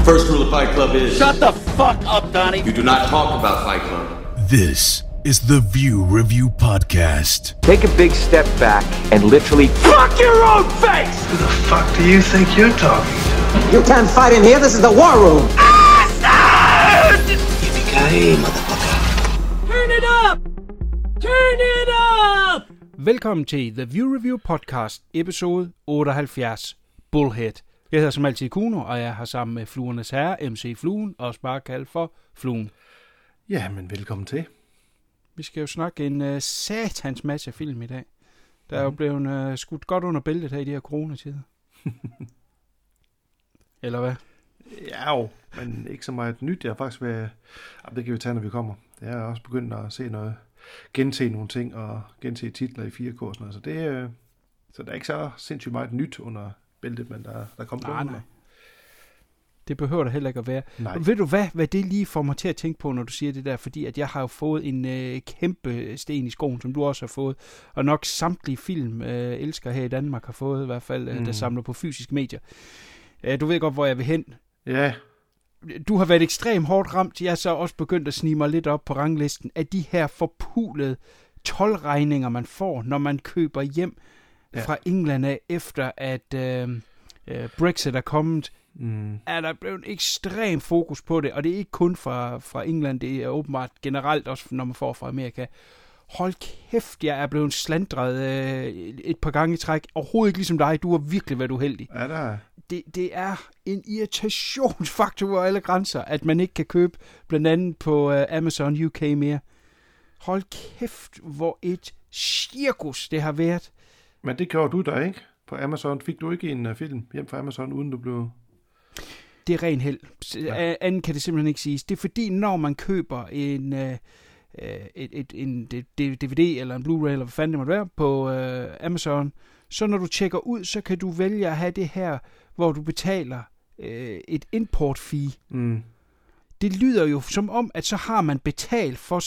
First rule of Fight Club is... Shut the fuck up, Donnie! You do not talk about Fight Club. This is the View Review Podcast. Take a big step back and literally fuck your own face! Who the fuck do you think you're talking to? You can't fight in here, this is the war room! Yippee-ki-yay, motherfucker. Turn it up! Turn it up! Velkommen til The View Review Podcast, episode 78, Bullhead. Jeg hedder som altid Kuno, og jeg har sammen med Fluernes Herre, MC Fluen, også bare kaldt for Fluen. Ja, men velkommen til. Vi skal jo snakke en satans masse film i dag. Der er jo blevet skudt godt under bæltet her i de her coronatider. Eller hvad? Ja jo, men ikke så meget nyt. Jeg har faktisk været... Det kan vi tage, når vi kommer. Jeg er også begyndt at se noget, gense nogle ting og gense titler i 4K og sådan noget. Så der er ikke så sindssygt meget nyt under bæltet, men der kommer noget. Nej. Det behøver der heller ikke at være. Nej. Ved du hvad det lige får mig til at tænke på, når du siger det der? Fordi at jeg har jo fået en kæmpe sten i skoen, som du også har fået. Og nok samtlige film elsker her i Danmark har fået, i hvert fald, der samler på fysiske medier. Du ved godt, hvor jeg vil hen. Ja. Du har været ekstremt hårdt ramt. Jeg er så også begyndt at snige mig lidt op på ranglisten af de her forpulede toldregninger, man får, når man køber hjem fra England af, efter at Brexit er kommet. Er der blevet ekstrem fokus på det, og det er ikke kun fra England, det er åbenbart generelt også, når man får fra Amerika. Hold kæft, jeg er blevet slandret et par gange i træk. Overhovedet ikke ligesom dig, du har virkelig været uheldig. Ja, der er. Det er en irritationsfaktor over alle grænser, at man ikke kan købe blandt andet på Amazon UK mere. Hold kæft, hvor et cirkus det har været. Men det gjorde du da ikke på Amazon. Fik du ikke en film hjem fra Amazon, uden du blev... Det er ren held. Anden kan det simpelthen ikke siges. Det er fordi, når man køber en DVD eller en Blu-ray, eller hvad fanden det måtte være, på Amazon, så når du tjekker ud, så kan du vælge at have det her, hvor du betaler et import fee. Det lyder jo som om, at så har man betalt for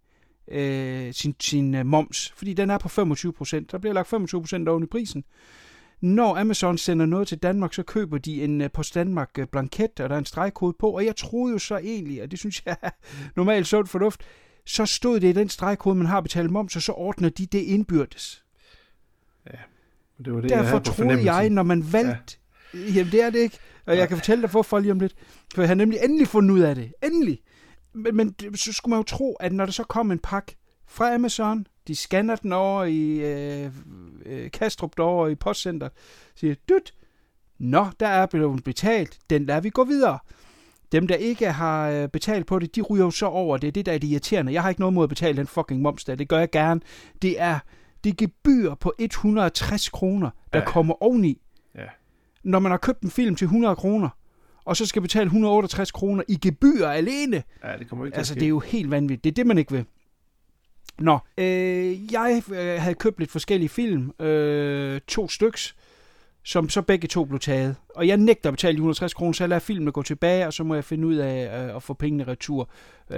sin moms, fordi den er på 25%. Der bliver lagt 25% oven i prisen. Når Amazon sender noget til Danmark, så køber de en Post Danmark blanket, og der er en stregkode på, og jeg troede jo så egentlig, og det synes jeg er normalt sund fornuft, så stod det i den stregkode, man har betalt moms, og så ordner de det indbyrdes. Ja, det var det, derfor troede jeg, når man valgte... Ja. Jamen, det er det ikke. Og jeg kan fortælle dig, hvorfor lige om lidt. For jeg har nemlig endelig fundet ud af det. Endelig. Men så skulle man jo tro, at når der så kom en pakke fra Amazon, de scanner den over i Kastrup derovre i postcenteret, siger, der er blevet betalt, den lader vi gå videre. Dem, der ikke har betalt på det, de ryger jo så over det. Det der er det irriterende. Jeg har ikke noget mod at betale den fucking moms der. Det gør jeg gerne. Det er gebyr på 160 kroner, der kommer oveni. Ja. Når man har købt en film til 100 kroner, og så skal betale 168 kroner i gebyr alene. Ja, det kommer ikke til altså, det er jo helt vanvittigt. Det er det, man ikke vil. Nå, jeg havde købt lidt forskellige film. 2 styks, som så begge to blev taget. Og jeg nægter at betale 160 kroner, så jeg lader filmene gå tilbage, og så må jeg finde ud af at få pengene retur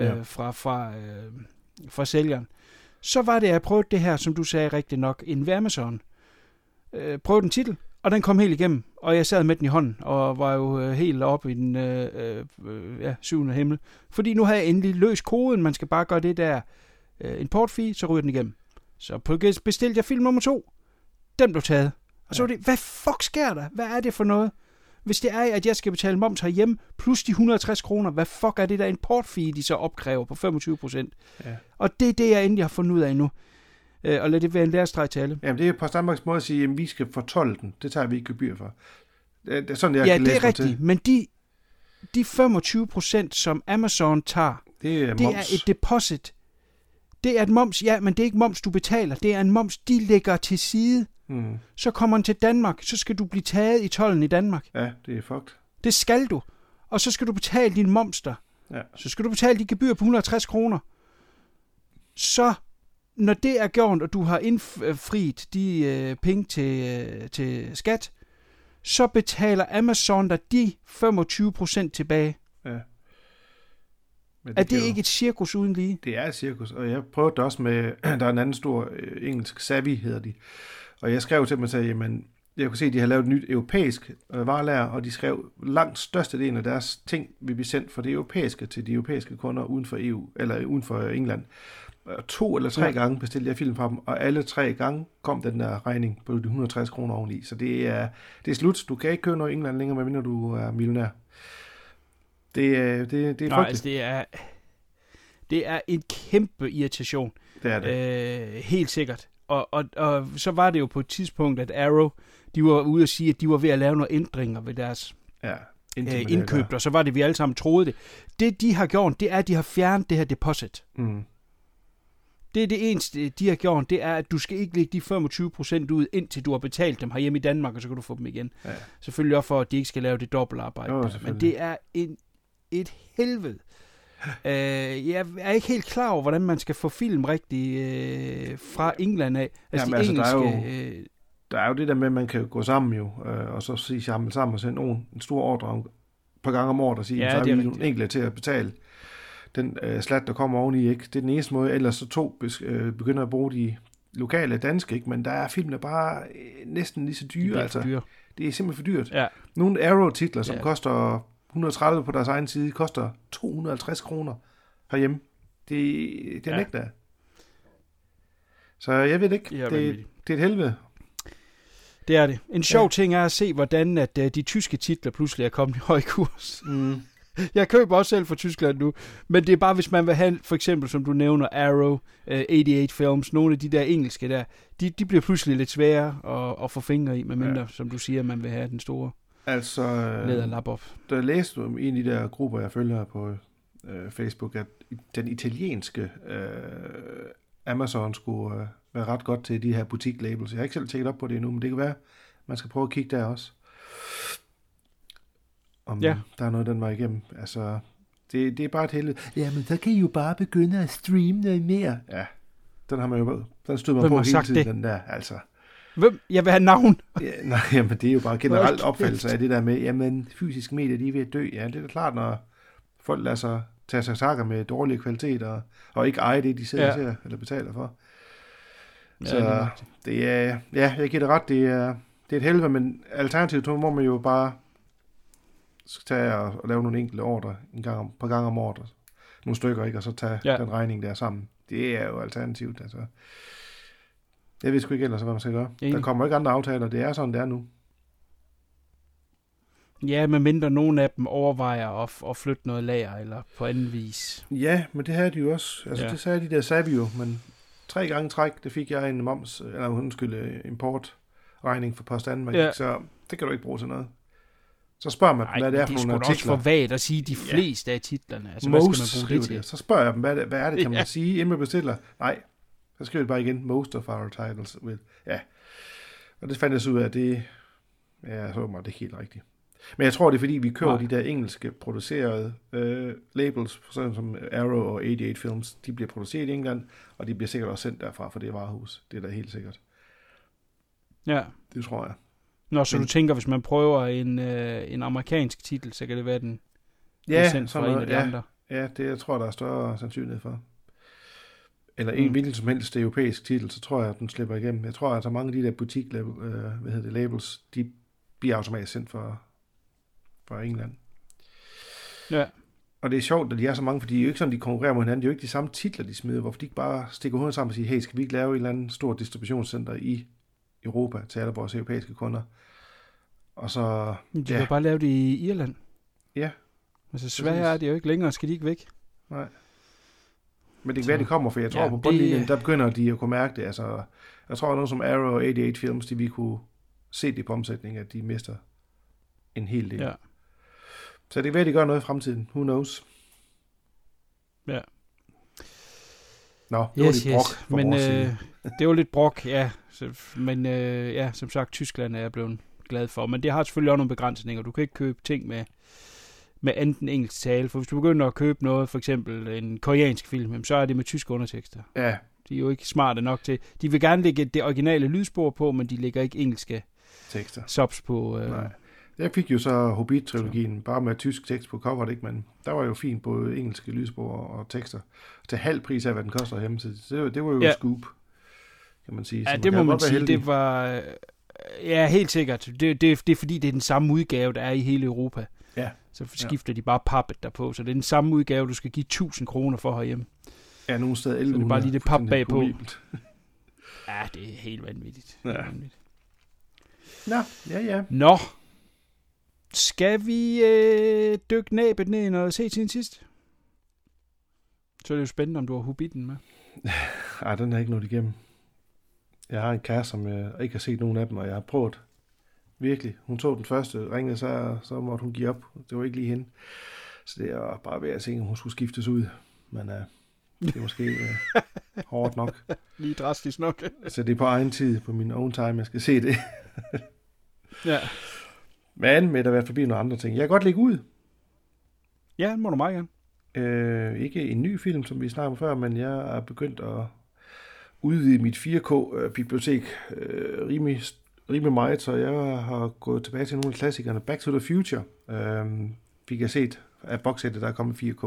fra sælgeren. Så var det, at jeg prøvede det her, som du sagde rigtig nok, en Amazon. Prøvede den titel, og den kom helt igennem. Og jeg sad med den i hånden, og var jo helt oppe i den 7. himmel. Fordi nu havde jeg endelig løst koden. Man skal bare gøre det der import fee, så ryger den igennem. Så bestilte jeg film nummer 2. Den blev taget. Og så var det, hvad fuck sker der? Hvad er det for noget? Hvis det er, at jeg skal betale moms herhjemme, plus de 160 kroner, hvad fuck er det der import fee, de så opkræver på 25%? Ja. Og det er det, jeg endelig har fundet ud af nu. Og lad det være en lærestreg til alle. Jamen, det er på Danmarks måde at sige, at vi skal fortolde den. Det tager vi ikke gebyr for. Det er sådan, jeg kan læse det er rigtigt. Til. Men de 25%, som Amazon tager, det er et deposit. Det er et moms, ja, men det er ikke moms, du betaler. Det er en moms, de lægger til side. Så kommer den til Danmark, så skal du blive taget i tolden i Danmark. Ja, det er fucked. Det skal du. Og så skal du betale din moms der. Ja. Så skal du betale de gebyr på 160 kroner. Så, når det er gjort, og du har indfriet de penge til skat, så betaler Amazon dig de 25% tilbage. Ja. Er det ikke et cirkus uden lige? Det er et cirkus, og jeg prøvede det også med, der er en anden stor engelsk, Savvy hedder de, og jeg skrev til dem og sagde, jamen, jeg kunne se, at de har lavet et nyt europæisk varelager, og de skrev langt størstedelen af deres ting vil blive sendt fra det europæiske til de europæiske kunder uden for EU, eller uden for England. 2 eller 3 gange bestilte jeg film fra dem, og alle 3 gange kom den der regning på de 160 kroner oveni. Så det er slut. Du kan ikke købe noget i England længere, medmindre du er millionær. Det er frygteligt. Altså, det er en kæmpe irritation. Det er det. Helt sikkert. Og så var det jo på et tidspunkt, at Arrow, de var ude at sige, at de var ved at lave nogle ændringer ved deres indkøb, og så var det, vi alle sammen troede det. Det, de har gjort, det er, at de har fjernet det her deposit. Mm. Det er det eneste, de har gjort, det er, at du skal ikke lægge de 25% ud, indtil du har betalt dem herhjemme i Danmark, og så kan du få dem igen. Ja. Selvfølgelig også for, at de ikke skal lave det dobbeltarbejde. Men det er et helvede. Jeg er ikke helt klar over, hvordan man skal få film rigtig fra England af. Altså, der er jo det der med, at man kan gå sammen jo, og så sige sammen og sende en stor ordre på gang om året, og sige, så er vi nogle enkelte til at betale den slat, der kommer oveni, ikke? Det er den eneste måde, ellers så begynder at bruge de lokale danske, ikke? Men der er filmene bare næsten lige så dyre, altså. Det er simpelthen for dyrt. Ja. Nogle Arrow-titler, som koster 130 på deres egen side, koster 250 kroner herhjemme. Det er nægter. Så jeg ved ikke, det er et helvede. Det er det. En sjov ting er at se, hvordan at de tyske titler pludselig er kommet i høj kurs. Mm. Jeg køber også selv fra Tyskland nu, men det er bare, hvis man vil have, for eksempel, som du nævner, Arrow, 88 Films, nogle af de der engelske der, de bliver pludselig lidt svære at få fingre i, medmindre, som du siger, man vil have den store læderlap op. Der læste du i en af de der grupper, jeg følger på Facebook, at den italienske Amazon skulle være ret godt til de her butik-labels. Jeg har ikke selv tjekket op på det endnu, men det kan være, man skal prøve at kigge der også. Om der er noget, den var igennem. Altså, det er bare et helvede. Jamen, så kan I jo bare begynde at streame noget mere. Ja, den stod man på hele tiden, den der, altså. Hvem? Jeg vil have navn. Nej, jamen, det er jo bare generelt opfattelse af det der med, jamen, fysiske medier, de er ved at dø. Ja, det er da klart, når folk lader sig tage sig takker med dårlig kvalitet, og ikke eje det, de sidder til eller betaler for. Så det er, jeg giver det ret, det er et helvede, men alternativt må man jo bare tage og lave nogle enkelte ordre par gange om året, nogle stykker, ikke, og så tage den regning der sammen. Det er jo alternativt, altså. Jeg ved sgu ikke ellers, hvad man skal gøre. Der kommer ikke andre aftaler, det er sådan, det er nu. Ja, medmindre nogen af dem overvejer at flytte noget lager, eller på anden vis. Ja, men det havde de jo også. Altså, det sagde de der Savio, men 3 gange træk, det fik jeg en importregning for Post Danmark, så det kan du ikke bruge til noget. Så spørger man dem, hvad det er for nogle artikler. Det er sgu da også for vagt at sige de fleste af titlerne. Altså, hvad skal man bruge det til? Så spørger jeg dem, hvad er det, kan man sige, inden man bestiller? Nej, så skriver det bare igen, most of our titles with. Ja, og det fandt jeg så ud af, at det, så var det helt rigtigt. Men jeg tror, det er fordi, vi køber de der engelske producerede labels, sådan som Arrow og 88 Films, de bliver produceret i England, og de bliver sikkert også sendt derfra for det varehus. Det er da helt sikkert. Ja. Det tror jeg. Nå, så du tænker, hvis man prøver en amerikansk titel, så kan det være, den er sendt fra en af de andre? Ja, det jeg tror der er større sandsynlighed for. Eller en hvilken som helst europæisk titel, så tror jeg, at den slipper igennem. Jeg tror, at mange af de der labels, de bliver automatisk sendt fra England. Ja. Og det er sjovt, at de er så mange, fordi de er jo ikke sådan, de konkurrerer mod hinanden. Det er jo ikke de samme titler, de smider. Hvorfor de ikke bare stikker hovedet sammen og siger, hey, skal vi ikke lave et eller andet stort distributionscenter i Europa til alle vores europæiske kunder? Og så... De kan bare lave det i Irland. Ja. Altså Sverige er det jo ikke længere, skal de ikke væk? Nej. Men det kan være, de kommer, for jeg tror på bundlinjen, der begynder de at kunne mærke det. Altså, jeg tror, at nogen som Arrow og 88 Films, de vil kunne se det på omsætning, at de mister en hel del. Ja. Så det kan være, de gør noget i fremtiden. Who knows? Ja. Nå, det var lidt brok for men, vores side. det var lidt brok, ja. Men som sagt, Tyskland er jeg blevet glad for. Men det har selvfølgelig også nogle begrænsninger. Du kan ikke købe ting med enten engelsk tale. For hvis du begynder at købe noget, for eksempel en koreansk film, så er det med tyske undertekster. Ja. De er jo ikke smarte nok til. De vil gerne lægge det originale lydspor på, men de lægger ikke engelske tekster. Subs på. Nej. Jeg fik jo så Hobbit-trilogien, bare med tysk tekst på coveret, ikke? Men der var jo fint både engelske lydspor og tekster. Til halv pris af, hvad den koster hjemme. Så det var jo scoop, kan man sige. Ja, det må man sige. Det var... Ja, helt sikkert. Det er fordi, det er den samme udgave, der er i hele Europa. Ja. Så skifter de bare pappet derpå. Så det er den samme udgave, du skal give 1.000 kroner for herhjemme. Ja, nogle steder 1100. Så det er bare lige det pap bagpå. Ja, det er helt vanvittigt. Ja. Ja. Nå. Skal vi dykke næbet ned og se til sidst? Så er det jo spændende, om du har Hobbiten med. Ej, den er ikke nået igennem. Jeg har en kæreste, som ikke har set nogen af dem, og jeg har prøvet virkelig. Hun tog den første, ringede så måtte hun give op. Det var ikke lige hende. Så det er bare ved at se, om hun skulle skiftes ud. Men det er måske hårdt nok. Lige drastisk nok. Så det er på egen tid, på min own time, jeg skal se det. Ja. Men med at være forbi nogle andre ting. Jeg kan godt lægge ud. Ja, må du meget gerne. Ikke en ny film, som vi snakkede om før, men jeg er begyndt at udvide mit 4K-bibliotek rimelig meget, så jeg har gået tilbage til nogle af klassikerne. Back to the Future fik jeg set af boxsættet, der er kommet 4K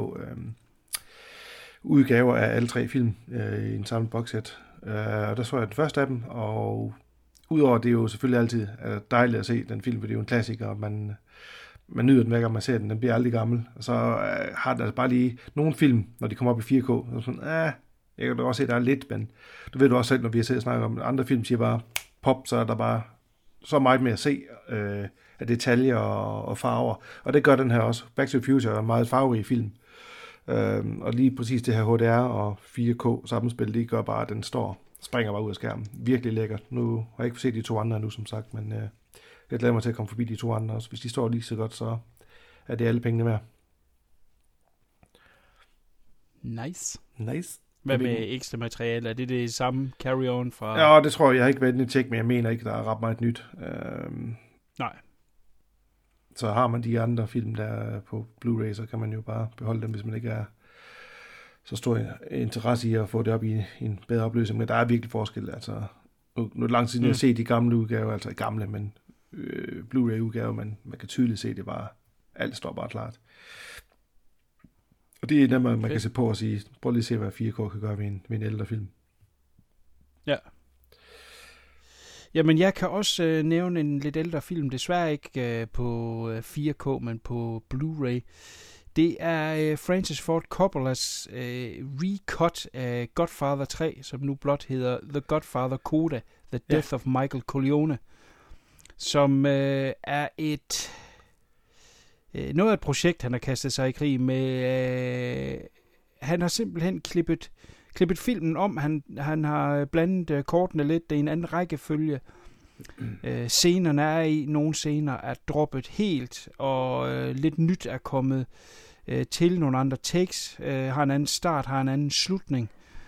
udgaver af alle 3 film i en samlet boxsæt. Og der så jeg den første af dem, og udover det er jo selvfølgelig altid dejligt at se den film, for det er jo en klassiker, og man nyder den hver gang man ser den. Den bliver aldrig gammel. Og så har der bare lige nogle film, når de kommer op i 4K, så sådan, jeg kan da også se, der er lidt, men du ved du også selv, når vi har siddet og snakket om andre film, siger bare pop, så er der bare så meget mere at se af detaljer og farver. Og det gør den her også. Back to the Future er en meget farverig film. Og lige præcis det her HDR og 4K sammenspil, det gør bare, at den springer bare ud af skærmen. Virkelig lækkert. Nu har jeg ikke set de 2 andre nu, som sagt, men jeg glæder mig til at komme forbi de 2 andre også. Hvis de står lige så godt, så er det alle pengene værd. Nice. Hvad med ekstra materiale? Er det samme carry-on fra... Ja, det tror jeg. Jeg har ikke været inde i tjek, men jeg mener ikke, der er ret meget nyt. Nej. Så har man de andre film, der er på Blu-ray, så kan man jo bare beholde dem, hvis man ikke er så stor interesse i at få det op i en bedre opløsning. Men der er virkelig forskel. Altså, nu er det lang tid siden, jeg har set de gamle udgaver, altså gamle, men Blu-ray-udgaver, men man kan tydeligt se, det bare, alt står bare klart. Og det er nemlig, man kan se på og sige, prøv lige at se, hvad 4K kan gøre ved en ældre film. Ja. Jamen, jeg kan også nævne en lidt ældre film, desværre ikke på 4K, men på Blu-ray. Det er Francis Ford Coppolas recut af Godfather 3, som nu blot hedder The Godfather Coda, The Death of Michael Corleone, som er noget af et projekt, han har kastet sig i krig med. Han har simpelthen klippet filmen om. Han har blandet kortene lidt. Det er en anden rækkefølge. Scenerne er i. Nogle scener er droppet helt, og lidt nyt er kommet til. Nogle andre takes. Har en anden start, har en anden slutning.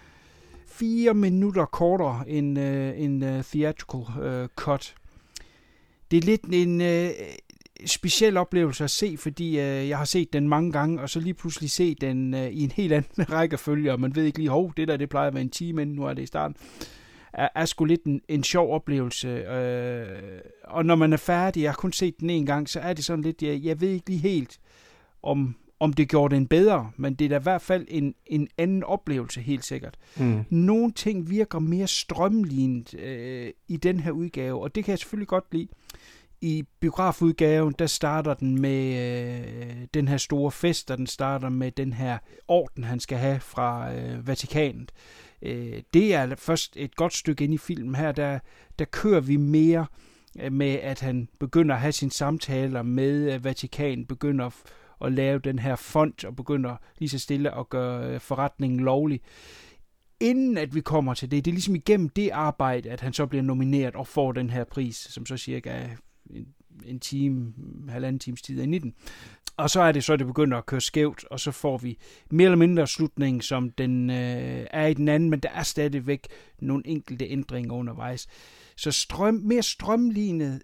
4 minutter kortere end en theatrical cut. Det er lidt en speciel oplevelse at se, fordi jeg har set den mange gange, og så lige pludselig se den i en helt anden rækkefølge, og man ved ikke lige, det plejer at være en time inden, nu er det i starten, er sgu lidt en sjov oplevelse. Og når man er færdig, jeg har kun set den en gang, så er det sådan lidt, jeg ved ikke lige helt, om det gjorde den bedre, men det er da i hvert fald en anden oplevelse, helt sikkert. Nogle ting virker mere strømlignet i den her udgave, og det kan jeg selvfølgelig godt lide. I biografudgaven, der starter den med den her store fest, og den starter med den her orden, han skal have fra Vatikanet. Det er først et godt stykke ind i filmen her, der kører vi mere med, at han begynder at have sine samtaler med Vatikanet, begynder at lave den her fond, og begynder lige så stille at gøre forretningen lovlig. Inden at vi kommer til det er ligesom igennem det arbejde, at han så bliver nomineret og får den her pris, som så cirka er en time, halvanden times tid i 19. Og så er det begynder at køre skævt, og så får vi mere eller mindre slutningen, som den er i den anden, men der er stadigvæk nogle enkelte ændringer undervejs. Så mere strømlignet,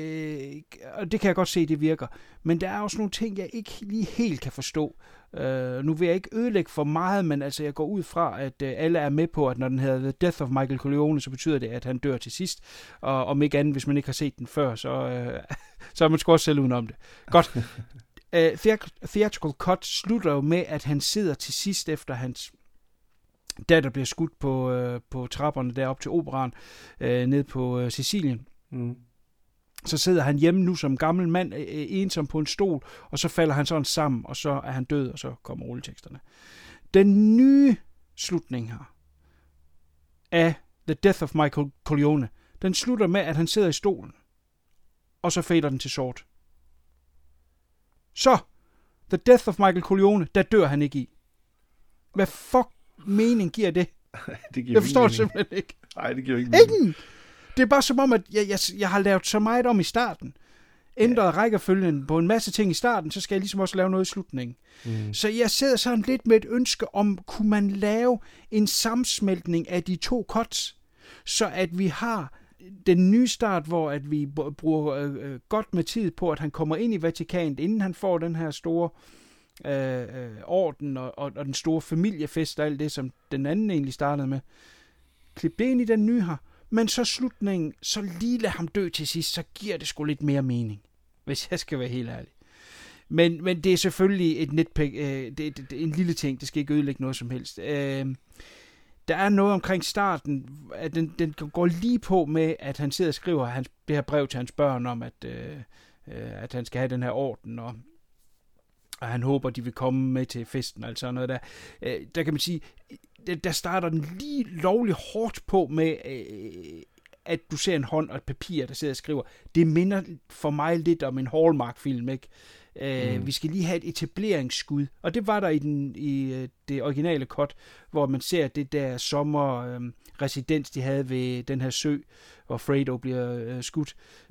og det kan jeg godt se, det virker. Men der er også nogle ting, jeg ikke lige helt kan forstå. Nu vil jeg ikke ødelægge for meget, men altså jeg går ud fra, at alle er med på, at når den hedder The Death of Michael Corleone, så betyder det, at han dør til sidst. Og om ikke andet, hvis man ikke har set den før, så er man sgu også selv udenom det. Godt. Theatrical Cut slutter jo med, at han sidder til sidst efter hans datter bliver skudt på trapperne derop til operaen ned på Sicilien. Så sidder han hjemme nu som gammel mand, ensom på en stol, og så falder han sådan sammen, og så er han død, og så kommer rulleteksterne. Den nye slutning her af The Death of Michael Corleone, den slutter med, at han sidder i stolen, og så fader den til sort. Så, The Death of Michael Corleone, der dør han ikke i. Hvad fuck mening giver det? Det giver jeg forstår det simpelthen ikke. Nej, det giver ikke mening. Det er bare som om, at jeg har lavet så meget om i starten. Ændret rækkefølgen på en masse ting i starten, så skal jeg ligesom også lave noget i slutningen. Så jeg sidder sådan lidt med et ønske om, kunne man lave en sammensmeltning af de to cuts, så at vi har den nye start, hvor at vi bruger godt med tid på, at han kommer ind i Vatikanet, inden han får den her store orden og den store familiefest og alt det, som den anden egentlig startede med. Klip det ind i den nye her. Men så slutningen, så lige lad ham dø til sidst, så giver det sgu lidt mere mening, hvis jeg skal være helt ærlig. Men det er selvfølgelig et nitpick, det er en lille ting, det skal ikke ødelægge noget som helst. Der er noget omkring starten, at den går lige på med, at han sidder og skriver det her brev til hans børn om, at han skal have den her orden, og han håber, de vil komme med til festen, altså noget der. Der kan man sige, der starter den lige lovligt hårdt på med, at du ser en hånd og et papir, der sidder og skriver. Det minder for mig lidt om en Hallmark-film, ikke? Vi skal lige have et etableringsskud, og det var der i det originale cut, hvor man ser det der sommerresidens, de havde ved den her sø, hvor Fredo bliver skudt,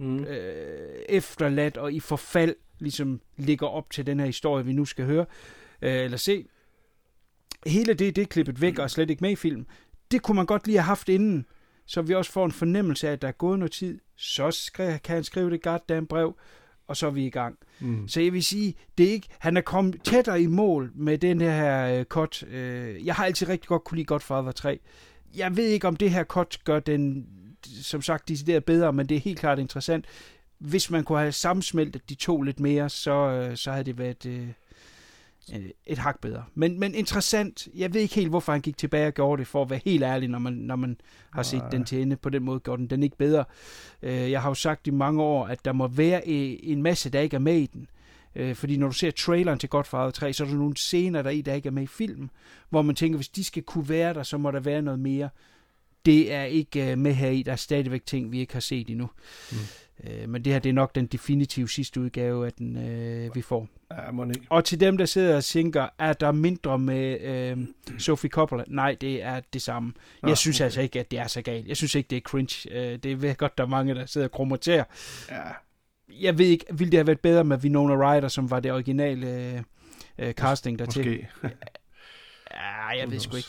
efterladt og i forfald, ligesom ligger op til den her historie, vi nu skal høre, eller se. Hele det er klippet væk og er slet ikke med i filmen. Det kunne man godt lige have haft inden, så vi også får en fornemmelse af, at der er gået noget tid. Så kan han skrive det goddamn brev, og så er vi i gang. Så jeg vil sige, det er ikke, han er kommet tættere i mål med den her cut. Jeg har altid rigtig godt kunne lide Godfather 3. Jeg ved ikke, om det her cut gør den, som sagt, decideret bedre, men det er helt klart interessant. Hvis man kunne have sammensmeltet de to lidt mere, så havde det været et hak bedre. Men interessant. Jeg ved ikke helt, hvorfor han gik tilbage og gjorde det, for at være helt ærlig, når man har set den til ende. På den måde gjorde den ikke bedre. Jeg har jo sagt i mange år, at der må være en masse, der ikke er med i den. Fordi når du ser traileren til Godfather 3, så er der nogle scener, der ikke er med i filmen, hvor man tænker, hvis de skal kunne være der, så må der være noget mere. Det er ikke med her i. Der er stadigvæk ting, vi ikke har set endnu. Men det her, det er nok den definitive sidste udgave af den, vi får. Ja, må ikke. Og til dem, der sidder og tænker, er der mindre med Sofie Coppola? Nej, det er det samme. Jeg synes altså ikke, at det er så galt. Jeg synes ikke, det er cringe. Det er godt, der er mange, der sidder og krummerterer. Ja. Jeg ved ikke, ville det have været bedre med Winona Ryder, som var det originale casting dertil? Måske. Ja, jeg ved sgu ikke.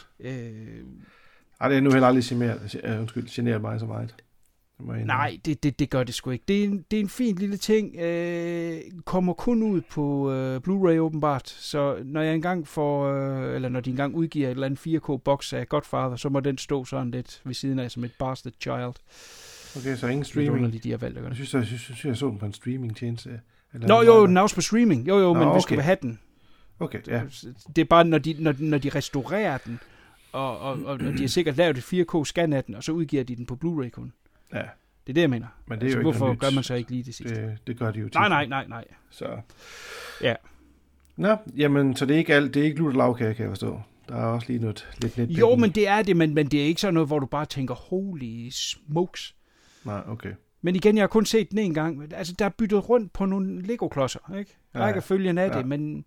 Det er nu heller aldrig generet mig så meget. Nej, det gør det sgu ikke. Det er en fin lille ting. Kommer kun ud på Blu-ray åbenbart. Så når jeg engang får, eller når de engang udgiver et eller andet 4K-boks af Godfather, så må den stå sådan lidt ved siden af som et bastard child. Okay, så ingen streaming. Det de har valgt at gøre det. Jeg synes, jeg så den på en streaming-tjeneste. Den er også på streaming. Jo, men vi skal have den. Okay, ja. Det er bare, når de restaurerer den, og de har sikkert lavet et 4K-scan af den, og så udgiver de den på Blu-ray kun. Ja. Det er det, jeg mener. Men det er jo ikke hvorfor gør man så ikke lige det sidste? Det gør de jo tit. Nej. Så. Ja. Nå, jamen, så det er ikke alt. Det er ikke lutter lavkage, kan jeg forstå. Der er også lige noget lidt net. Jo, men det er det, men det er ikke sådan noget, hvor du bare tænker, holy smokes. Nej, okay. Men igen, jeg har kun set den en gang. Altså, der er byttet rundt på nogle Lego-klodser, ikke? Rækkefølgen af det,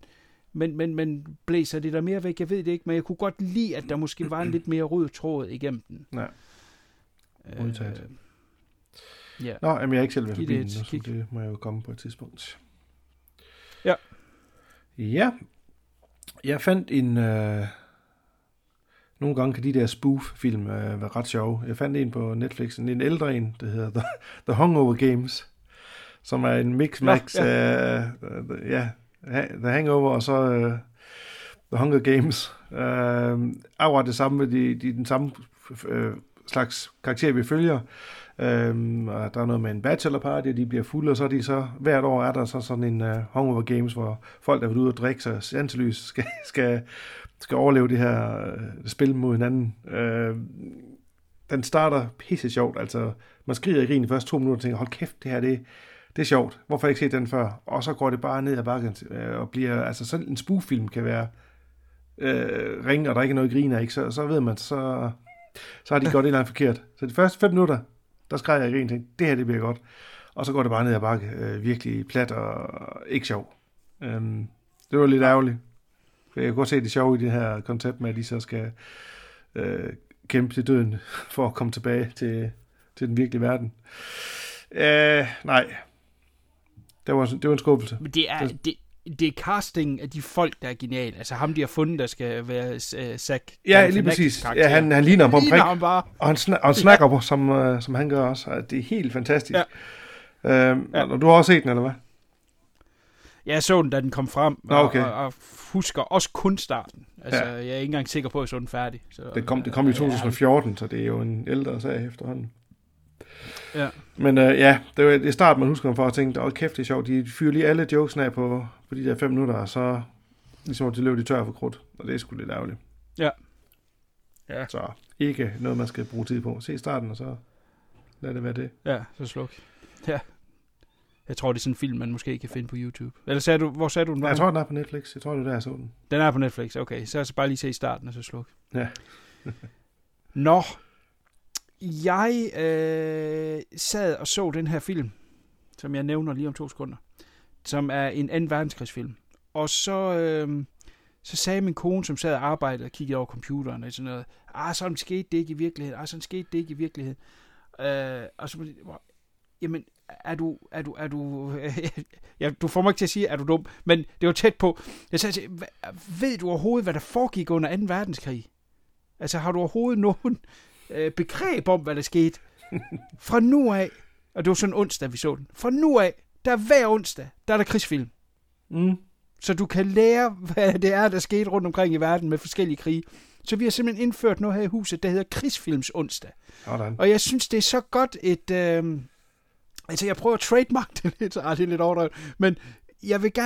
men blæser det der mere væk? Jeg ved det ikke, men jeg kunne godt lide, at der måske var en lidt mere rød tråd igennem den. Ja. Udtaget. Ja. Nå, jamen jeg er ikke selv ved forbi den, så det må jeg jo komme på et tidspunkt. Ja. Ja. Jeg fandt nogle gange kan de der spoof-film være ret sjove. Jeg fandt en på Netflix, en ældre en, der hedder The Hangover Games, som er en mix-max af The Hangover og så The Hunger Games. Akkurat det samme med den samme slags karakterer, vi følger. Og der er noget med en bachelor party, og de bliver fulde, og så er de så, hvert år er der så sådan en Hangover Games, hvor folk, der vil ud og drikke sig sanselys, skal overleve det her spil mod hinanden. den starter pisse sjovt. Altså, man skriger i grin de første 2 minutter og tænker, hold kæft, det her, det er sjovt. Hvorfor har jeg ikke set den før? Og så går det bare ned ad bakken og bliver, altså sådan en spoof-film kan være ringe, og der ikke er noget griner, ikke? Så ved man, så har de gjort et eller andet forkert. Så de første 5 minutter, der skrev jeg i grin og tænkte, det her, det bliver godt. Og så går det bare ned ad bakke, virkelig plat og ikke sjov. Det var lidt ærgerligt. Jeg kan godt se det sjove i det her koncept med, at de så skal kæmpe til døden for at komme tilbage til den virkelige verden. Nej. Det var en skuffelse. Men det er casting af de folk, der er genial. Altså ham, de har fundet, der skal være Zack. Ja, lige præcis. Ja, han ligner ham på en prik. Og han snakker på, som han gør også. Det er helt fantastisk. Ja. Og du har også set den, eller hvad? Ja, jeg så den, da den kom frem, og husker også kun starten. Altså, jeg er ikke engang sikker på, at jeg så den færdig. Så, det kom i 2014, så det er jo en ældre sag efterhånden. Ja. Men det er starten, man husker for at tænke, kæft, det er sjovt. De fyrer lige alle jokesene af på de der 5 minutter, og så ligesom de løber de tør for krudt. Og det er sgu lidt ærgerligt. Ja. Så ikke noget, man skal bruge tid på. Se starten, og så lad det være det. Ja, så sluk. Ja. Jeg tror, det er sådan en film, man måske kan finde på YouTube. Eller hvor sagde du den var? Jeg tror, den er på Netflix. Jeg tror, det er der, jeg så den. Den er på Netflix, okay. Så altså bare lige se i starten, og så sluk. Ja. Nå. Jeg sad og så den her film, som jeg nævner lige om 2 sekunder, som er en 2. verdenskrigsfilm. Og så sagde min kone, som sad og arbejdede og kiggede over computeren og sådan noget, sådan skete det ikke i virkeligheden, sådan skete det ikke i virkeligheden. Og så jamen, er du ja, du får mig ikke til at sige, er du dum, men det var tæt på. Jeg sagde, ved du overhovedet, hvad der foregik under 2. verdenskrig? Altså, har du overhovedet nogen begreb om, hvad der skete? Fra nu af, og det var sådan onsdag, vi så den, fra nu af, der hver onsdag, der er der krigsfilm. Så du kan lære, hvad det er, der skete rundt omkring i verden med forskellige krige. Så vi har simpelthen indført noget her i huset, der hedder krigsfilms onsdag. Og jeg synes, det er så godt et... altså, jeg prøver at trademark det lidt, det er lidt overdrevet, men jeg vil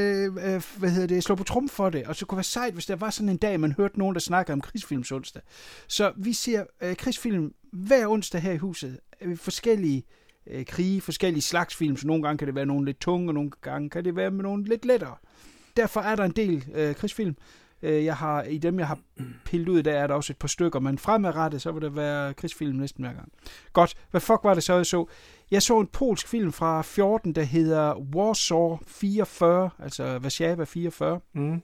gerne slå på trum for det, og så kunne det være sejt, hvis der var sådan en dag, man hørte nogen, der snakker om krigsfilms onsdag. Så vi ser krigsfilm hver onsdag her i huset. Forskellige krige, forskellige slags film, så nogle gange kan det være nogle lidt tunge, og nogle gange kan det være med nogle lidt lettere. Derfor er der en del krigsfilm. I dem, jeg har pillet ud, der er der også et par stykker, men fremadrettet, så vil der være krigsfilm næsten hver gang. Godt, hvad fuck var det så, jeg så? Jeg så en polsk film fra 14, der hedder Warsaw 44, altså Warszawa 44,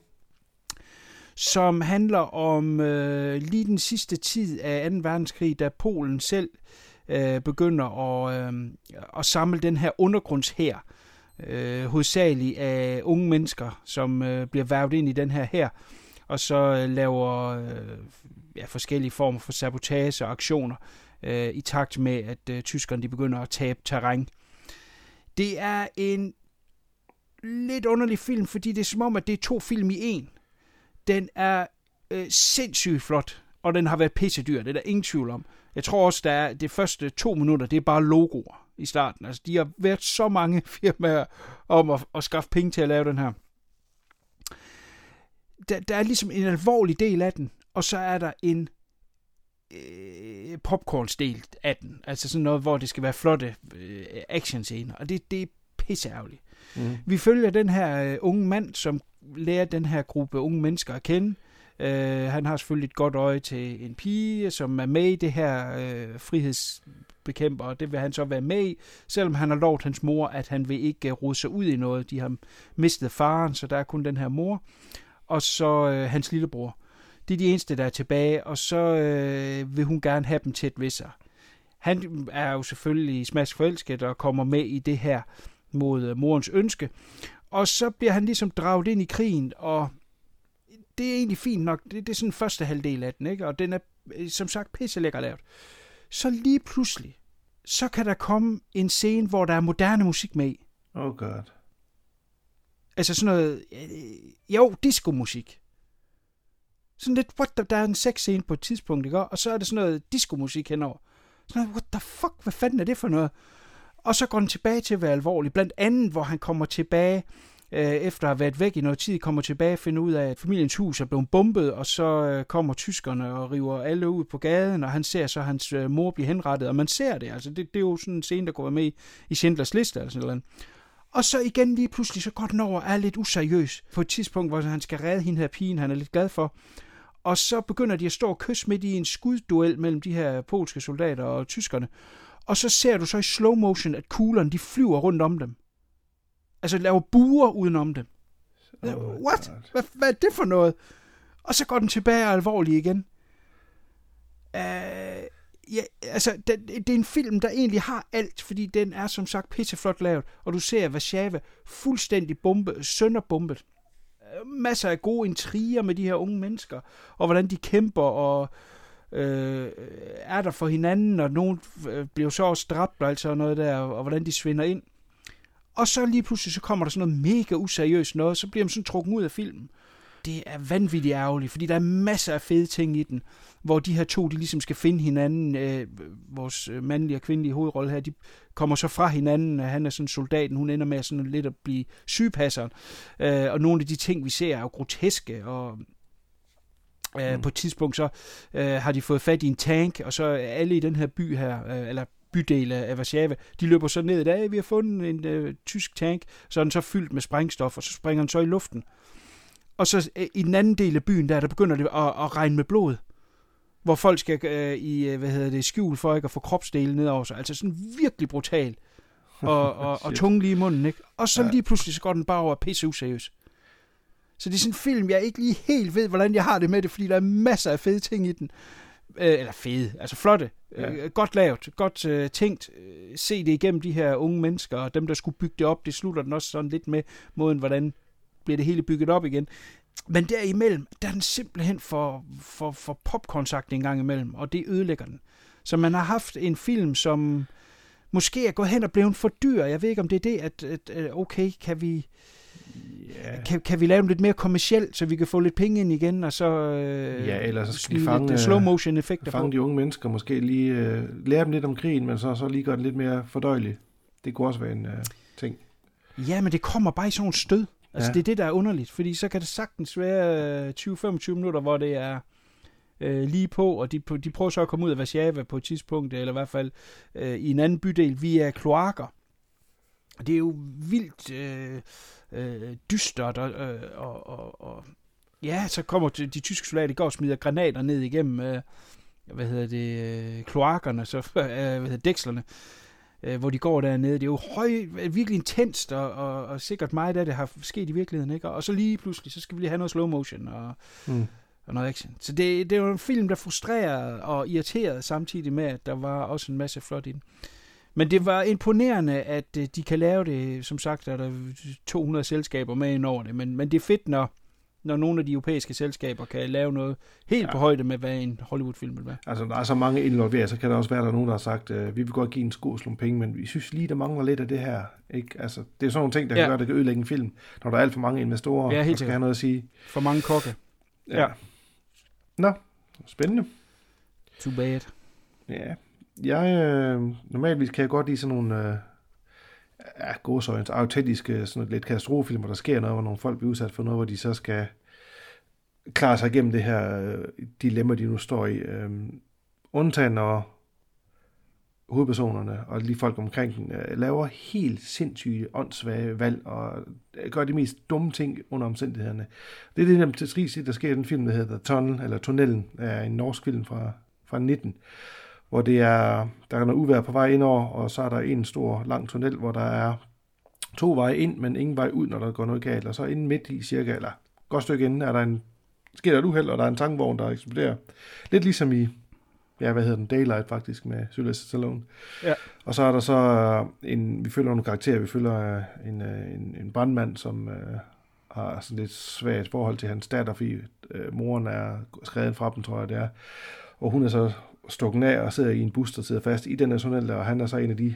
som handler om lige den sidste tid af 2. verdenskrig, da Polen selv begynder at samle den her undergrundshær, hovedsageligt af unge mennesker, som bliver hvervet ind i den her hær, og så laver forskellige former for sabotage og aktioner i takt med, at tyskerne de begynder at tabe terræn. Det er en lidt underlig film, fordi det er som om, at det er 2 film i en. Den er sindssygt flot, og den har været pissedyr, det er der ingen tvivl om. Jeg tror også, der er de første 2 minutter, det er bare logoer i starten. Altså, de har været så mange firmaer om at skaffe penge til at lave den her. Der er ligesom en alvorlig del af den, og så er der en popcorns-del af den. Altså sådan noget, hvor det skal være flotte actionscener, og det er pisseærgerligt. Vi følger den her unge mand, som lærer den her gruppe unge mennesker at kende. Han har selvfølgelig et godt øje til en pige, som er med i det her frihedsbekæmper, og det vil han så være med i, selvom han har lovet hans mor, at han vil ikke rode sig ud i noget. De har mistet faren, så der er kun den her mor, og så hans lillebror. Det er de eneste, der er tilbage, og så vil hun gerne have dem tæt ved sig. Han er jo selvfølgelig smaskforelsket og kommer med i det her mod morens ønske, og så bliver han ligesom draget ind i krigen, og det er egentlig fint nok. Det er sådan første halvdel af den, ikke? Og den er, som sagt, pisselækker lavet. Så lige pludselig, så kan der komme en scene, hvor der er moderne musik med i. Oh god. Altså sådan noget, disco-musik. Sådan lidt, der er en sexscene på et tidspunkt, ikke? Og så er det sådan noget disco-musik henover. Sådan noget, what the fuck, hvad fanden er det for noget? Og så går den tilbage til at være alvorlig. Blandt andet, hvor han kommer tilbage efter at have været væk i noget tid, kommer tilbage og finder ud af, at familiens hus er blevet bombet, og så kommer tyskerne og river alle ud på gaden, og han ser så hans mor blive henrettet, og man ser det. Altså, det er jo sådan en scene, der går med i Schindlers Liste eller sådan noget. Og så igen lige pludselig, så går den over og er lidt useriøs på et tidspunkt, hvor han skal redde hende her pigen, han er lidt glad for. Og så begynder de at stå og kysse midt i en skudduel mellem de her polske soldater og tyskerne. Og så ser du så i slow motion, at kuglerne de flyver rundt om dem. Altså laver buer udenom dem. What? Hvad er det for noget? Og så går den tilbage og alvorlig igen. Ja, altså, det er en film, der egentlig har alt, fordi den er som sagt pisseflot lavet, og du ser Warszawa fuldstændig sønderbombet. Masser af gode intriger med de her unge mennesker, og hvordan de kæmper, og er der for hinanden, og nogen bliver så også dræbt, og alt sådan noget der, og hvordan de svinder ind. Og så lige pludselig, så kommer der sådan noget mega useriøst noget, så bliver man sådan trukket ud af filmen. Det er vanvittigt ærgerligt, fordi der er masser af fede ting i den, hvor de her to, de ligesom skal finde hinanden. Vores mandlige og kvindelige hovedrolle her, de kommer så fra hinanden. Han er sådan soldaten, hun ender med sådan lidt at blive sygepasseren. Og nogle af de ting, vi ser, er jo groteske, og på et tidspunkt så har de fået fat i en tank, og så alle i den her by her, eller bydel af Warszawa, de løber så ned i dag, vi har fundet en tysk tank, så er den så fyldt med sprængstof, og så springer den så i luften. Og så i den anden del af byen, der begynder det at regne med blod, hvor folk skal i skjul for ikke at få kropsdele ned over sig. Altså sådan virkelig brutal og tunge lige i munden, ikke? Og så lige pludselig så går den bare over pisse useriøs. Så det er sådan en film, jeg ikke lige helt ved, hvordan jeg har det med det, fordi der er masser af fede ting i den. Eller fede, altså flotte. Godt lavet, godt tænkt. Se det igennem de her unge mennesker, og dem, der skulle bygge det op, det slutter den også sådan lidt med måden, hvordan bliver det hele bygget op igen. Men derimellem, der er den simpelthen for popcorn-sagt en gang imellem, og det ødelægger den. Så man har haft en film, som måske er gået hen og blevet for dyr. Jeg ved ikke, om det er det, at okay, kan vi lave den lidt mere kommercielt, så vi kan få lidt penge ind igen, og så, eller så skal de fange slow motion effekter fange de unge mennesker, måske lige lære dem lidt om krigen, men så lige gøre det lidt mere fordøjeligt. Det kunne også være en ting. Ja, men det kommer bare i sådan en stød. Altså det er det, der er underligt, fordi så kan det sagtens være 20-25 minutter, hvor det er lige på, og de prøver så at komme ud af Warszawa på et tidspunkt, eller i hvert fald i en anden bydel via kloakker. Det er jo vildt dystert, og ja, så kommer de tyske soldater, går og smider granater ned igennem kloakkerne, så dækslerne, hvor de går dernede. Det er jo virkelig intenst, og sikkert meget af det har sket i virkeligheden, ikke? Og så lige pludselig, så skal vi lige have noget slow motion og noget action. Så det er jo en film, der frustrerer og irriterer, samtidig med, at der var også en masse flot i den. Men det var imponerende, at de kan lave det. Som sagt, er der 200 selskaber med ind over det, men det er fedt, når nogle af de europæiske selskaber kan lave noget helt på højde med, hvad en Hollywood-film vil være. Altså, der er så mange involveret, så kan der også være, der er nogen, der har sagt, vi vil godt give en skåslum penge, men vi synes lige, der mangler lidt af det her. Ikke? Altså, det er sådan nogle ting, der kan gøre, der kan ødelægge en film, når der er alt for mange investorer, der skal have noget at sige. For mange kokke. Ja. Nå, spændende. Too bad. Ja. Normalvis kan jeg godt lide sådan nogle godsøjens autentiske, sådan lidt katastrofefilmer, der sker noget, hvor nogle folk bliver udsat for noget, hvor de så skal klare sig igennem det her dilemma, de nu står i. Undtagen når hovedpersonerne og lige folk omkring den laver helt sindssyge, åndssvage valg og gør de mest dumme ting under omstændighederne. Det er det, der sker i den film, der hedder Tunnel, eller Tunnelen, er en norsk film fra 19, hvor der er noget uvejr på vej indover, og så er der en stor, lang tunnel, hvor der er 2 veje ind, men ingen vej ud, når der går noget galt. Og så inden midt i cirka, eller godt stykke inden, sker der et uheld, og der er en tankvogn, der eksploderer. Lidt ligesom i, Daylight faktisk, med Sylvester Stallone. Ja. Og så er der så vi følger nogle karakterer. Vi følger en brandmand, som har sådan lidt svagt forhold til hans datter, fordi moren er skrevet fra dem, tror jeg det er. Og hun er så stukken af og sidder i en bus, der sidder fast i den her tunnel, og han er så en af de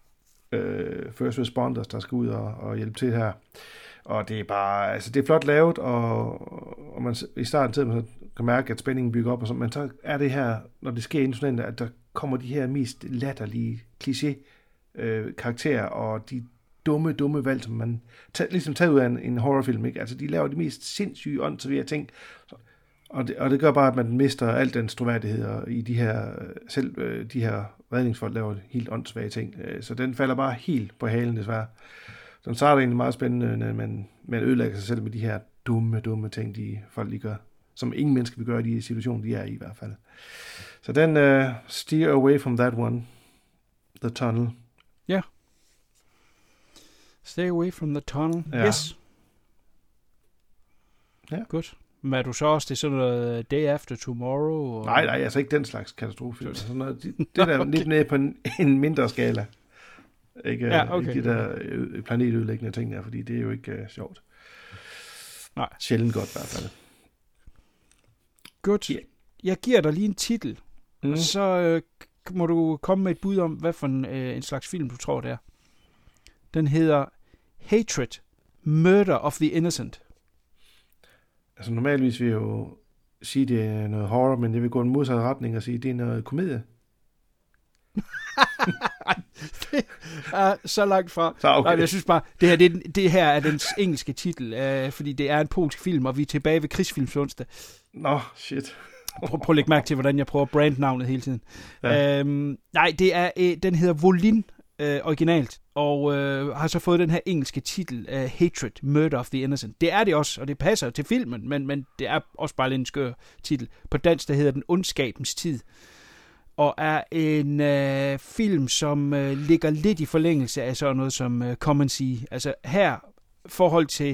first responders, der skal ud og hjælpe til her. Og det er bare, altså det er flot lavet, og man i starten til man kan mærke, at spændingen bygger op, og sådan, men så er det her, når det sker i en tunnel, at der kommer de her mest latterlige kliché karakterer, og de dumme valg, som man ligesom tager ud af en horrorfilm, ikke? Altså, de laver de mest sindssyge åndssvage ting, og det gør bare, at man mister al den troværdighed, og i de her redningsfolk laver helt åndssvage ting. Så den falder bare helt på halen, desværre. Så så er det egentlig meget spændende, når man ødelægger sig selv med de her dumme ting, de folk lige gør, som ingen mennesker vil gøre i de situationer, de er i hvert fald. Så den steer away from that one. The Tunnel. Ja. Yeah. Stay away from the tunnel. Ja. Yes. Ja. Godt. Men er du så også, det er sådan noget Day After Tomorrow? Og... Nej, altså ikke den slags katastrofefilm. Sådan noget, det der okay. Lidt nede på en mindre skala. Ikke, ja, okay. Ikke de der planetødelæggende ting der, fordi det er jo ikke sjovt. Nej. Sjældent godt i hvert fald. Godt. Yeah. Jeg giver dig lige en titel, og så må du komme med et bud om, hvad for en slags film, du tror, det er. Den hedder Hatred, Murder of the Innocent. Altså normalvis vil jeg jo sige, det er noget horror, men jeg vil gå en modsatte retning og sige, det er noget komedie. Det er så langt fra. Så okay. Nej, jeg synes bare, det her er dens engelske titel, fordi det er en polsk film, og vi er tilbage ved krigsfilms onsdag. Nå, shit. Prøv at lægge mærke til, hvordan jeg prøver at brande navnet hele tiden. Ja. Nej, det er, den hedder Volin originalt, og har så fået den her engelske titel, Hatred, Murder of the Innocent. Det er det også, og det passer til filmen, men det er også bare lidt en skør titel. På dansk, der hedder den Ondskabens Tid, og er en film, som ligger lidt i forlængelse af sådan noget som Come and See. Altså her, forhold til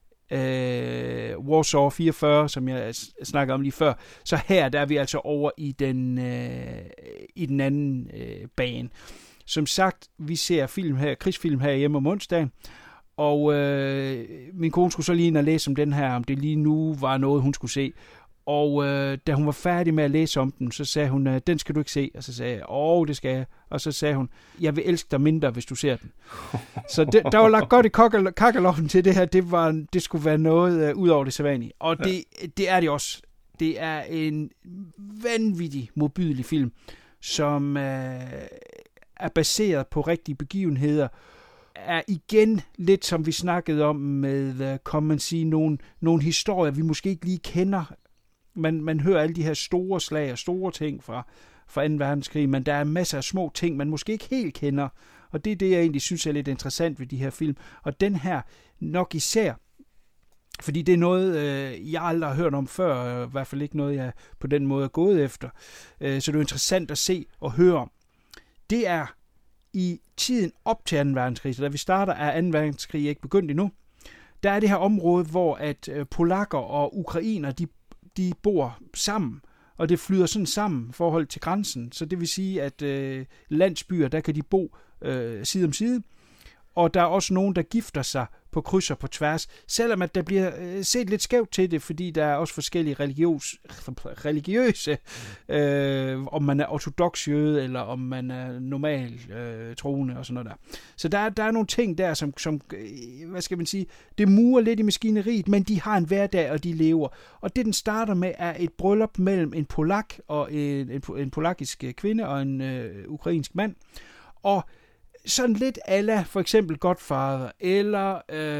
Warsaw 44, som jeg snakkede om lige før, så her der er vi altså over i den anden bane. Som sagt, vi ser krigsfilm her hjemme om onsdagen, og min kone skulle så lige ind og læse om den her, om det lige nu var noget, hun skulle se. Og da hun var færdig med at læse om den, så sagde hun, den skal du ikke se. Og så sagde jeg, det skal jeg. Og så sagde hun, jeg vil elske dig mindre, hvis du ser den. Så der var lagt godt i kakkeloven til det her. Det skulle være noget ud over det sædvanlige. Og det er det også. Det er en vanvittig modbydelig film, som er baseret på rigtige begivenheder. Er igen lidt, som vi snakkede om med, kan man sige, nogle historier, vi måske ikke lige kender. Man hører alle de her store slag og store ting fra 2. verdenskrig, men der er masser af små ting, man måske ikke helt kender. Og det er det, jeg egentlig synes er lidt interessant ved de her film. Og den her nok især, fordi det er noget, jeg aldrig har hørt om før, i hvert fald ikke noget, jeg på den måde er gået efter. Så det er jo interessant at se og høre om. Det er i tiden op til 2. verdenskrig, så da vi starter, er 2. verdenskrig ikke begyndt endnu. Der er det her område, hvor at polakker og ukrainer, de bor sammen, og det flyder sådan sammen i forhold til grænsen. Så det vil sige, at landsbyer, der kan de bo side om side, og der er også nogen, der gifter sig på kryds og på tværs, selvom at der bliver set lidt skævt til det, fordi der er også forskellige religiøse, om man er ortodox jøde, eller om man er normal troende og sådan noget der. Så der er nogle ting der, som hvad skal man sige, det murer lidt i maskineriet, men de har en hverdag, og de lever. Og det, den starter med, er et bryllup mellem en polak og en polakisk kvinde og en ukrainsk mand, og sådan lidt a la for eksempel Godfather eller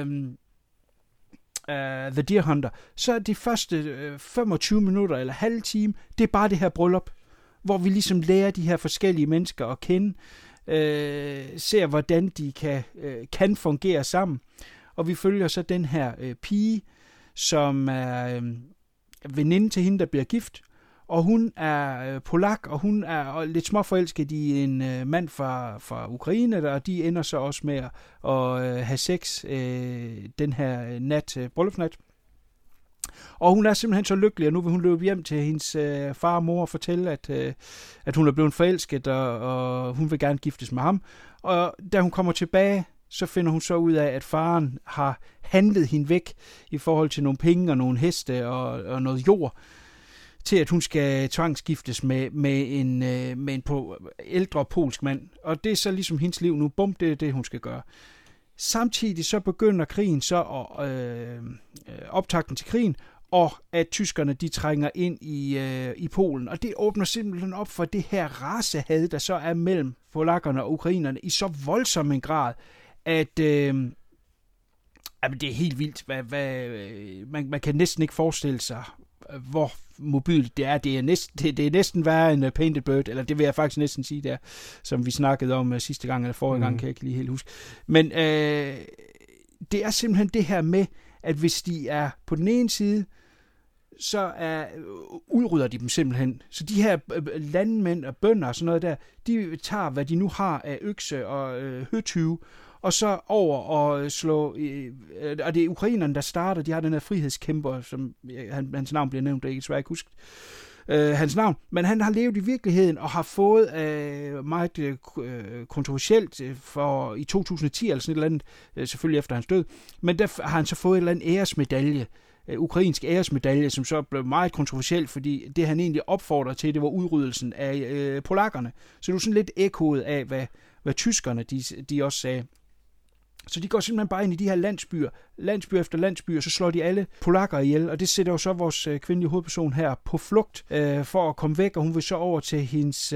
The Deer Hunter, så er de første 25 minutter eller halv time, det er bare det her bryllup, hvor vi ligesom lærer de her forskellige mennesker at kende, ser hvordan de kan fungere sammen, og vi følger så den her pige, som er veninde til hende, der bliver gift, og hun er polak, og hun er lidt småforelsket i en mand fra Ukraine, og de ender så også med at have sex den her bryllupsnat. Og hun er simpelthen så lykkelig, og nu vil hun løbe hjem til hendes far og mor og fortælle, at hun er blevet forelsket, og hun vil gerne giftes med ham. Og da hun kommer tilbage, så finder hun så ud af, at faren har handlet hende væk i forhold til nogle penge og nogle heste og noget jord, til at hun skal tvangsgiftes med en ældre polsk mand. Og det er så ligesom hendes liv nu. Bum, det er det, hun skal gøre. Samtidig så begynder krigen så optakten til krigen, og at tyskerne de trænger ind i Polen. Og det åbner simpelthen op for det her racehad, der så er mellem polakkerne og ukrainerne i så voldsom en grad, at det er helt vildt. Man kan næsten ikke forestille sig, hvor mobilt det er. Det er næsten værre end Painted Bird, eller det vil jeg faktisk næsten sige der, som vi snakkede om sidste gang, eller forrige gang, kan jeg ikke lige helt huske. Men det er simpelthen det her med, at hvis de er på den ene side, så udrydder de dem simpelthen. Så de her landmænd og bønder og sådan noget der, de tager, hvad de nu har af økse og høtyve, og så over og slå, og det er ukrainerne, der starter, de har den her frihedskæmper, som hans navn bliver nævnt, det er desværre ikke huske hans navn, men han har levet i virkeligheden og har fået meget kontroversielt i 2010 eller sådan et eller andet, selvfølgelig efter hans død, men der har han så fået et eller andet æresmedalje, ukrainsk æresmedalje, som så blev meget kontroversielt, fordi det han egentlig opfordrede til, det var udryddelsen af polakkerne. Så det var sådan lidt ekkoet af, hvad tyskerne de også sagde. Så de går simpelthen bare ind i de her landsbyer efter landsbyer, så slår de alle polakker ihjel, og det sætter jo så vores kvindelige hovedperson her på flugt for at komme væk, og hun vil så over til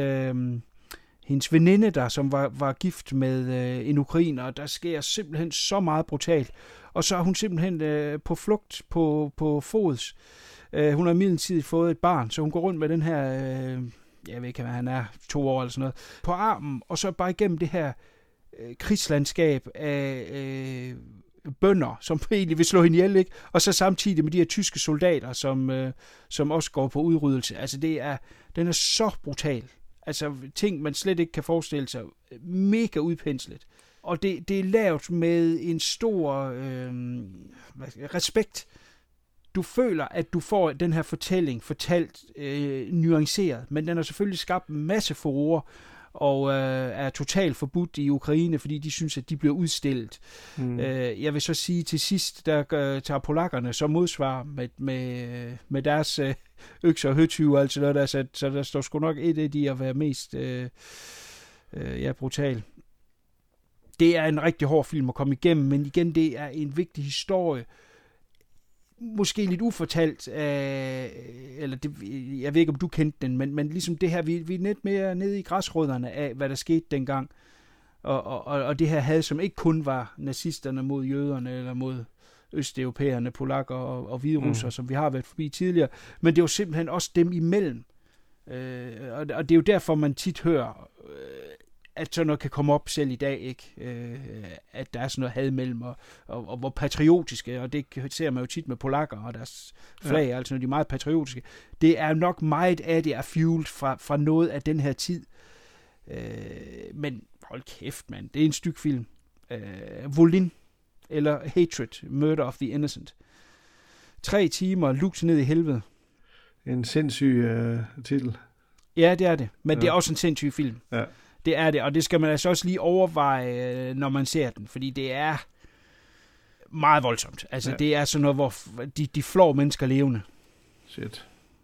hendes veninde der, som var gift med en ukrainer, og der sker simpelthen så meget brutalt. Og så er hun simpelthen på flugt på fods. Hun har midlertidigt fået et barn, så hun går rundt med den her, jeg ved ikke, hvad han er, 2 år eller sådan noget, på armen, og så bare igennem det her krigslandskab af bønder, som egentlig vil slå hende ihjel, ikke? Og så samtidig med de her tyske soldater, som også går på udryddelse. Altså den er så brutal. Altså ting, man slet ikke kan forestille sig. Mega udpenslet. Og det er lavet med en stor respekt. Du føler, at du får den her fortælling fortalt nuanceret, men den har selvfølgelig skabt en masse furore, og er totalt forbudt i Ukraine, fordi de synes, at de bliver udstillet. Jeg vil så sige, til sidst, der tager polakkerne så modsvar med deres økser og høtyve og alt sådan noget, så der står sgu nok et af de at være mest brutal. Det er en rigtig hård film at komme igennem, men igen, det er en vigtig historie. Måske lidt ufortalt, eller det, jeg ved ikke, om du kendte den, men ligesom det her, vi er lidt mere nede i græsrødderne af, hvad der skete dengang. Og det her had, som ikke kun var nazisterne mod jøderne, eller mod østeuropæerne, polakker og hviderusser, som vi har været forbi tidligere, men det var simpelthen også dem imellem. Og det er jo derfor, man tit hører, at sådan noget kan komme op selv i dag, ikke? At der er sådan noget had mellem, og hvor patriotiske, og det ser man jo tit med polakker og deres flag, altså når de er meget patriotiske. Det er nok meget af det er fueled fra noget af den her tid. Men hold kæft, mand. Det er en styk film. Volin, eller Hatred, Murder of the Innocent. 3 timer, lugt ned i helvede. En sindssyg titel. Ja, det er det. Men det er også en sindssyg film. Ja. Det er det, og det skal man altså også lige overveje, når man ser den, fordi det er meget voldsomt. Altså, det er sådan noget, hvor de flår mennesker levende. Shit.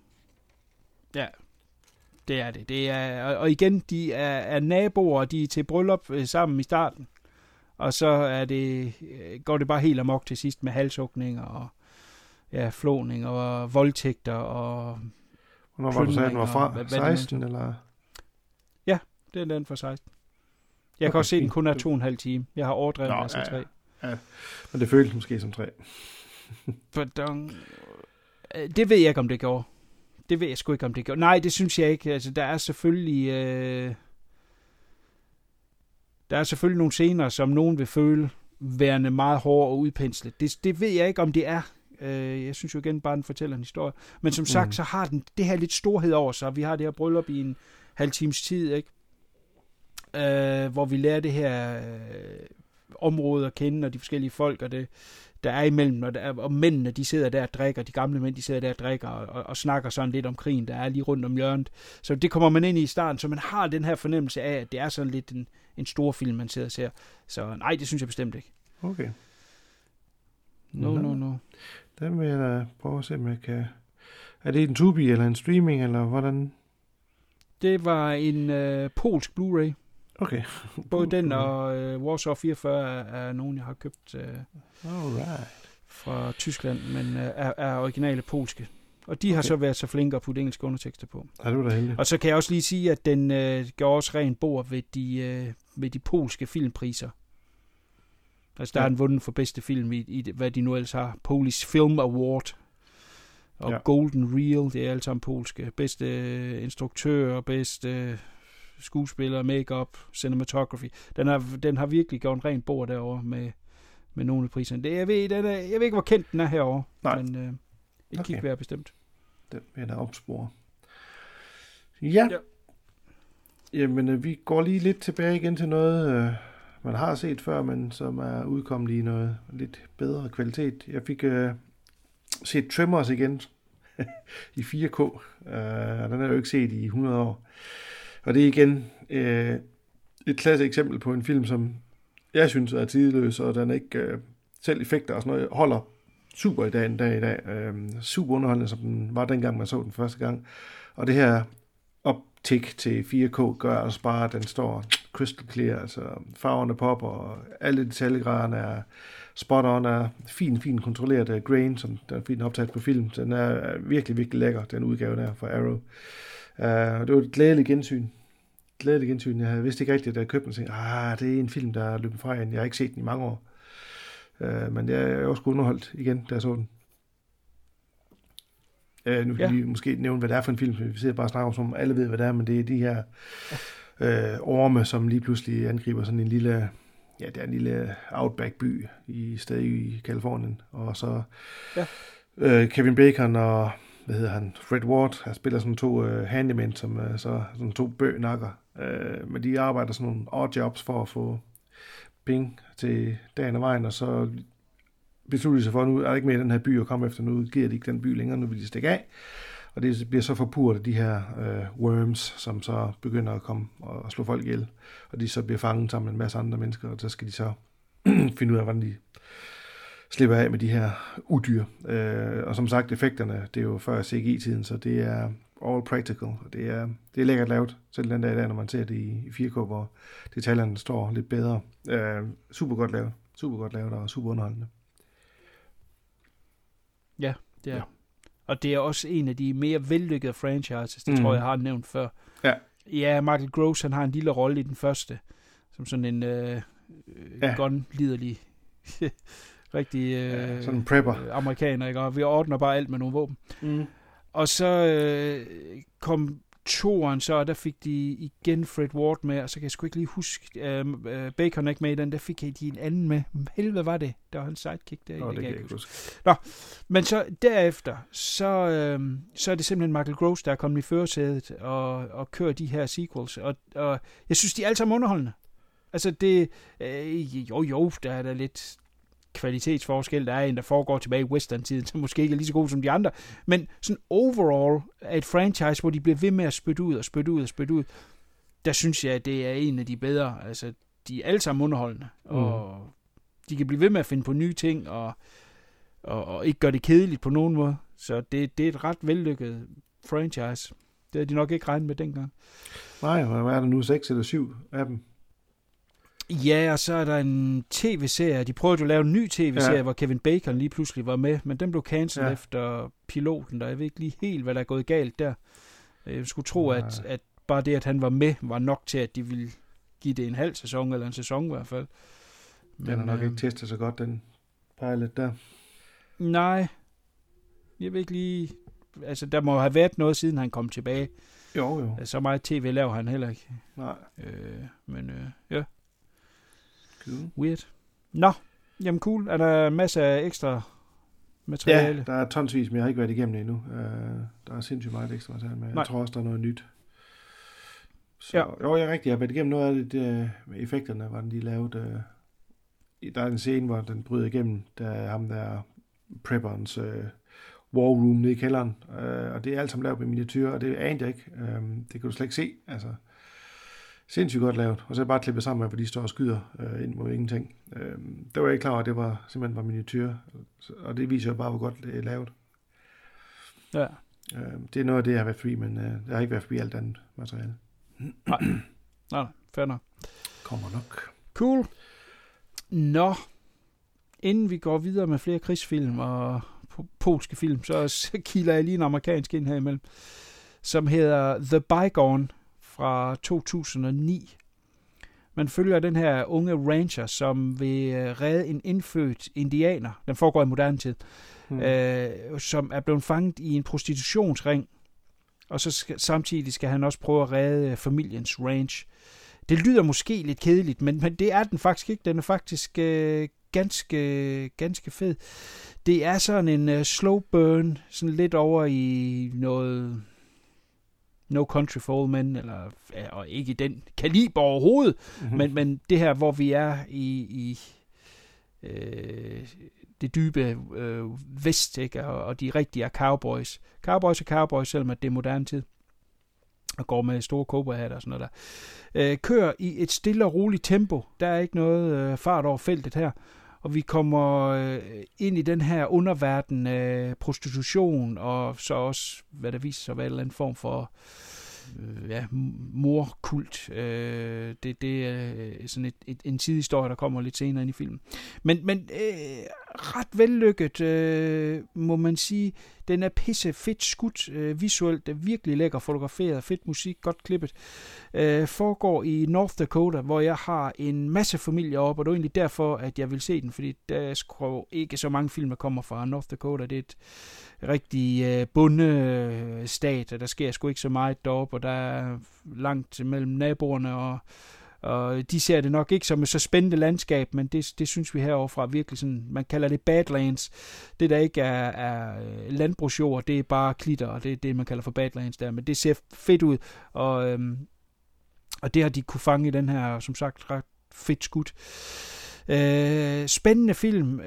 Ja, det er det. Det er, og igen, de er naboer, og de er til bryllup sammen i starten, og så går det bare helt amok til sidst med halshugning og flåning og voldtægter og... Hvornår var du sagde, den var fra? 16, eller... Det er den for 16. Jeg kan også se, den kun er 2,5 timer. Jeg har overdrevet altså 3. Ja. Men det føles måske som 3. Det ved jeg ikke, om det gjorde. Det ved jeg sgu ikke, om det gjorde. Nej, det synes jeg ikke. Altså, der er selvfølgelig nogle scener, som nogen vil føle værende meget hårde og udpenslet. Det ved jeg ikke, om det er. Jeg synes jo igen bare, den fortæller en historie. Men som sagt, så har den det her lidt storhed over sig. Vi har det her bryllup i en halv times tid, ikke? Hvor vi lærer det her område at kende, og de forskellige folk, og det, der er imellem, og mændene, de sidder der og drikker, de gamle mænd, de sidder der og drikker, og snakker sådan lidt om krigen, der er lige rundt om hjørnet. Så det kommer man ind i starten, så man har den her fornemmelse af, at det er sådan lidt en stor film, man sidder og ser. Så nej, det synes jeg bestemt ikke. Okay. No. Den vil jeg da prøve at se, om jeg kan... Er det en Tubi, eller en streaming, eller hvordan? Det var en polsk Blu-ray. Okay. Både den og Warsaw 44 er nogen, jeg har købt fra Tyskland, men er originale polske. Og de har så været så flinke at putte engelske undertekster på. Ja, det var da heldigt. Og så kan jeg også lige sige, at den gør også rent bord ved de polske filmpriser. Altså, der er han vundet for bedste film i hvad de nu ellers har. Polish Film Award. Og Golden Reel, det er alle sammen polske. Bedste instruktør, bedste skuespiller, make-up, cinematography. Den har virkelig gjort en ren bord derovre med nogle af priserne. Jeg ved ikke, hvor kendt den er herovre. Nej. Men et kig være bestemt. Den vil jeg da opspore. Ja. Jamen, vi går lige lidt tilbage igen til noget, man har set før, men som er udkommet i noget lidt bedre kvalitet. Jeg fik set Tremors igen i 4K. Den er jo ikke set i 100 år. Og det er igen et klassisk eksempel på en film, som jeg synes er tidløs, og den ikke selv effekter og sådan noget holder super i dag. Super underholdende, som den var dengang, man så den første gang. Og det her optik til 4K gør altså bare, at den står crystal clear, altså farverne popper, og alle detaljegraderne er spot on, er fint kontrolleret grain, som der er fint optaget på film. Den er virkelig, virkelig lækker, den udgave der fra Arrow. Det var et glædeligt gensyn. Jeg havde vidst ikke rigtigt, da jeg købte den, og tænkte, det er en film, der er løbet fra en. Jeg har ikke set den i mange år. Men jeg er også underholdt igen, da jeg så den. Nu kan vi måske nævne, hvad det er for en film, vi sidder bare og snakker om, som alle ved, hvad det er, men det er de her orme, som lige pludselig angriber sådan en lille, det er en lille outback-by stadig i Kalifornien, og så Kevin Bacon og, Fred Ward, der spiller sådan 2 handymen, som så sådan 2 bøgnakker, men de arbejder sådan nogle odd jobs for at få penge til dagen og vejen, og så beslutter de sig for, at nu er der ikke mere i den her by at komme efter, nu giver de ikke den by længere, nu vil de stikke af. Og det bliver så forpurret af de her worms, som så begynder at komme og slå folk ihjel. Og de så bliver fanget sammen med en masse andre mennesker, og så skal de så finde ud af, hvordan de slipper af med de her udyr. Og som sagt, effekterne, det er jo før CGI-tiden, så det er all practical. Og det er lækkert lavet, selv den dag i dag, når man ser det i 4K, hvor detaljerne står lidt bedre. Super godt lavet og super underholdende. Ja, det er. Ja. Og det er også en af de mere vellykkede franchises, det tror jeg har nævnt før. Ja, Michael Gross, han har en lille rolle i den første, som sådan en gun-liderlig, rigtig sådan en prepper. Amerikaner, ikke? Og vi ordner bare alt med nogle våben. Og så kom toeren så, og der fik de igen Fred Ward med, og så kan jeg sgu ikke lige huske, Bacon ikke med i den, der fik de en anden med. Helvede var det? Der var hans sidekick der. Det kan jeg ikke huske. Nå, men så derefter, så er det simpelthen Michael Gross, der er kommet i førersædet og kører de her sequels, og jeg synes, de er alle sammen underholdende. Altså det, der er der lidt kvalitetsforskel. Der er en, der foregår tilbage i western-tiden, som måske ikke er lige så god som de andre. Men sådan overall er et franchise, hvor de bliver ved med at spytte ud, der synes jeg, at det er en af de bedre. Altså, de er alle sammen underholdende. Og de kan blive ved med at finde på nye ting, og ikke gøre det kedeligt på nogen måde. Så det er et ret vellykket franchise. Det havde de nok ikke regnet med dengang. Nej, hvad er der nu? 6 eller 7 af dem? Ja, og så er der en tv-serie. De prøvede at lave en ny tv-serie, hvor Kevin Bacon lige pludselig var med, men den blev cancelled efter piloten, der jeg ved ikke lige helt, hvad der er gået galt der. Jeg skulle tro, at bare det, at han var med, var nok til, at de ville give det en halv sæson, eller en sæson i hvert fald. Men, den har nok ikke testet så godt, den pilot der. Nej. Jeg ved ikke lige. Altså, der må have været noget, siden han kom tilbage. Jo. Så meget tv laver han heller ikke. Nej. Men ja. Cool. Weird. Nå, jamen cool. Er der masser af ekstra materiale? Ja, der er tonsvis, men jeg har ikke været igennem det endnu. Der er sindssygt meget ekstra materiale med. Jeg tror også, der er noget nyt. Så, jo, jeg har været igennem noget af det med effekterne, hvordan de lavede. Der er en scene, hvor den bryder igennem, der er ham der prepperens war room nede i kælderen. Og det er alt sammen lavet med miniatyrer, og det anede jeg ikke. Det kan du slet ikke se. Altså, sindssygt godt lavet. Og så er jeg bare klippet sammen med, hvor de står og skyder ind mod ingenting. Der var jeg ikke klar over, at det var simpelthen var miniatyrer. Og det viser jo bare, hvor godt det er lavet. Ja. Det er noget af det, jeg har været forbi, men jeg har ikke været forbi alt andet materiale. Nej, fair nok. Kommer nok. Cool. Nå, inden vi går videre med flere krigsfilm og polske film, så kilder jeg lige en amerikansk ind her imellem, som hedder The Bygone fra 2009, Man følger den her unge ranger, som vil redde en indfødt indianer. Den foregår i moderne tid. Som er blevet fanget i en prostitutionsring. Og så samtidig skal han også prøve at redde familiens ranch. Det lyder måske lidt kedeligt, men det er den faktisk ikke. Den er faktisk ganske fed. Det er sådan en slow burn, sådan lidt over i noget No Country for Old Men, eller og ikke i den kaliber overhovedet, men det her, hvor vi er i det dybe vest, ikke? Og de rigtige er cowboys. Cowboys er cowboys, selvom at det er moderne tid. Og går med store cowboyhatter og sådan noget der. Kører i et stille og roligt tempo. Der er ikke noget fart over feltet her. Og vi kommer ind i den her underverden, prostitution, og så også, hvad der viser sig at være en eller anden form for morkult. Det er sådan en sidehistorie, der kommer lidt senere ind i filmen. Men ret vellykket, må man sige. Den er pisse fedt skudt visuelt, det er virkelig lækker fotograferet, fedt musik, godt klippet. Foregår i North Dakota, hvor jeg har en masse familie op, og det er egentlig derfor, at jeg vil se den, fordi der er sgu ikke så mange film, der kommer fra North Dakota. Det er et rigtig bondestat, og der sker sgu ikke så meget deroppe, og der er langt mellem naboerne, og de ser det nok ikke som et så spændende landskab, men det synes vi heroverfra virkelig sådan, man kalder det Badlands. Det der ikke er landbrugsjord, det er bare klitter, og det er det, man kalder for Badlands der, men det ser fedt ud, og det har de kunne fange i den her, som sagt, ret fedt skudt. Spændende film.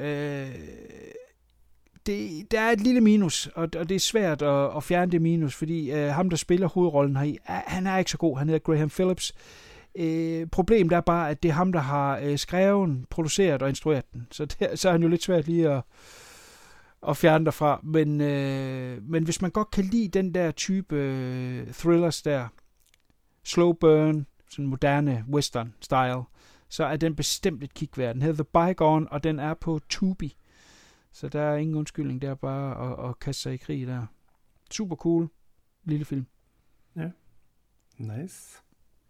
Der er et lille minus, og det er svært at fjerne det minus, fordi ham, der spiller hovedrollen heri, han er ikke så god. Han hedder Graham Phillips. Problemet er bare, at det er ham, der har skrevet, produceret og instrueret den. Så er han jo lidt svært lige at fjerne derfra. Men hvis man godt kan lide den der type thrillers der, slow burn, sådan moderne western style, så er den bestemt et kig værd. Den hedder The Bygone, og den er på Tubi. Så der er ingen undskyldning, det er bare at kaste sig i krig der. Super cool lille film. Ja, nice.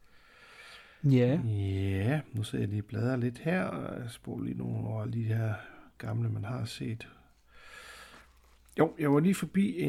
Ja. Ja, nu ser jeg lige bladrer lidt her, og jeg spoler lige nogle over de her gamle, man har set. Jo, jeg var lige forbi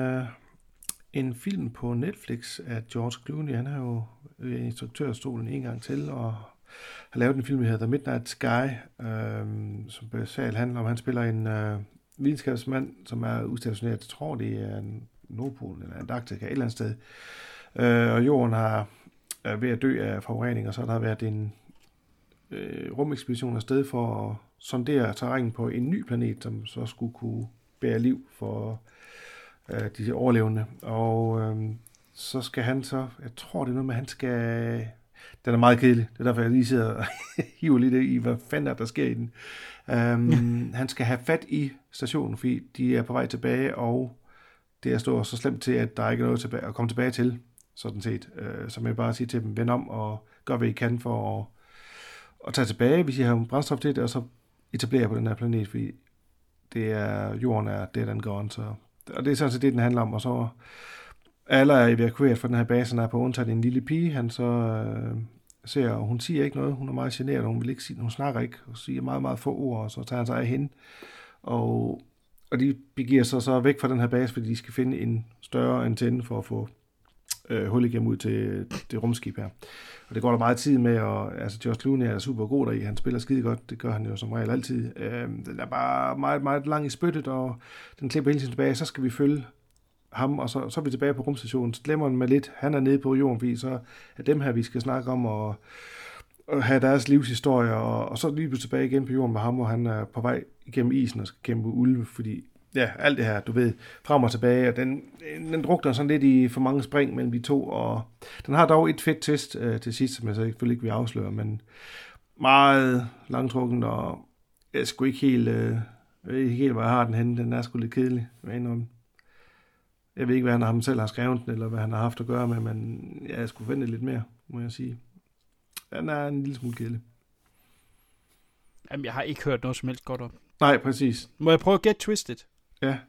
en film på Netflix af George Clooney. Han har jo instruktørstolen en gang til, og har lavet en film, der hedder The Midnight Sky, som basalt handler om, han spiller en videnskabsmand, som er udstationeret, jeg tror det er Nordpolen eller Antarktika, et eller andet sted. Og jorden er ved at dø af forurening, og så har der været en rumekspedition afsted for at sondere terræn på en ny planet, som så skulle kunne bære liv for de overlevende. Og så skal han så, jeg tror det er noget med, han skal... Den er meget kedelig, det er derfor jeg lige sidder og hiver lidt i, hvad fanden der sker i den. Han skal have fat i stationen, fordi de er på vej tilbage, og det er stået så slemt til, at der ikke er noget at komme tilbage til, sådan set. Så jeg bare sige til dem, vend om og gør, hvad I kan for at tage tilbage, hvis I har brændstof til det, og så etablere på den her planet, fordi det er, jorden er dead and gone. Så, og det er sådan set det, den handler om, og så alle er evakueret fra den her base, han er på, undtaget en lille pige, han så ser, og hun siger ikke noget, hun er meget generet, og hun vil ikke sige, hun snakker ikke, og siger meget, meget få ord, og så tager han sig af hende, og de begiver sig så væk fra den her base, fordi de skal finde en større antenne for at få hul igennem ud til det rumskib her. Og det går der meget tid med, og altså George Clooney er super god deri, han spiller skide godt, det gør han jo som regel altid. Den er bare meget, meget lang i spyttet, og den klipper hele tiden tilbage, så skal vi følge ham, og så er vi tilbage på rumstationen, så glemmer han med lidt, han er nede på jorden, fordi så er dem her, vi skal snakke om, og have deres livshistorie, og så lige tilbage igen på jorden med ham, og han er på vej igennem isen og skal kæmpe ulve, fordi ja, alt det her, du ved, frem og tilbage, og den drukner sådan lidt i for mange spring mellem de to, og den har dog et fedt twist til sidst, som jeg så selvfølgelig ikke vil afsløre, men meget langtrukken, og jeg sgu ikke helt, hvor jeg har den henne, den er sgu lidt kedelig, jeg ved ikke, hvad han ham selv har skrevet den, eller hvad han har haft at gøre med, men jeg skulle vente lidt mere, må jeg sige. Den er en lille smule kedelig. Jamen, jeg har ikke hørt noget som helst godt om. Nej, præcis. Må jeg prøve at get twisted? Ja.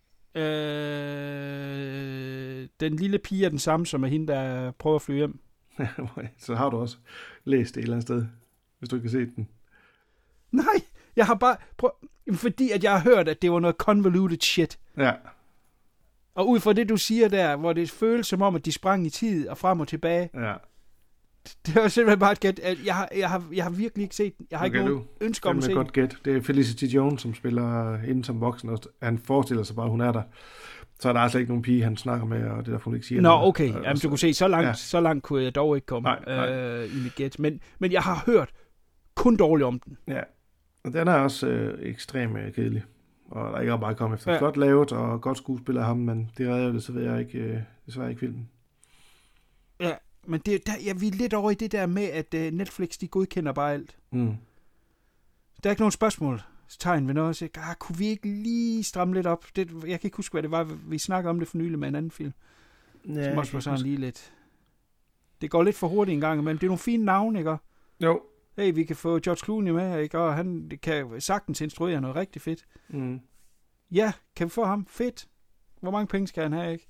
Den lille pige er den samme, som er hende, der prøver at flyve hjem. Så har du også læst det et eller andet sted, hvis du ikke har set den. Nej, jeg har bare... fordi at jeg har hørt, at det var noget convoluted shit. Ja. Og ud fra det, du siger der, hvor det føles som om, at de sprang i tid og frem og tilbage. Ja. Det var simpelthen bare et gæt. Jeg har virkelig ikke set den. Jeg har Okay, ikke nogen ønsker om at se den. godt gæt. Det er Felicity Jones, som spiller inden som voksen, og han forestiller sig bare, at hun er der. Så er der altså ikke nogen pige, han snakker med, og det der, hun ikke siger. Nå, noget. okay. Jamen, du kunne se, så langt kunne jeg dog ikke komme i mit gæt. Men jeg har hørt kun dårligt om den. Ja, og den er også ekstremt kedelig. Og der er ikke meget kommet efter. Ja. Flot lavet, og godt skuespil af ham, men det redder jo desværre ikke filmen. Ja, men vi er lidt over i det der med, at Netflix, de godkender bare alt. Mm. Der er ikke nogen spørgsmålstegn ved noget. Så kunne vi ikke lige stramme lidt op? Jeg kan ikke huske, hvad det var. Vi snakkede om det for nylig med en anden film. Ja, som også var sådan lige lidt... Det går lidt for hurtigt en gang, men det er nogle fine navne, ikke? Jo. Hey, vi kan få George Clooney med, ikke? Og han kan sagtens instruere noget rigtig fedt. Mm. Ja, kan vi få ham? Fedt. Hvor mange penge skal han have, ikke?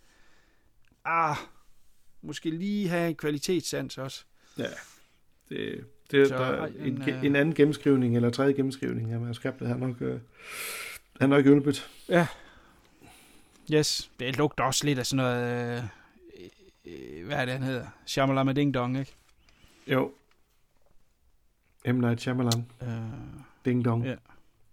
Måske lige have en kvalitetssans også. Ja, det så, der er en anden gennemskrivning, eller tredje gennemskrivning af manuskriptet, har nok hjulpet. Ja. Yes, det lugter også lidt af sådan noget, hvad er det, han hedder? Shyamalan Ding Dong, ikke? Jo. M. Night Shyamalan. Ding Dong. Ja.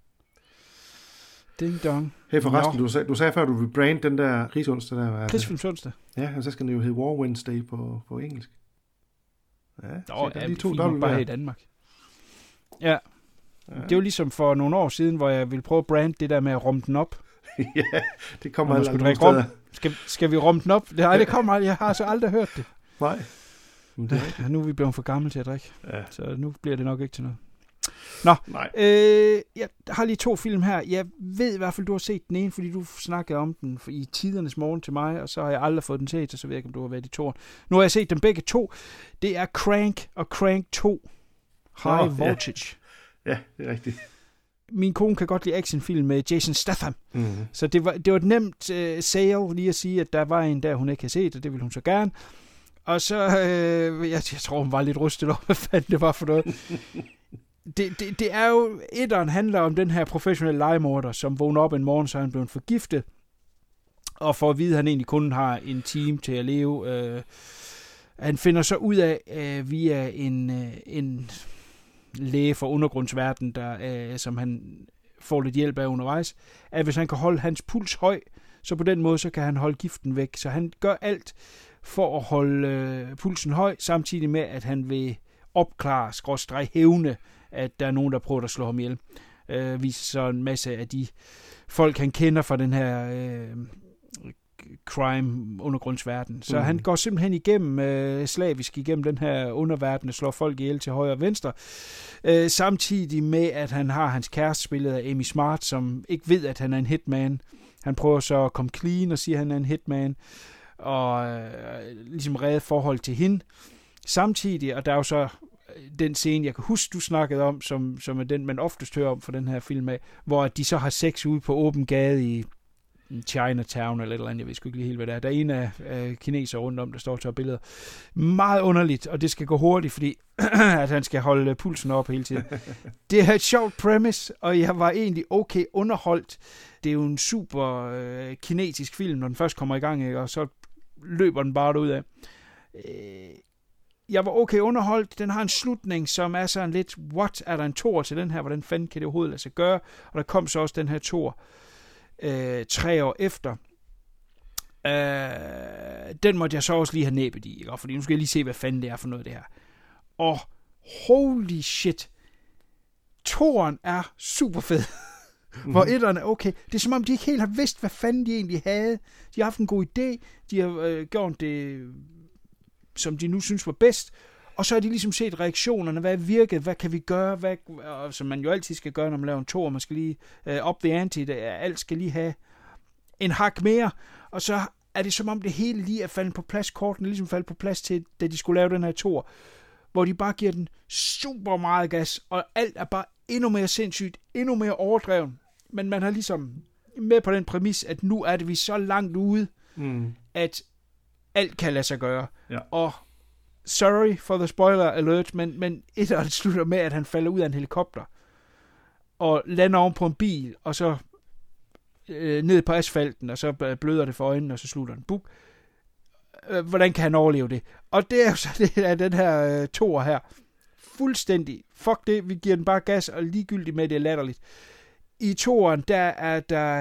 Ding Dong. Hey, forresten, du sagde før, du ville brande den der Rigsonsdag der. Krigsfilmsonsdag. Ja, og så skal den jo hedde War Wednesday på engelsk. Ja, de to dobbelt bare i Danmark. Ja. Det var ligesom for nogle år siden, hvor jeg ville prøve at brande det der med at rumme den op. Ja, det kommer aldrig nogen steder. Skal vi rumme den op? Nej, det kommer aldrig. Jeg har altså aldrig hørt det. Nej. Nu er vi blevet for gamle til at drikke. Ja. Så nu bliver det nok ikke til noget. Nå, jeg har lige 2 film her. Jeg ved i hvert fald, du har set den ene, fordi du snakkede om den i tidernes morgen til mig, og så har jeg aldrig fået den set, så ved jeg ikke, om du har været i 2. Nu har jeg set dem begge 2. Det er Crank og Crank 2. High Voltage. Ja, det er rigtigt. Min kone kan godt lide actionfilm med Jason Statham. Mm-hmm. Så det var et nemt sale lige at sige, at der var en der, hun ikke havde set, og det ville hun så gerne. Og så, jeg tror, hun var lidt rystet over, hvad fanden det var for noget. Det er jo, etteren handler om den her professionelle legemorder, som vågner op en morgen, så er han blevet forgiftet, og for at vide, at han egentlig kun har en time til at leve. Han finder så ud af, via en læge fra undergrundsverdenen, som han får lidt hjælp af undervejs, at hvis han kan holde hans puls høj, så på den måde, så kan han holde giften væk. Så han gør alt for at holde pulsen høj, samtidig med, at han vil opklare, hævne, at der er nogen, der prøver at slå ham ihjel. Viser så en masse af de folk, han kender fra den her crime-undergrundsverden. Så han går simpelthen igennem, slavisk igennem den her underverden, og slår folk ihjel til højre og venstre. Samtidig med, at han har hans kæreste spillet af Amy Smart, som ikke ved, at han er en hitman. Han prøver så at komme clean og sige, at han er en hitman, og ligesom redde forhold til hende. Samtidig, og der er jo så den scene, jeg kan huske, du snakkede om, som er den, man oftest hører om for den her film af, hvor de så har sex ude på åben gade i Chinatown eller et eller andet, jeg ved sgu ikke lige helt, hvad det er. Der er en af kineser rundt om, der står og tager billeder. Meget underligt, og det skal gå hurtigt, fordi at han skal holde pulsen op hele tiden. Det er et sjovt premise, og jeg var egentlig okay underholdt. Det er jo en super kinetisk film, når den først kommer i gang, ikke? Og så løber den bare derudad. Jeg var okay underholdt. Den har en slutning, som er sådan lidt, what, er der en toer til den her? Hvordan fanden kan det overhovedet lade sig gøre? Og der kom så også den her toer 3 år efter. Den måtte jeg så også lige have næbet i, ikke? Fordi nu skal jeg lige se, hvad fanden det er for noget, det her. Og holy shit, toeren er super fed. Hvor etteren er okay. Det er som om, de ikke helt har vidst, hvad fanden de egentlig havde. De har haft en god idé. De har gjort det, som de nu synes var bedst. Og så har de ligesom set reaktionerne. Hvad virkede? Hvad kan vi gøre? Som man jo altid skal gøre, når man laver en toer. Man skal lige up the ante. Alt skal lige have en hak mere. Og så er det som om, det hele lige er faldet på plads. Korten er ligesom faldet på plads til, da de skulle lave den her toer. Hvor de bare giver den super meget gas. Og alt er bare endnu mere sindssygt. Endnu mere overdreven. Men man har ligesom med på den præmis, at nu er det vi så langt ude, at alt kan lade sig gøre. Ja. Og sorry for the spoiler alert, men etteren slutter med, at han falder ud af en helikopter og lander oven på en bil, og så ned på asfalten, og så bløder det for øjnene, og så slutter den. Buk. Hvordan kan han overleve det? Og det er jo så det af den her toer her. Fuldstændig. Fuck det, vi giver den bare gas, og ligegyldigt med, det er latterligt. I toeren, der er der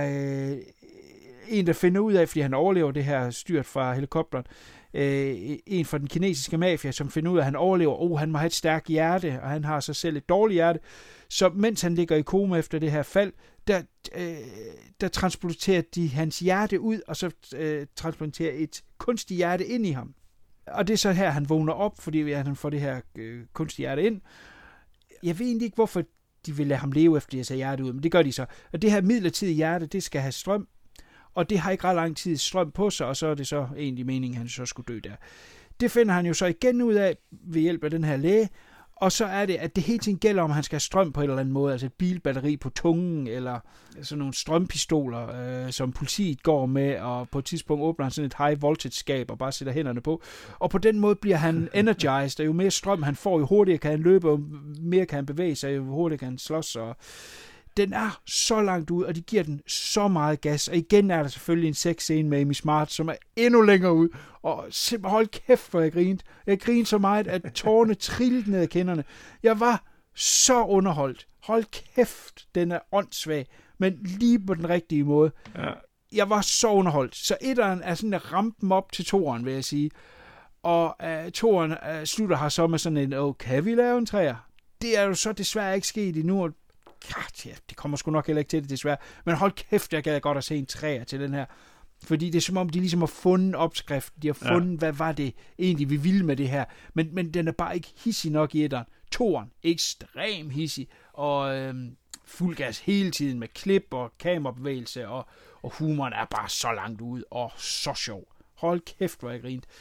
en, der finder ud af, fordi han overlever det her styrt fra helikopteren, en fra den kinesiske mafia, som finder ud af, at han overlever. Han må have et stærkt hjerte, og han har sig selv et dårligt hjerte. Så mens han ligger i koma efter det her fald, der transporterer de hans hjerte ud, og så transplanterer et kunstigt hjerte ind i ham. Og det er så her, han vågner op, fordi han får det her kunstige hjerte ind. Jeg ved egentlig ikke, hvorfor de vil lade ham leve, efter de har sat hjerte ud, men det gør de så. Og det her midlertidige hjerte, det skal have strøm, og det har ikke ret lang tid strøm på sig, og så er det så egentlig meningen, at han så skulle dø der. Det finder han jo så igen ud af ved hjælp af den her læge, og så er det, at det hele tiden gælder, om han skal have strøm på en eller anden måde, altså et bilbatteri på tungen, eller sådan nogle strømpistoler, som politiet går med, og på et tidspunkt åbner han sådan et high voltage skab, og bare sætter hænderne på. Og på den måde bliver han energized, og jo mere strøm han får, jo hurtigere kan han løbe, og mere kan han bevæge sig, jo hurtigere kan han slås, og den er så langt ud, og de giver den så meget gas. Og igen er der selvfølgelig en sexscene med Amy Smart, som er endnu længere ud. Og simpelthen hold kæft, hvor jeg grinte. Jeg grinede så meget, at tårerne trillede ned ad kinderne. Jeg var så underholdt. Hold kæft, den er åndssvag, men lige på den rigtige måde. Ja. Jeg var så underholdt. Så etteren er sådan at rampe op til toeren, vil jeg sige. Og toeren slutter her så med sådan en, kan vi lave en træer? Det er jo så desværre ikke sket endnu, og ja, det kommer sgu nok heller ikke til det, desværre. Men hold kæft, jeg gad godt at se en træer til den her. Fordi det er som om, de ligesom har fundet opskriften. De har fundet, hvad var det egentlig, vi ville med det her. Men den er bare ikke hissig nok i etteren. Toeren, ekstrem hissig. Og fuld gas hele tiden med klip og kamerabevægelse. Og humoren er bare så langt ud og så sjov. Hold kæft, hvor jeg grint.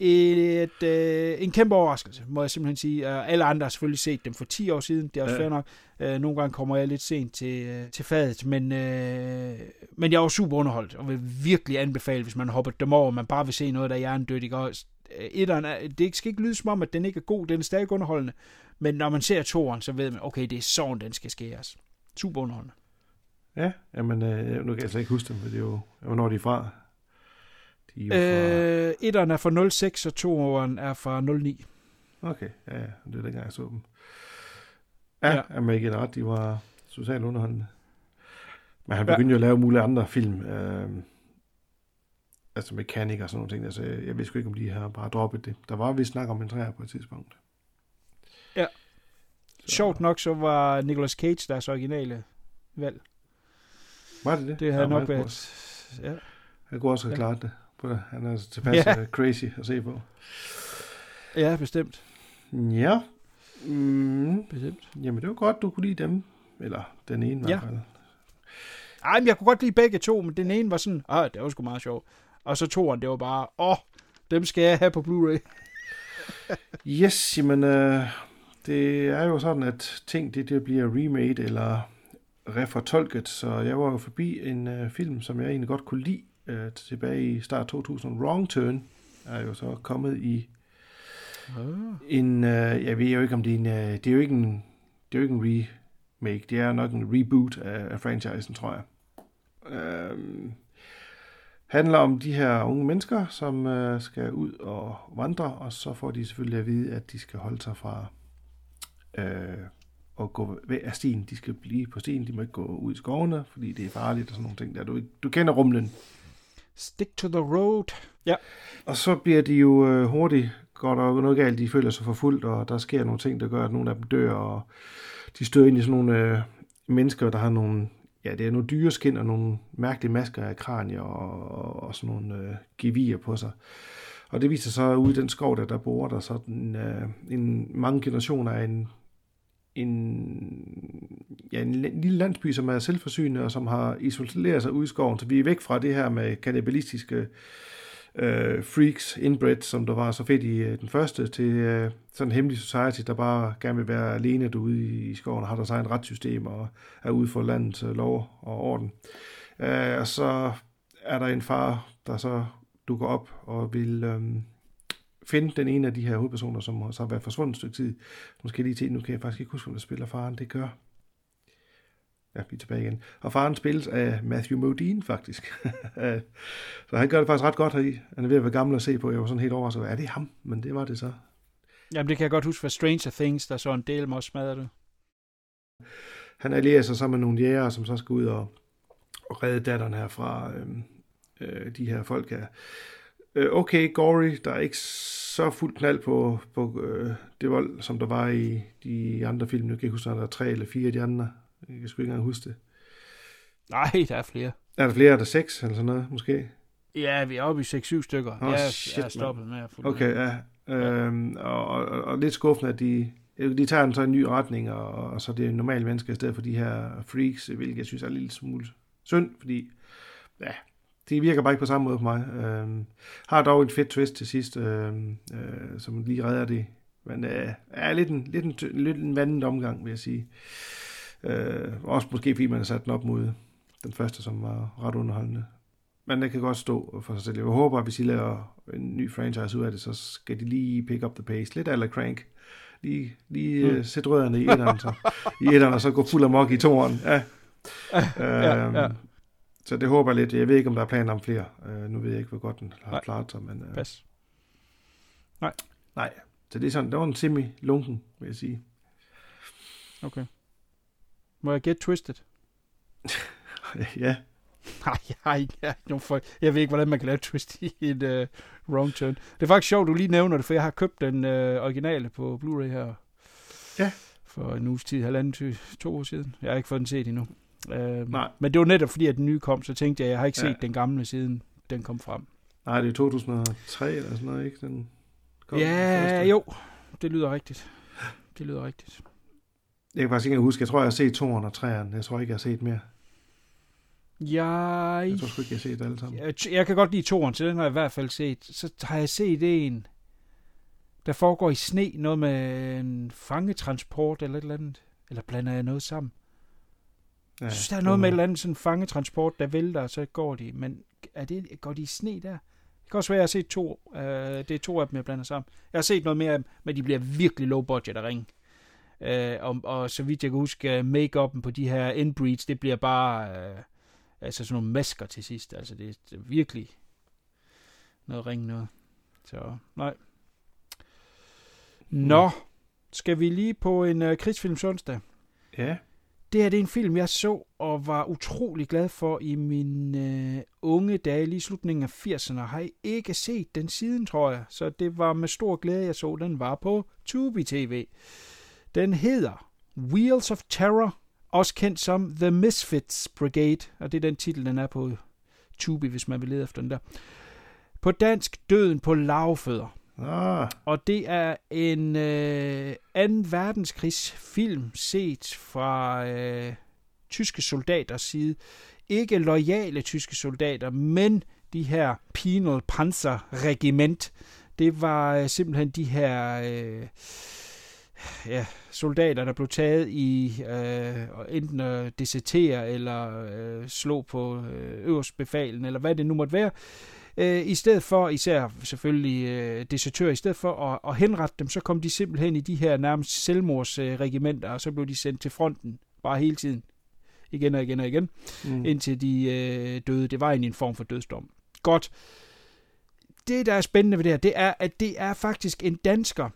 En kæmpe overraskelse, må jeg simpelthen sige. Alle andre har selvfølgelig set dem for 10 år siden. Det er også fair nok. Nogle gange kommer jeg lidt sent til fadet, men jeg var super underholdt, og vil virkelig anbefale, hvis man hopper dem over, man bare vil se noget, der er hjernedødt. Det skal ikke lyde som om, at den ikke er god, den er stadig underholdende, men når man ser toeren, så ved man, okay, det er sådan, den skal skæres. Super underholdende. Ja, jamen, nu kan jeg slet ikke huske dem, for det er jo, hvornår de er fra. Etteren er fra 06, og toeren er fra 09. Okay, ja, det er dengang, jeg så dem. Ja. Jamen ikke ret, de var socialt underholdende. Men han begyndte jo at lave mulige andre film, altså Mechanic og sådan nogle ting. Altså, jeg ved sgu ikke, om de har bare droppet det. Der var vist snak om en træer på et tidspunkt. Ja. Så. Sjovt nok, så var Nicolas Cage deres originale valg. Var det det? Det havde nok været... Ja. Han kunne også have klaret det. Han er tilpas crazy at se på. Ja, bestemt. Ja. Bestemt. Jamen, det var godt, du kunne lide dem. Eller den ene i hvert fald. Ej, men jeg kunne godt lide begge to, men den ene var sådan, det var sgu meget sjovt. Og så toeren, det var bare, dem skal jeg have på Blu-ray. Yes, jamen, det er jo sådan, at ting, det bliver remade eller refortolket, så jeg var jo forbi en film, som jeg egentlig godt kunne lide, tilbage i start 2000. Wrong Turn er jo så kommet i en, jeg ved jo ikke om det er en, det er jo ikke en remake, det er nok en reboot af franchisen, tror jeg. Handler om de her unge mennesker, som skal ud og vandre, og så får de selvfølgelig at vide, at de skal holde sig fra at gå ved af stien. De skal blive på stien, de må ikke gå ud i skovene, fordi det er farligt og sådan nogle ting der. Du kender rumlen. Stick to the road. Ja. Og så bliver de jo hurtigt, går der noget galt, de føler sig forfulgt, og der sker nogle ting, der gør, at nogle af dem dør, og de støder ind i sådan nogle mennesker, der har nogle, det er nogle dyreskin og nogle mærkelige masker af kranier og sådan nogle gevier på sig. Og det viser sig ude i den skov, der bor der sådan en mange generationer af en lille landsby, som er selvforsynende og som har isoleret sig ude i skoven. Så vi er væk fra det her med kannibalistiske freaks, inbred, som der var så fedt i den første, til sådan en hemmelig society, der bare gerne vil være alene derude i skoven og har deres egen retssystem og er ude for landets lov og orden. Og så er der en far, der så dukker op og vil finde den ene af de her hovedpersoner, som så har været forsvundet et stykke tid. Måske lige til, nu kan jeg faktisk ikke huske, hvem der spiller faren. Det gør... Ja, vi er tilbage igen. Og faren spilles af Matthew Modine, faktisk. Så han gør det faktisk ret godt heri. Han er ved at være gammel at se på. Jeg var sådan helt overrasket. Er det ham? Men det var det så. Jamen, det kan jeg godt huske fra Stranger Things, der så en del med også smadrer det. Han allierer sig sammen med nogle jæger, som så skal ud og redde datteren her fra de her folk her. Okay, gory. Der er ikke så fuld knald på det vold, som der var i de andre film. Jeg kan ikke huske, om der er 3 eller 4 af de andre. Jeg kan sgu ikke engang huske det. Nej, der er flere. Er der flere? Er der 6 eller sådan noget, måske? Ja, vi er oppe i 6-7 stykker. Jeg er stoppet med at få okay, ja. Og lidt skuffende, at de tager så en ny retning, og så det er normale mennesker i stedet for de her freaks, hvilket jeg synes er en lille smule synd, fordi ja, de virker bare ikke på samme måde på mig. Har dog en fedt twist til sidst, som lige redder det, men er lidt en vandet omgang, vil jeg sige. Også måske fordi man har sat den op mod den første, som var ret underholdende. Men det kan godt stå for sig selv. Jeg håber, at hvis I laver en ny franchise ud af det, så skal de lige pick up the pace. Lidt eller Crank. Lige sætte rødderne i etteren, og så gå fuld amok i toeren. Ja. Ja. Så det håber jeg lidt. Jeg ved ikke, om der er planer om flere. Nu ved jeg ikke, hvor godt den har klaret sig. Men, pas. Nej. Så det er sådan, der var en semi-lunken, vil jeg sige. Okay. Må jeg get twisted? Ja. Nej, jeg ved ikke, hvordan man kan lave twist i et wrong turn. Det er faktisk sjovt, du lige nævner det, for jeg har købt den originale på Blu-ray her. Ja. For en uges tid, 1,5-2 år siden. Jeg har ikke fået den set endnu. Nej. Men det var netop fordi, at den nye kom, så tænkte jeg har ikke set den gamle, siden den kom frem. Nej, det er 2003 eller sådan noget, ikke? Den kom jo. Det lyder rigtigt. Jeg kan faktisk ikke huske. Jeg tror, jeg har set 2'eren og 3'eren. Jeg tror ikke, jeg har set mere. Jeg tror sgu ikke, jeg har set alle sammen. Jeg kan godt lide 2'eren, så den har jeg i hvert fald set. Så har jeg set en, der foregår i sne, noget med en fangetransport eller et eller andet. Eller blander jeg noget sammen? Ja, så der er noget med et eller andet sådan fangetransport, der vælter, og så går de. Men går de i sne der? Det kan også være, at jeg har set 2. Det er 2 af dem, jeg blander sammen. Jeg har set noget mere, men de bliver virkelig low budget at ringe. Og så vidt jeg kan huske, make-up'en på de her inbreeds, det bliver bare sådan nogle masker til sidst. Altså det er virkelig noget ringe noget. Så nej. Nå, skal vi lige på en krigsfilm søndag? Ja. Det her det er en film, jeg så og var utrolig glad for i mine unge dage, lige i slutningen af 80'erne. Har jeg ikke set den siden, tror jeg. Så det var med stor glæde, jeg så den. Var på Tubi TV. Den hedder Wheels of Terror, også kendt som The Misfits Brigade, og det er den titel, den er på Tubi, hvis man vil lede efter den der. På dansk, Døden på lavfødder. Og det er en 2. verdenskrigsfilm set fra tyske soldaters side. Ikke loyale tyske soldater, men de her Penal Panzer Regiment. Det var simpelthen de her soldater, der blev taget i enten at desertere eller slå på øverstbefalen, eller hvad det nu måtte være. I stedet for, især selvfølgelig desertører, i stedet for at henrette dem, så kom de simpelthen i de her nærmest selvmordsregimenter, og så blev de sendt til fronten, bare hele tiden, igen og igen og igen, indtil de døde. Det var en form for dødsdom. Godt. Det, der er spændende ved det her, det er, at det er faktisk en dansker,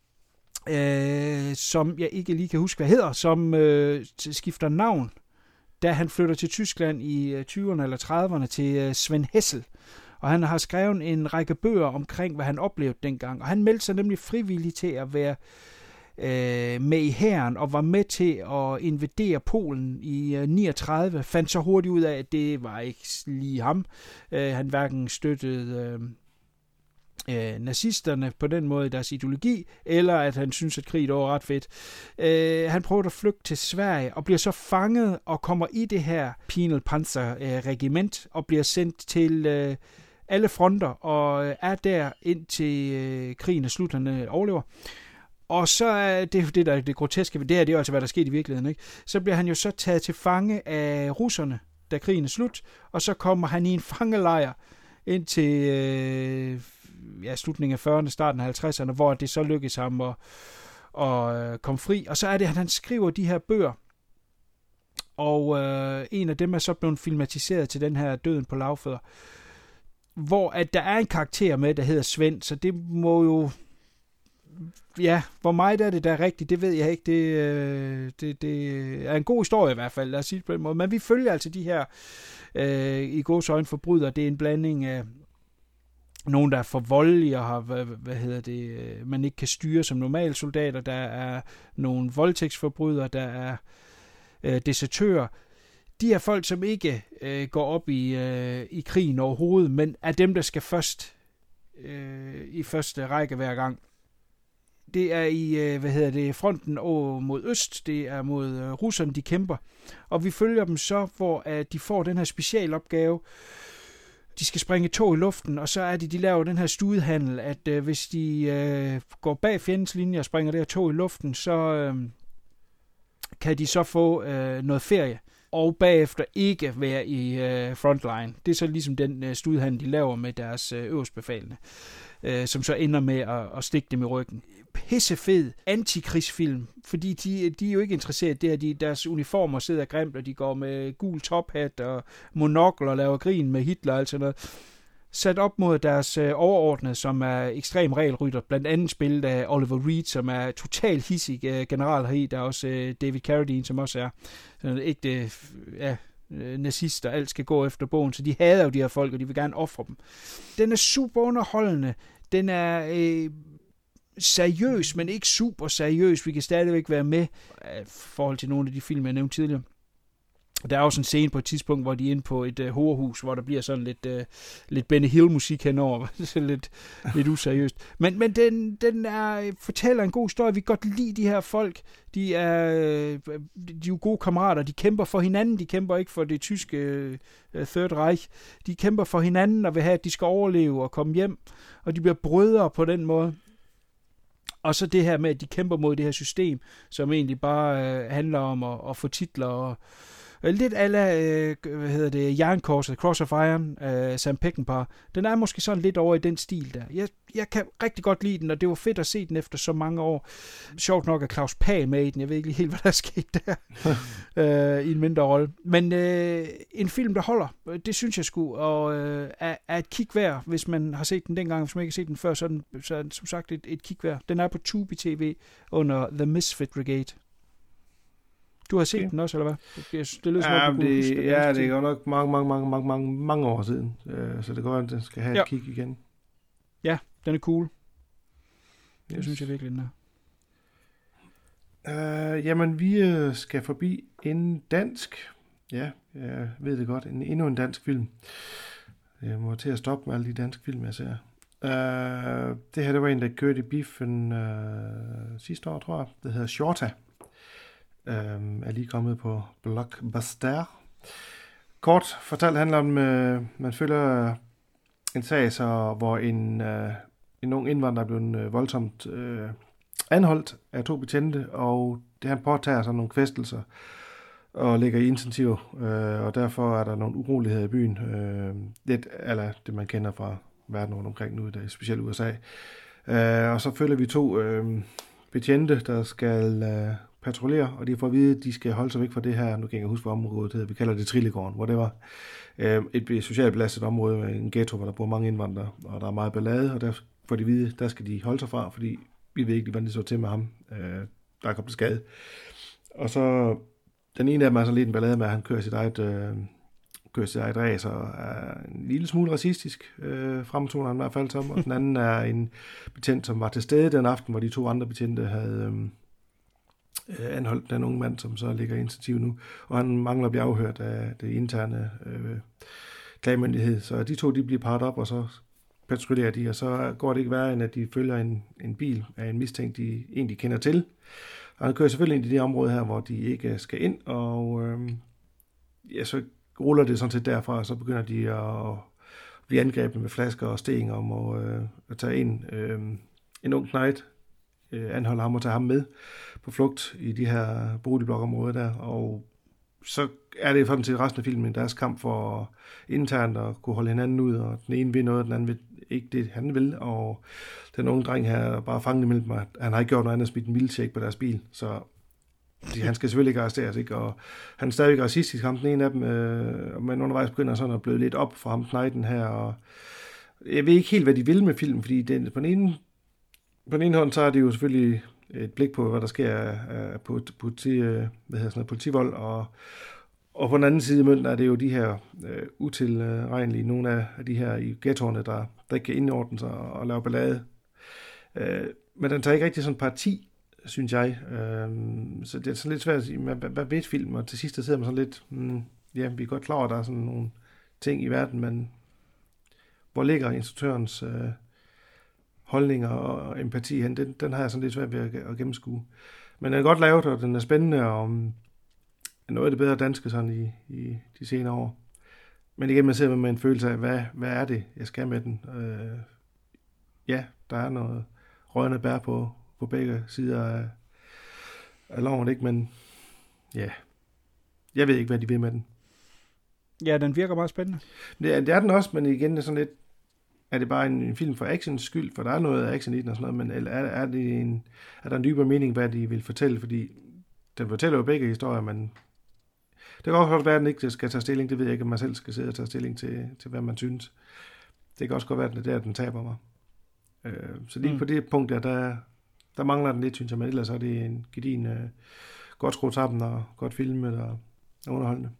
som jeg ikke lige kan huske, hvad hedder, som skifter navn, da han flytter til Tyskland i 20'erne eller 30'erne til Sven Hessel. Og han har skrevet en række bøger omkring, hvad han oplevede dengang. Og han meldte sig nemlig frivillig til at være med i hæren, og var med til at invadere Polen i 39. Fandt så hurtigt ud af, at det var ikke lige ham. Han hverken støttede nazisterne på den måde, deres ideologi, eller at han synes, at kriget var ret fedt. Han prøvede at flygte til Sverige, og bliver så fanget og kommer i det her Penal Panzer regiment, og bliver sendt til alle fronter, og er der indtil krigen er slut, han overlever. Og så er det der er det groteske ved det her, det er altså, hvad der skete i virkeligheden, ikke? Så bliver han jo så taget til fange af russerne, da krigen er slut, og så kommer han i en fangelejr indtil slutningen af 40'erne, starten af 50'erne, hvor det så lykkedes ham at komme fri. Og så er det, at han skriver de her bøger, og en af dem er så blevet filmatiseret til den her Døden på lavfødder, hvor at der er en karakter med, der hedder Svend, så det må jo... Ja, hvor meget er det der er rigtigt, det ved jeg ikke. Det er en god historie i hvert fald, lad os sige det på den måde. Men vi følger altså de her i gåseøjne forbrydere. Det er en blanding af nogen, der er for voldelige og har, man ikke kan styre som normale soldater. Der er nogle voldtægtsforbrydere, der er desertører. De er folk, som ikke går op i krigen overhovedet, men er dem, der skal først i første række hver gang. Det er i fronten mod øst, det er mod russerne, de kæmper. Og vi følger dem så, hvor de får den her specialopgave. De skal springe et tog i luften, og så er de laver den her studehandel, at hvis de går bag fjendens linje og springer det her tog i luften, så kan de så få noget ferie, og bagefter ikke være i frontline. Det er så ligesom den studehandel, de laver med deres øverstbefalende, som så ender med at stikke dem i ryggen. Pissefed antikrigsfilm, fordi de er jo ikke interesseret i det her. Deres uniformer sidder grimt, og de går med gul tophat og monokler og laver grin med Hitler og alt sådan noget. Sat op mod deres overordnede, som er ekstrem regelrytter, blandt andet spillet af Oliver Reed, som er total hissig general heri. Der er også David Carradine, som også er ægte nazist, og alt skal gå efter bogen, så de hader jo de her folk, og de vil gerne ofre dem. Den er super underholdende. Den er seriøs, men ikke super seriøs. Vi kan stadigvæk være med i forhold til nogle af de film, jeg nævnte tidligere. Der er også en scene på et tidspunkt, hvor de er inde på et horehus, hvor der bliver sådan lidt Benny Hill-musik henover. lidt useriøst. Men den fortæller en god historie. Vi kan godt lide de her folk. De er jo gode kammerater. De kæmper for hinanden. De kæmper ikke for det tyske Third Reich. De kæmper for hinanden og vil have, at de skal overleve og komme hjem. Og de bliver brødre på den måde. Og så det her med, at de kæmper mod det her system, som egentlig bare handler om at få titler og lidt ala, Jernkorset, Cross of Iron, Sam Peckinpah. Den er måske sådan lidt over i den stil der. Jeg kan rigtig godt lide den, og det var fedt at se den efter så mange år. Sjovt nok er Claus Pagh med i den. Jeg ved ikke helt, hvad der er sket der i en mindre rolle. Men en film, der holder, det synes jeg sgu, og er et kig værd, hvis man har set den dengang. Hvis man ikke har set den før, så er den som sagt et kig værd. Den er på Tubi TV under The Misfit Brigade. Du har set den også, eller hvad? Det lyder som, det er jo nok mange år siden. Så det går, at den skal have et kig igen. Ja, den er cool. Det synes jeg virkelig, den er. Jamen, vi skal forbi en dansk. Ja, jeg ved det godt. Endnu en dansk film. Jeg må til at stoppe med alle de danske film, jeg ser. Det her, det var en, der kørte i biffen sidste år, tror jeg. Det hedder Shorta. Er lige kommet på Blockbuster. Kort fortalt handler om, man følger en sag, hvor en ung indvandrer er blevet voldsomt anholdt af 2 betjente, og det han påtager sig nogle kvæstelser og ligger i intensiv, og derfor er der nogle uroligheder i byen. Lidt eller det, man kender fra verden rundt omkring nu, der er specielt USA. Og så følger vi 2 betjente, der skal patruljere, og de får at vide, at de skal holde sig væk fra det her, nu kan jeg huske, hvad området hedder, vi kalder det Trillegården, hvor det var et socialt belastet område med en ghetto, hvor der bor mange indvandrere, og der er meget ballade, og der får de at vide, der skal de holde sig fra, fordi vi ved ikke, hvordan det så til med ham, der er kommet til skade. Og så, den ene af dem er så lidt en ballade med, at han kører sit eget race, og er en lille smule racistisk, fremtoner han i hvert fald som, og den anden er en betjent, som var til stede den aften, hvor de 2 andre betjente havde anholdt den unge mand, som så ligger i intensiv nu, og han mangler at blive afhørt af det interne klagemyndighed. Så de 2, de bliver parret op, og så patruljerer de, og så går det ikke værre, end at de følger en bil af en mistænkt, de egentlig kender til. Og han kører selvfølgelig ind i det område her, hvor de ikke skal ind, og så ruller det sådan set derfra, og så begynder de at blive angrebet med flasker og sten om at tage en ung knejt, anholde ham og tage ham med på flugt i de her boligblokområder der, og så er det sådan set resten af filmen deres kamp for internt at kunne holde hinanden ud, og den ene vil noget, og den anden vil ikke det, han vil, og den unge dreng her er bare fanget imellem mig. Han har ikke gjort noget andet end smidt en milkshake på deres bil, så han skal selvfølgelig ikke arresteres, ikke? Og han er stadigvæk racistisk, ham den ene af dem, men undervejs begynder sådan at blive lidt op for ham, Knighten her, og jeg ved ikke helt, hvad de vil med filmen, fordi den, på den ene hånd, så er det jo selvfølgelig et blik på, hvad der sker af politivold, og på den anden side i mønten er det jo de her utilregnelige, nogle af de her i ghettoerne, der ikke kan indordne sig og lave ballade. Men den tager ikke rigtig sådan parti, synes jeg. Så det er sådan lidt svært at sige, hvad ved film, og til sidst der sidder man sådan lidt, ja, vi er godt klar over, at der er sådan nogle ting i verden, men hvor ligger instruktørens holdninger og empati hen, den har jeg sådan lidt svært ved at gennemskue. Men den er godt lavet, og den er spændende, og noget af det bedre danske sådan i de senere år. Men igen, man sidder med en følelse af, hvad er det, jeg skal med den? Ja, der er noget rødende bær på begge sider af loven, ikke? Men ja, jeg ved ikke, hvad de vil med den. Ja, den virker meget spændende. Det er den også, men igen, det er sådan lidt, er det bare en film for actions skyld, for der er noget action i den og sådan noget, men eller er der en dybere mening, hvad de vil fortælle, fordi den fortæller jo begge historier, men det kan også godt være, at den ikke skal tage stilling, det ved jeg ikke, om man selv skal sidde og tage stilling til hvad man synes. Det kan også godt være, at det er der, den taber mig. Så lige på det punkt der mangler den lidt, synes jeg, men ellers er det en gedin, godt skruet sammen og godt filmet og underholdende.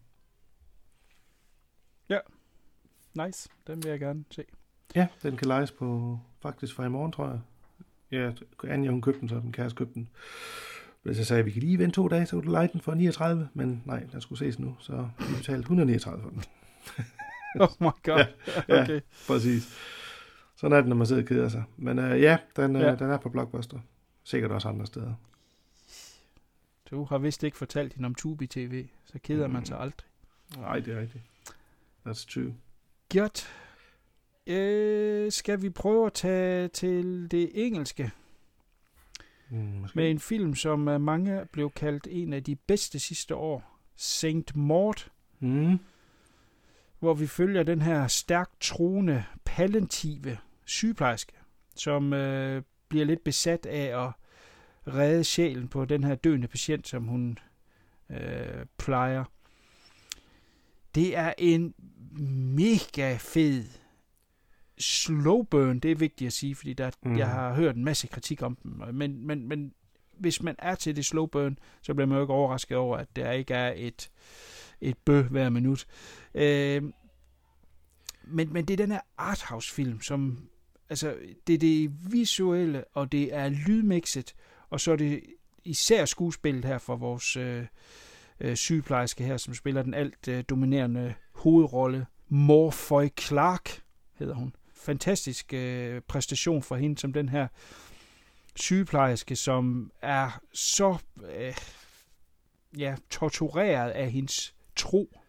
Ja, nice. Den vil jeg gerne se. Ja, den kan lejes på, faktisk fra i morgen, tror jeg. Ja, Anja, hun købte den, så den kæreste købte den. Hvis jeg sagde, at vi kan lige vente 2 dage, så kunne du leje den for 39, men nej, den skulle ses nu, så vi betalte 139 for den. Oh my god. Ja, okay. Præcis. Sådan er det, når man sidder og keder sig. Men den er på Blockbuster. Sikkert også andre steder. Du har vist ikke fortalt hende om Tubi TV, så keder man sig aldrig. Nej, det er rigtigt. That's true. Godt. Skal vi prøve at tage til det engelske? Med en film, som mange blev kaldt en af de bedste sidste år. St. Maud. Hvor vi følger den her stærkt troende, palliative sygeplejerske, som bliver lidt besat af at redde sjælen på den her døende patient, som hun plejer. Det er en mega fed slow burn, det er vigtigt at sige, fordi jeg har hørt en masse kritik om dem, men hvis man er til det slow burn, så bliver man jo ikke overrasket over, at der ikke er et bø hver minut. Men det er den her arthouse-film, som altså, det er det visuelle, og det er lydmixet, og så er det især skuespillet her for vores sygeplejerske her, som spiller den alt dominerende hovedrolle. Morfoy Clark hedder hun. Fantastisk præstation for hende som den her sygeplejerske, som er så tortureret af hendes tro,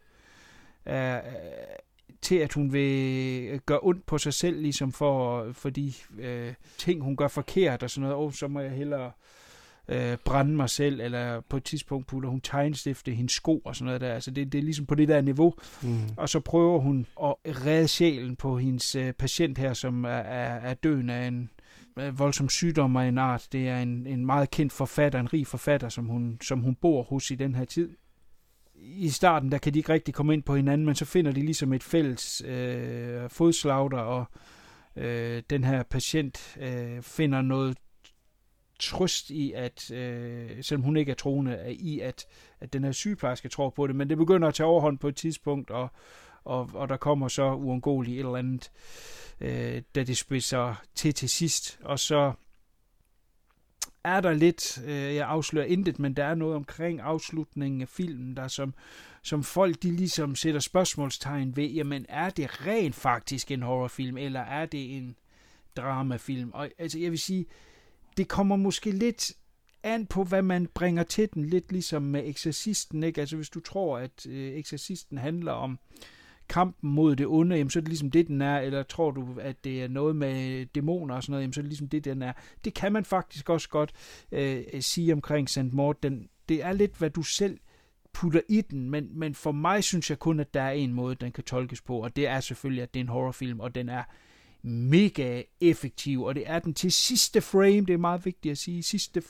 til at hun vil gøre ondt på sig selv, ligesom for de ting, hun gør forkert og sådan noget. Så må jeg hellere brænde mig selv, eller på et tidspunkt putter hun tegnstifte hendes sko og sådan noget der. Altså det er ligesom på det der niveau. Og så prøver hun at redde sjælen på hendes patient her, som er døende af en voldsom sygdom af en art. Det er en meget kendt forfatter, en rig forfatter, som hun bor hos i den her tid. I starten, der kan de ikke rigtig komme ind på hinanden, men så finder de ligesom et fælles fodslagter, og den her patient finder noget trøst i, at selvom hun ikke er troende, i at den her sygeplejerske tror på det, men det begynder at tage overhånd på et tidspunkt, og der kommer så uundgåeligt et eller andet, da det spidser til sidst, og så er der lidt, jeg afslører intet, men der er noget omkring afslutningen af filmen, der som folk, de ligesom sætter spørgsmålstegn ved, jamen er det rent faktisk en horrorfilm, eller er det en dramafilm? Og altså, jeg vil sige, det kommer måske lidt an på, hvad man bringer til den, lidt ligesom med Exorcisten, ikke? Altså, hvis du tror, at Exorcisten handler om kampen mod det onde, jamen, så er det ligesom det, den er, eller tror du, at det er noget med dæmoner og sådan noget, jamen, så er det ligesom det, den er. Det kan man faktisk også godt sige omkring St. Maud. Det er lidt, hvad du selv putter i den, men for mig synes jeg kun, at der er en måde, den kan tolkes på, og det er selvfølgelig, at det er en horrorfilm, og den er mega effektiv, og det er den til sidste frame, det er meget vigtigt at sige, sidste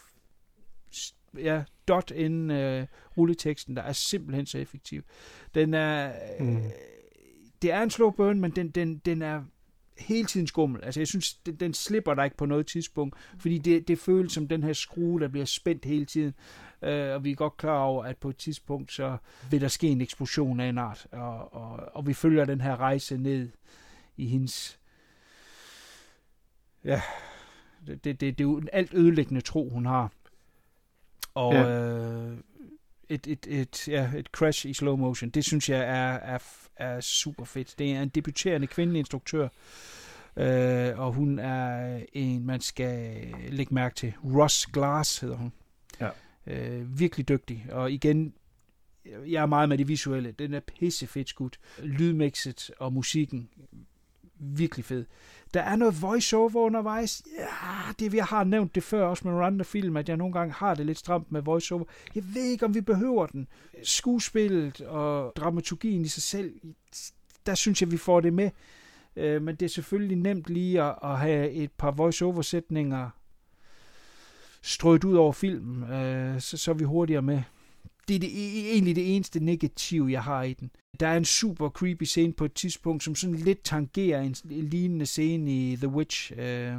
dot inden rulleteksten, der er simpelthen så effektiv. Den er, det er en slow burn, men den er hele tiden skummel. Altså jeg synes, den slipper dig ikke på noget tidspunkt, fordi det føles som den her skrue, der bliver spændt hele tiden, og vi er godt klar over, at på et tidspunkt, så vil der ske en eksplosion af en art, og vi følger den her rejse ned i hendes, ja, det er jo en alt ødelæggende tro, hun har. Og et crash i slow motion, det synes jeg er super fedt. Det er en debuterende kvindelig instruktør, og hun er en, man skal lægge mærke til. Ross Glass hedder hun. Ja. Virkelig dygtig, og igen, jeg er meget med det visuelle. Den er pissefedt skudt. Lydmixet og musikken, virkelig fed. Der er noget voice-over undervejs. Ja, vi har nævnt det før, også med nogle andre film, at jeg nogle gange har det lidt stramt med voice-over. Jeg ved ikke, om vi behøver den. Skuespillet og dramaturgien i sig selv, der synes jeg, vi får det med. Men det er selvfølgelig nemt lige at have et par voice-over-sætninger strøget ud over filmen, så er vi hurtigere med. Det er egentlig det eneste negativ, jeg har i den. Der er en super creepy scene på et tidspunkt, som sådan lidt tangerer en lignende scene i The Witch.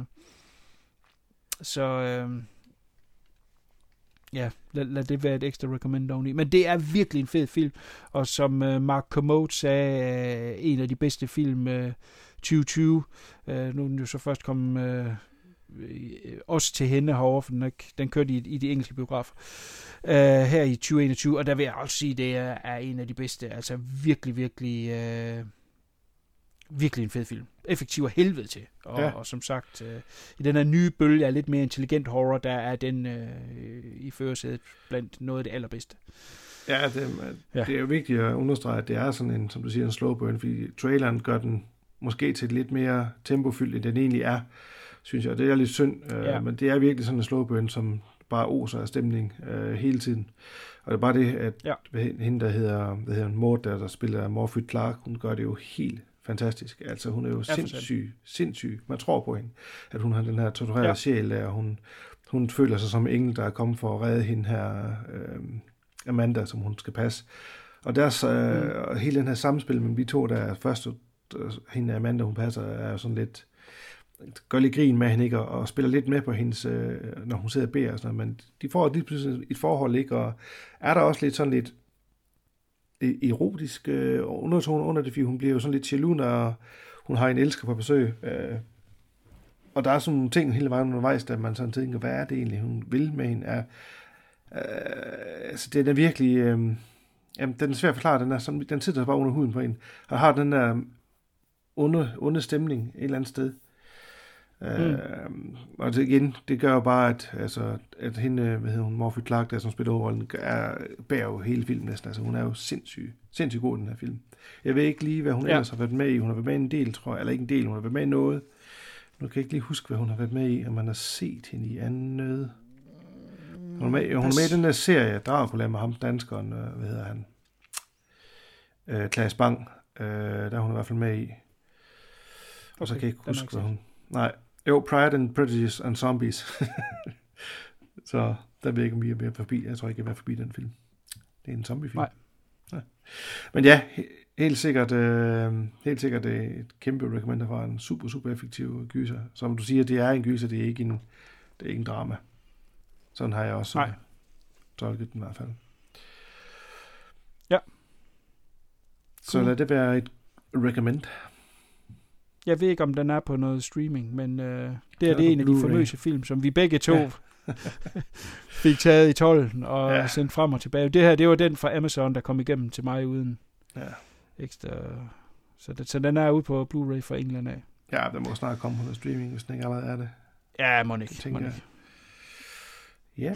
Lad det være et ekstra recommend only. Men det er virkelig en fed film, og som Mark Kermode sagde, en af de bedste film 2020. Nu er den jo så først kommet også til hende herovre, for den kørte i de engelske biografer her i 2021, og der vil jeg også sige, at det er en af de bedste, altså virkelig, virkelig virkelig en fed film. Effektiv af helvede til, og som sagt, i den her nye bølge af lidt mere intelligent horror, der er den i førersædet blandt noget af det allerbedste. Ja, det er jo vigtigt at understrege, at det er sådan en, som du siger, en slow burn, fordi traileren gør den måske til lidt mere tempofyldt, end den egentlig er, synes jeg. Det er lidt synd, men det er virkelig sådan en slow burn, som bare oser af stemning hele tiden. Og det er bare det, at hende, der hedder Maud, der spiller Morphy Clark, hun gør det jo helt fantastisk. Altså, hun er jo sindssyg. Man tror på hende, at hun har den her torturerede sjæl, og hun føler sig som engel, der er kommet for at redde hende her, Amanda, som hun skal passe. Og deres, hele den her samspil med de to, der er først, hende Amanda, hun passer, er jo sådan lidt, gør lidt grin med hende, ikke, og spiller lidt med på hendes, når hun sidder og beder og sådan noget, men de får lige pludselig et forhold, ikke, og er der også lidt sådan lidt erotisk undertone under det, fordi hun bliver jo sådan lidt jaloux, når hun har en elsker på besøg, og der er sådan nogle ting hele vejen undervejs, der man sådan tænker, hvad er det egentlig, hun vil med hende, altså den er virkelig, jamen, den er svær at forklare, den sidder bare under huden på en, og har den der onde stemning et eller andet sted. Og det, igen, det gør jo bare, at hende, Morphy Clark, der som spiller hovedrollen, bærer jo hele filmen næsten. Altså hun er jo sindssygt god i den her film. Jeg ved ikke lige, hvad hun ellers har været med i. Hun har været med i en del, tror jeg, eller ikke en del, hun har været med i noget. Nu kan jeg ikke lige huske, hvad hun har været med i, om man har set hende i andet. Hun er med i den der serie, Dracula med ham, danskeren, hvad hedder han? Claes Bang, der hun i hvert fald med i. Og så kan jeg ikke huske, hvad hun... Nej, jo, Pride and Prejudice and Zombies. Så der ved jeg ikke, om vi er mere forbi. Jeg tror ikke, jeg er forbi den film. Det er en zombiefilm. Nej. Ja. Men ja, helt sikkert et kæmpe recommender fra en super effektiv gyser. Som du siger, det er en gyser, det er ikke en drama. Sådan har jeg også tolket den i hvert fald. Ja. Så lad det være et recommend. Jeg ved ikke, om den er på noget streaming, men det er en af de famøse film, som vi begge to fik taget i 12 og sendt frem og tilbage. Det her, det var den fra Amazon, der kom igennem til mig uden ekstra. Så den er ude på Blu-ray fra England af. Ja, den må snart komme på noget streaming, hvis den ikke allerede er det. Ja, må ikke. Ja.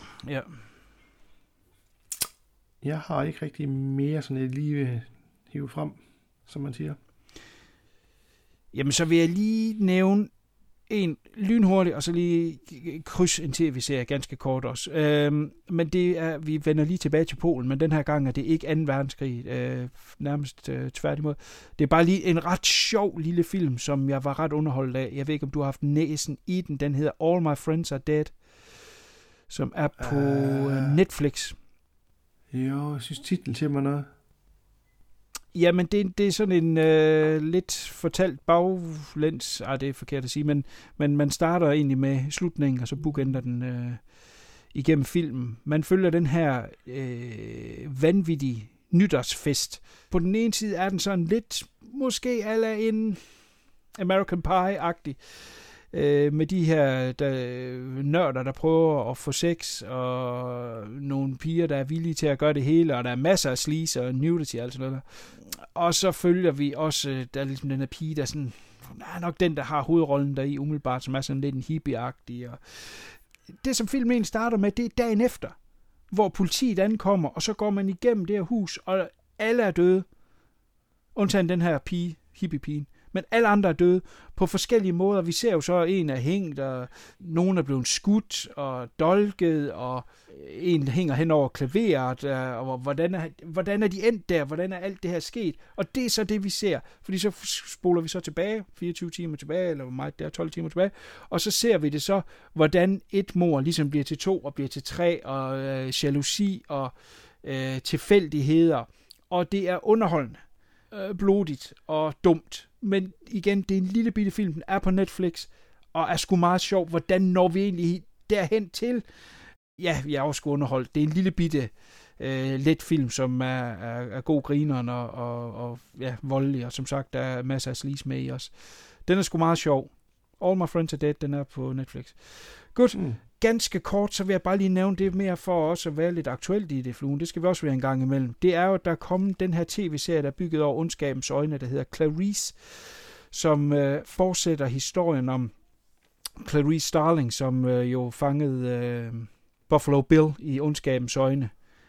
Jeg har ikke rigtig mere sådan et lige hive frem, som man siger. Jamen, så vil jeg lige nævne en lynhurtig, og så lige kryds en tv-serie ganske kort også. Men vi vender lige tilbage til Polen, men den her gang er det ikke 2. verdenskrig, nærmest tværtimod. Det er bare lige en ret sjov lille film, som jeg var ret underholdt af. Jeg ved ikke, om du har haft næsen i den. Den hedder All My Friends Are Dead, som er på Netflix. Jo, jeg synes titlen siger mig noget. Jamen, det er sådan en lidt fortalt baglæns, det er forkert at sige, men man starter egentlig med slutningen, og så bookender den igennem filmen. Man følger den her vanvittige nytårsfest. På den ene side er den sådan lidt, måske a la en American Pie-agtig, med de her nørder, der prøver at få sex, og nogle piger, der er villige til at gøre det hele, og der er masser af sleaze og nudity og alt sådan noget. Og så følger vi også, der er ligesom den her pige, der sådan, er nok den, der har hovedrollen der i umiddelbart, som er sådan lidt en hippie-agtig. Og det, som filmen egentlig starter med, det er dagen efter, hvor politiet ankommer, og så går man igennem det her hus, og alle er døde, undtagen den her pige, hippie-pigen. Men alle andre er døde på forskellige måder. Vi ser jo så, en er hængt, og nogen er blevet skudt og dolket, og en hænger hen over klaveret, og hvordan er de endt der? Hvordan er alt det her sket? Og det er så det, vi ser. Fordi så spoler vi så tilbage, 24 timer tilbage, eller hvor meget det er, 12 timer tilbage, og så ser vi det så, hvordan et mord ligesom bliver til 2, og bliver til 3, og jalousi, og tilfældigheder. Og det er underholdende, blodigt og dumt. Men igen, det er en lille bitte film, den er på Netflix, og er sgu meget sjov. Hvordan når vi egentlig derhen til? Ja, jeg er også sgu underholdt. Det er en lille bitte let film, som er god grineren og ja, voldelig, og som sagt, der er masser af sleaze med i os. Den er sgu meget sjov. All My Friends Are Dead, den er på Netflix. Godt. Ganske kort, så vil jeg bare lige nævne det mere for også at være lidt aktuelt i det, Fluen. Det skal vi også være en gang imellem. Det er jo, at der er kommet den her tv-serie, der er bygget over ondskabens øjne, der hedder Clarice, som fortsætter historien om Clarice Starling, som jo fangede Buffalo Bill i ondskabens øjne.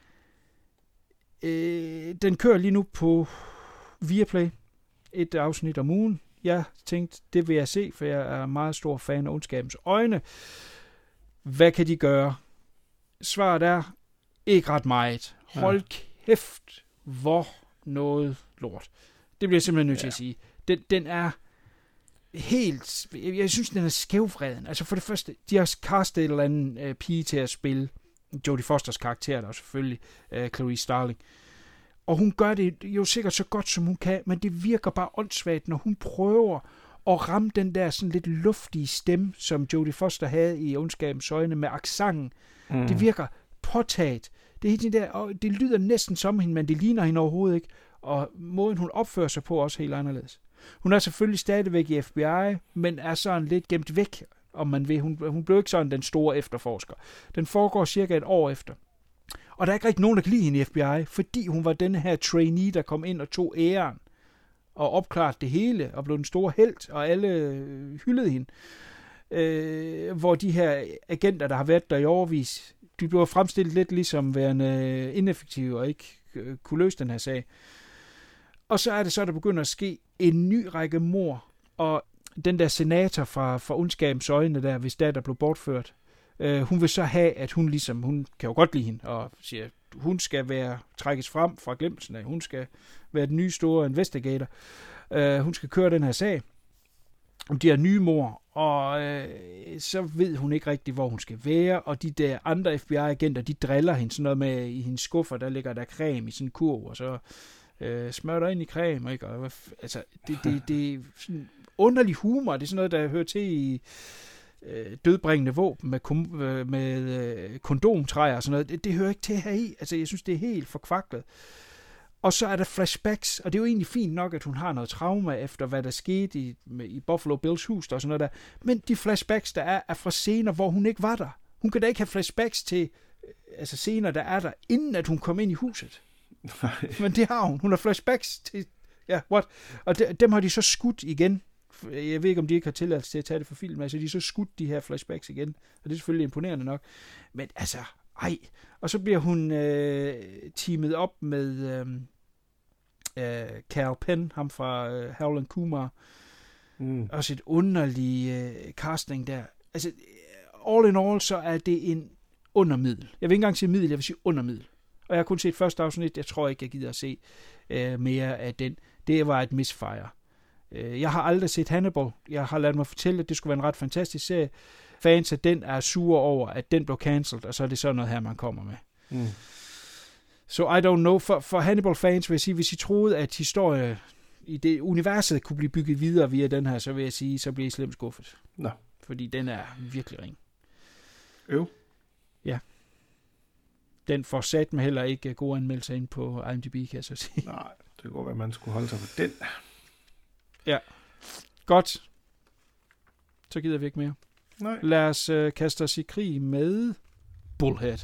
Den kører lige nu på Viaplay. Et afsnit om ugen. Jeg tænkte, det vil jeg se, for jeg er meget stor fan af ondskabens øjne. Hvad kan de gøre? Svaret er ikke ret meget. Hold kæft, hvor noget lort. Det bliver jeg simpelthen nødt til at sige. Den er helt... Jeg synes, den er skævvreden. Altså for det første, de har castet et eller andet pige til at spille Jodie Fosters karakter, der er selvfølgelig Clarice Starling. Og hun gør det jo sikkert så godt, som hun kan, men det virker bare åndssvagt, når hun prøver at ramme den der sådan lidt luftige stemme, som Jodie Foster havde i ondskabens øjne med accenten. Det virker påtaget. Det lyder næsten som hende, men det ligner hende overhovedet ikke. Og måden, hun opfører sig på, er også helt anderledes. Hun er selvfølgelig stadigvæk i FBI, men er sådan lidt gemt væk, om man vil. Hun blev ikke sådan den store efterforsker. Den foregår cirka et år efter. Og der er ikke rigtig nogen, der kan lide hende i FBI, fordi hun var denne her trainee, der kom ind og tog æren og opklarede det hele, og blev den store helt, og alle hyldede hende. Hvor de her agenter, der har været der i årevis, de blev fremstillet lidt ligesom værende ineffektive og ikke kunne løse den her sag. Og så er det så, der begynder at ske en ny række mord, og den der senator fra ondskabens øjne der, hvis der blev bortført, hun vil så have, at hun kan jo godt lide hende, og siger, at hun skal trækkes frem fra glemmelsen af, hun skal være den nye store investigator. Hun skal køre den her sag om de her nye mord, og så ved hun ikke rigtig, hvor hun skal være, og de der andre FBI-agenter, de driller hende sådan noget med, i hendes skuffer, der ligger der creme i sådan en kurv, og så smører der ind i creme, ikke? Og, altså, det er sådan underlig humor, det er sådan noget, der hører til i dødbringende våben med kondomtræer og sådan noget. Det hører ikke til heri. Altså, jeg synes, det er helt forkvaklet. Og så er der flashbacks, og det er jo egentlig fint nok, at hun har noget trauma efter, hvad der skete i Buffalo Bills hus og sådan noget der. Men de flashbacks, der er fra scener, hvor hun ikke var der. Hun kan da ikke have flashbacks til scener, der er der, inden at hun kom ind i huset. Nej. Men det har hun. Hun har flashbacks til... Ja, what? Og dem har de så skudt igen. Jeg ved ikke, om de ikke har tilladelse til at tage det for film. Altså, de har så skudt de her flashbacks igen. Og det er selvfølgelig imponerende nok. Men altså, ej. Og så bliver hun teamet op med Carl Penn, ham fra Harold & Kumar. Også et underlig casting der. Altså, all in all, så er det en undermiddel. Jeg vil ikke engang sige middel, jeg vil sige undermiddel. Og jeg har kun set første afsnit. Jeg tror ikke, jeg gider at se mere af den. Det var et misfire. Jeg har aldrig set Hannibal. Jeg har ladet mig fortælle, at det skulle være en ret fantastisk serie. Fans af den er sure over, at den blev cancelled, og så er det sådan noget her, man kommer med. Så I don't know. For Hannibal-fans vil jeg sige, hvis I troede, at historie i det universet kunne blive bygget videre via den her, så vil jeg sige, så bliver I slemt skuffet. Nå. Fordi den er virkelig ring. Ja. Den får sat med heller ikke gode anmeldelser ind på IMDb, kan jeg så sige. Nej, det kan godt være, man skulle holde sig på den. Ja. Godt. Så gider vi ikke mere. Nej. Lad os kaste os i krig med Bullhead.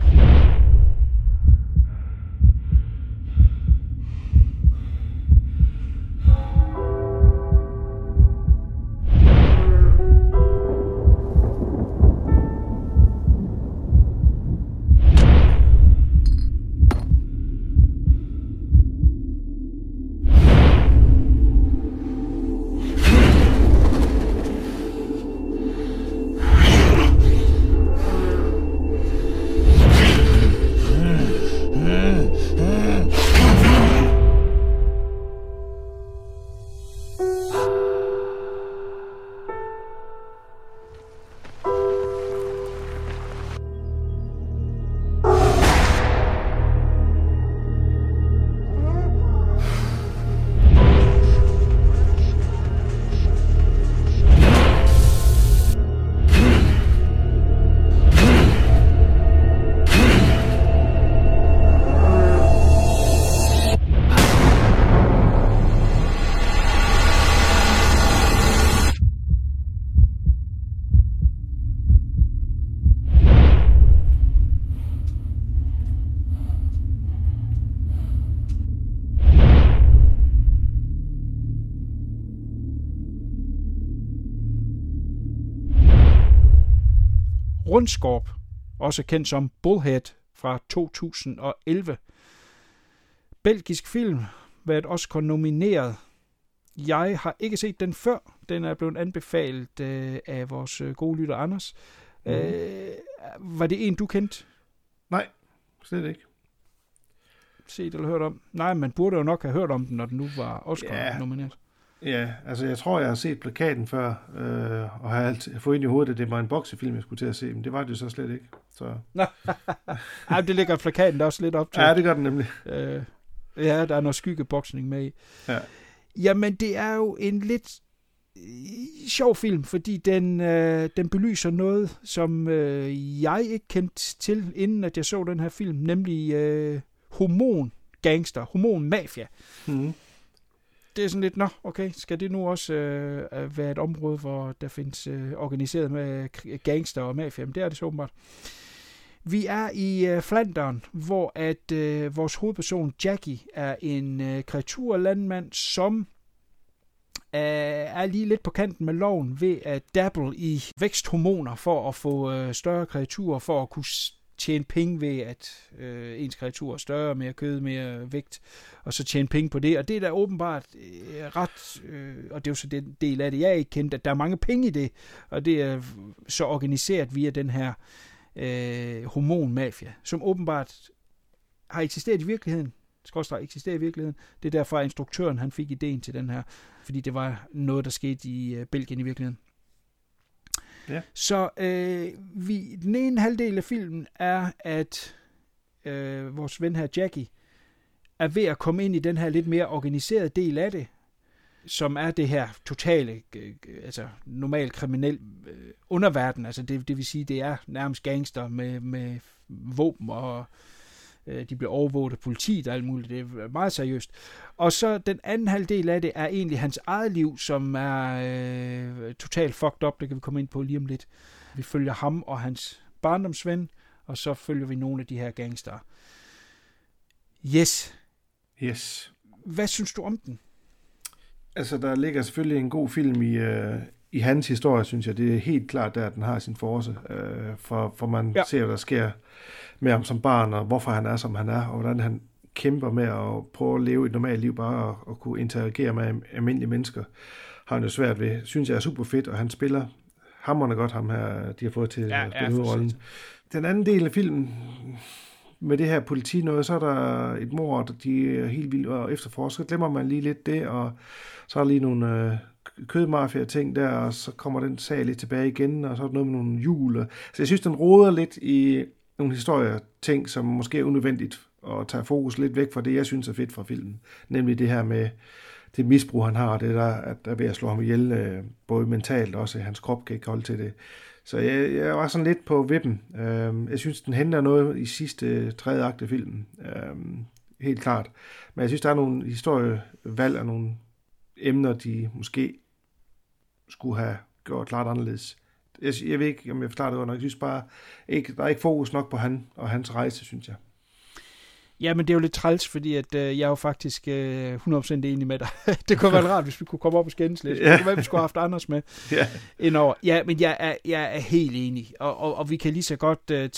Rundskorp, også kendt som Bullhead fra 2011. Belgisk film, været Oscar nomineret. Jeg har ikke set den før. Den er blevet anbefalet af vores gode lytter Anders. Var det en, du kendte? Nej, slet ikke. Set eller hørt om? Nej, man burde jo nok have hørt om den, når den nu var Oscar nomineret. Ja, altså jeg tror, jeg har set plakaten før, og har fået ind i hovedet, at det var en boksefilm, jeg skulle til at se, men det var det jo så slet ikke. Så. Ej, det ligger plakaten der også lidt op til. Ja, det gør den nemlig. Ja, der er noget skyggeboksning med i. Ja. Jamen, det er jo en lidt sjov film, fordi den belyser noget, som jeg ikke kendte til, inden at jeg så den her film, nemlig hormongangster, hormonmafia. Det er sådan lidt, okay, skal det nu også være et område, hvor der findes organiseret med gangster og mafia? Men det er det så åbenbart. Vi er i Flandern, hvor at vores hovedperson Jackie er en kreaturlandmand, som er lige lidt på kanten med loven ved at dabble i væksthormoner for at få større kreaturer, for at kunne tjene penge ved, at ens kreatur er større, mere kød, mere vægt, og så tjene penge på det. Og det er da åbenbart ret, og det er jo så den del af det, jeg ikke kendte, at der er mange penge i det, og det er så organiseret via den her hormonmafia, som åbenbart har eksisteret i virkeligheden. Eksisterer i virkeligheden. Det er derfor, at instruktøren han fik ideen til den her, fordi det var noget, der skete i Belgien i virkeligheden. Ja. Så den ene halvdel af filmen er, at vores ven her Jackie er ved at komme ind i den her lidt mere organiserede del af det, som er det her totale, altså normal kriminel underverden. Altså det vil sige, det er nærmest gangster med våben, og de bliver overvåget af politiet og alt muligt. Det er meget seriøst. Og så den anden halvdel af det er egentlig hans eget liv, som er totalt fucked up. Det kan vi komme ind på lige om lidt. Vi følger ham og hans barndomsven, og så følger vi nogle af de her gangster. Yes. Hvad synes du om den? Altså, der ligger selvfølgelig en god film i hans historie, synes jeg. Det er helt klart, der den har sin force. For man ser, hvad der sker med ham som barn, og hvorfor han er, som han er, og hvordan han kæmper med at prøve at leve et normalt liv, bare at kunne interagere med almindelige mennesker. har han jo svært ved. Synes jeg er super fedt, og han spiller hamrende godt, ham her, de har fået til at spille hovedrollen. Den anden del af filmen, med det her politi noget, så er der et mord, de er helt vildt og efterforsker. Glemmer man lige lidt det, og så er der lige nogle kødmafia-ting der, og så kommer den sag lidt tilbage igen, og så er der noget med nogle hjul. Så jeg synes, den roder lidt i nogle historieting, som måske er unødvendigt, og tager fokus lidt væk fra det, jeg synes er fedt fra filmen. Nemlig det her med det misbrug, han har, det der, at der er ved at slå ham ihjel, både mentalt og også, hans krop kan ikke holde til det. Så jeg var sådan lidt på vippen. Jeg synes, den henter noget i sidste tredje akt af filmen. Helt klart. Men jeg synes, der er nogle historievalg og nogle emner, de måske skulle have gjort klart anderledes. Jeg ved ikke, om jeg forklarer det godt nok. Jeg synes bare, der er ikke fokus nok på han og hans rejse, synes jeg. Ja, men det er jo lidt træls, fordi at, jeg er jo faktisk 100% enig med dig. Det kunne være rart, hvis vi kunne komme op og skændes lidt. Det kunne være, vi skulle have haft Anders med indover. Ja, men jeg er helt enig. Og vi kan lige så godt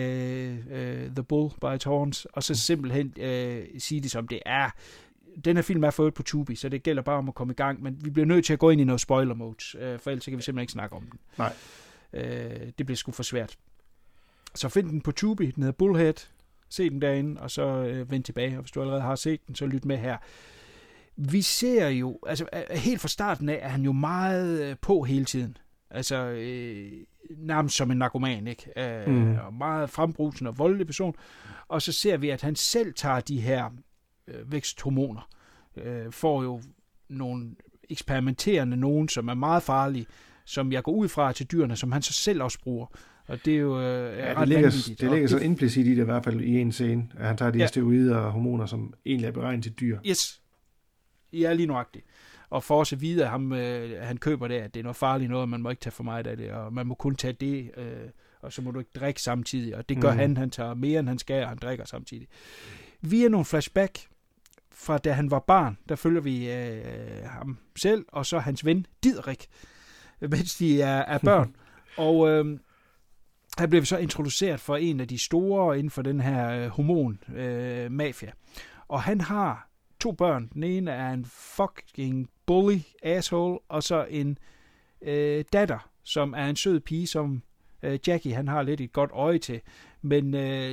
tage The Bull by its horns, og så simpelthen sige det som det er. Den her film er fået på Tubi, så det gælder bare om at komme i gang. Men vi bliver nødt til at gå ind i noget spoiler mode, for ellers kan vi simpelthen ikke snakke om den. Nej. Det bliver sgu for svært. Så find den på Tubi, den hedder Bullhead. Se den derinde, og så vend tilbage. Og hvis du allerede har set den, så lyt med her. Vi ser jo, altså helt fra starten af, er han jo meget på hele tiden. Altså nærmest som en narkoman, ikke? Og meget frembrusende og voldelig person. Og så ser vi, at han selv tager de her væksthormoner. Får jo nogle eksperimenterende nogen, som er meget farlige, som jeg går ud fra til dyrene, som han så selv også bruger. Og det er jo det ligger så implicit i det i hvert fald i en scene, at han tager de steroider og hormoner, som egentlig er beregnet til dyr. Yes. Ja, lige nøjagtigt. Og for os at vide, at han køber det, at det er noget farligt noget, man må ikke tage for meget af det, og man må kun tage det, og så må du ikke drikke samtidig. Og det gør han tager mere, end han skal, og han drikker samtidig. Via nogle flashback fra da han var barn, der følger vi ham selv, og så hans ven Didrik, mens de er børn. Og her bliver vi så introduceret for en af de store inden for den her hormon-mafia. Og han har 2 børn. Den ene er en fucking bully asshole, og så en datter, som er en sød pige, som Jackie, han har lidt et godt øje til. Men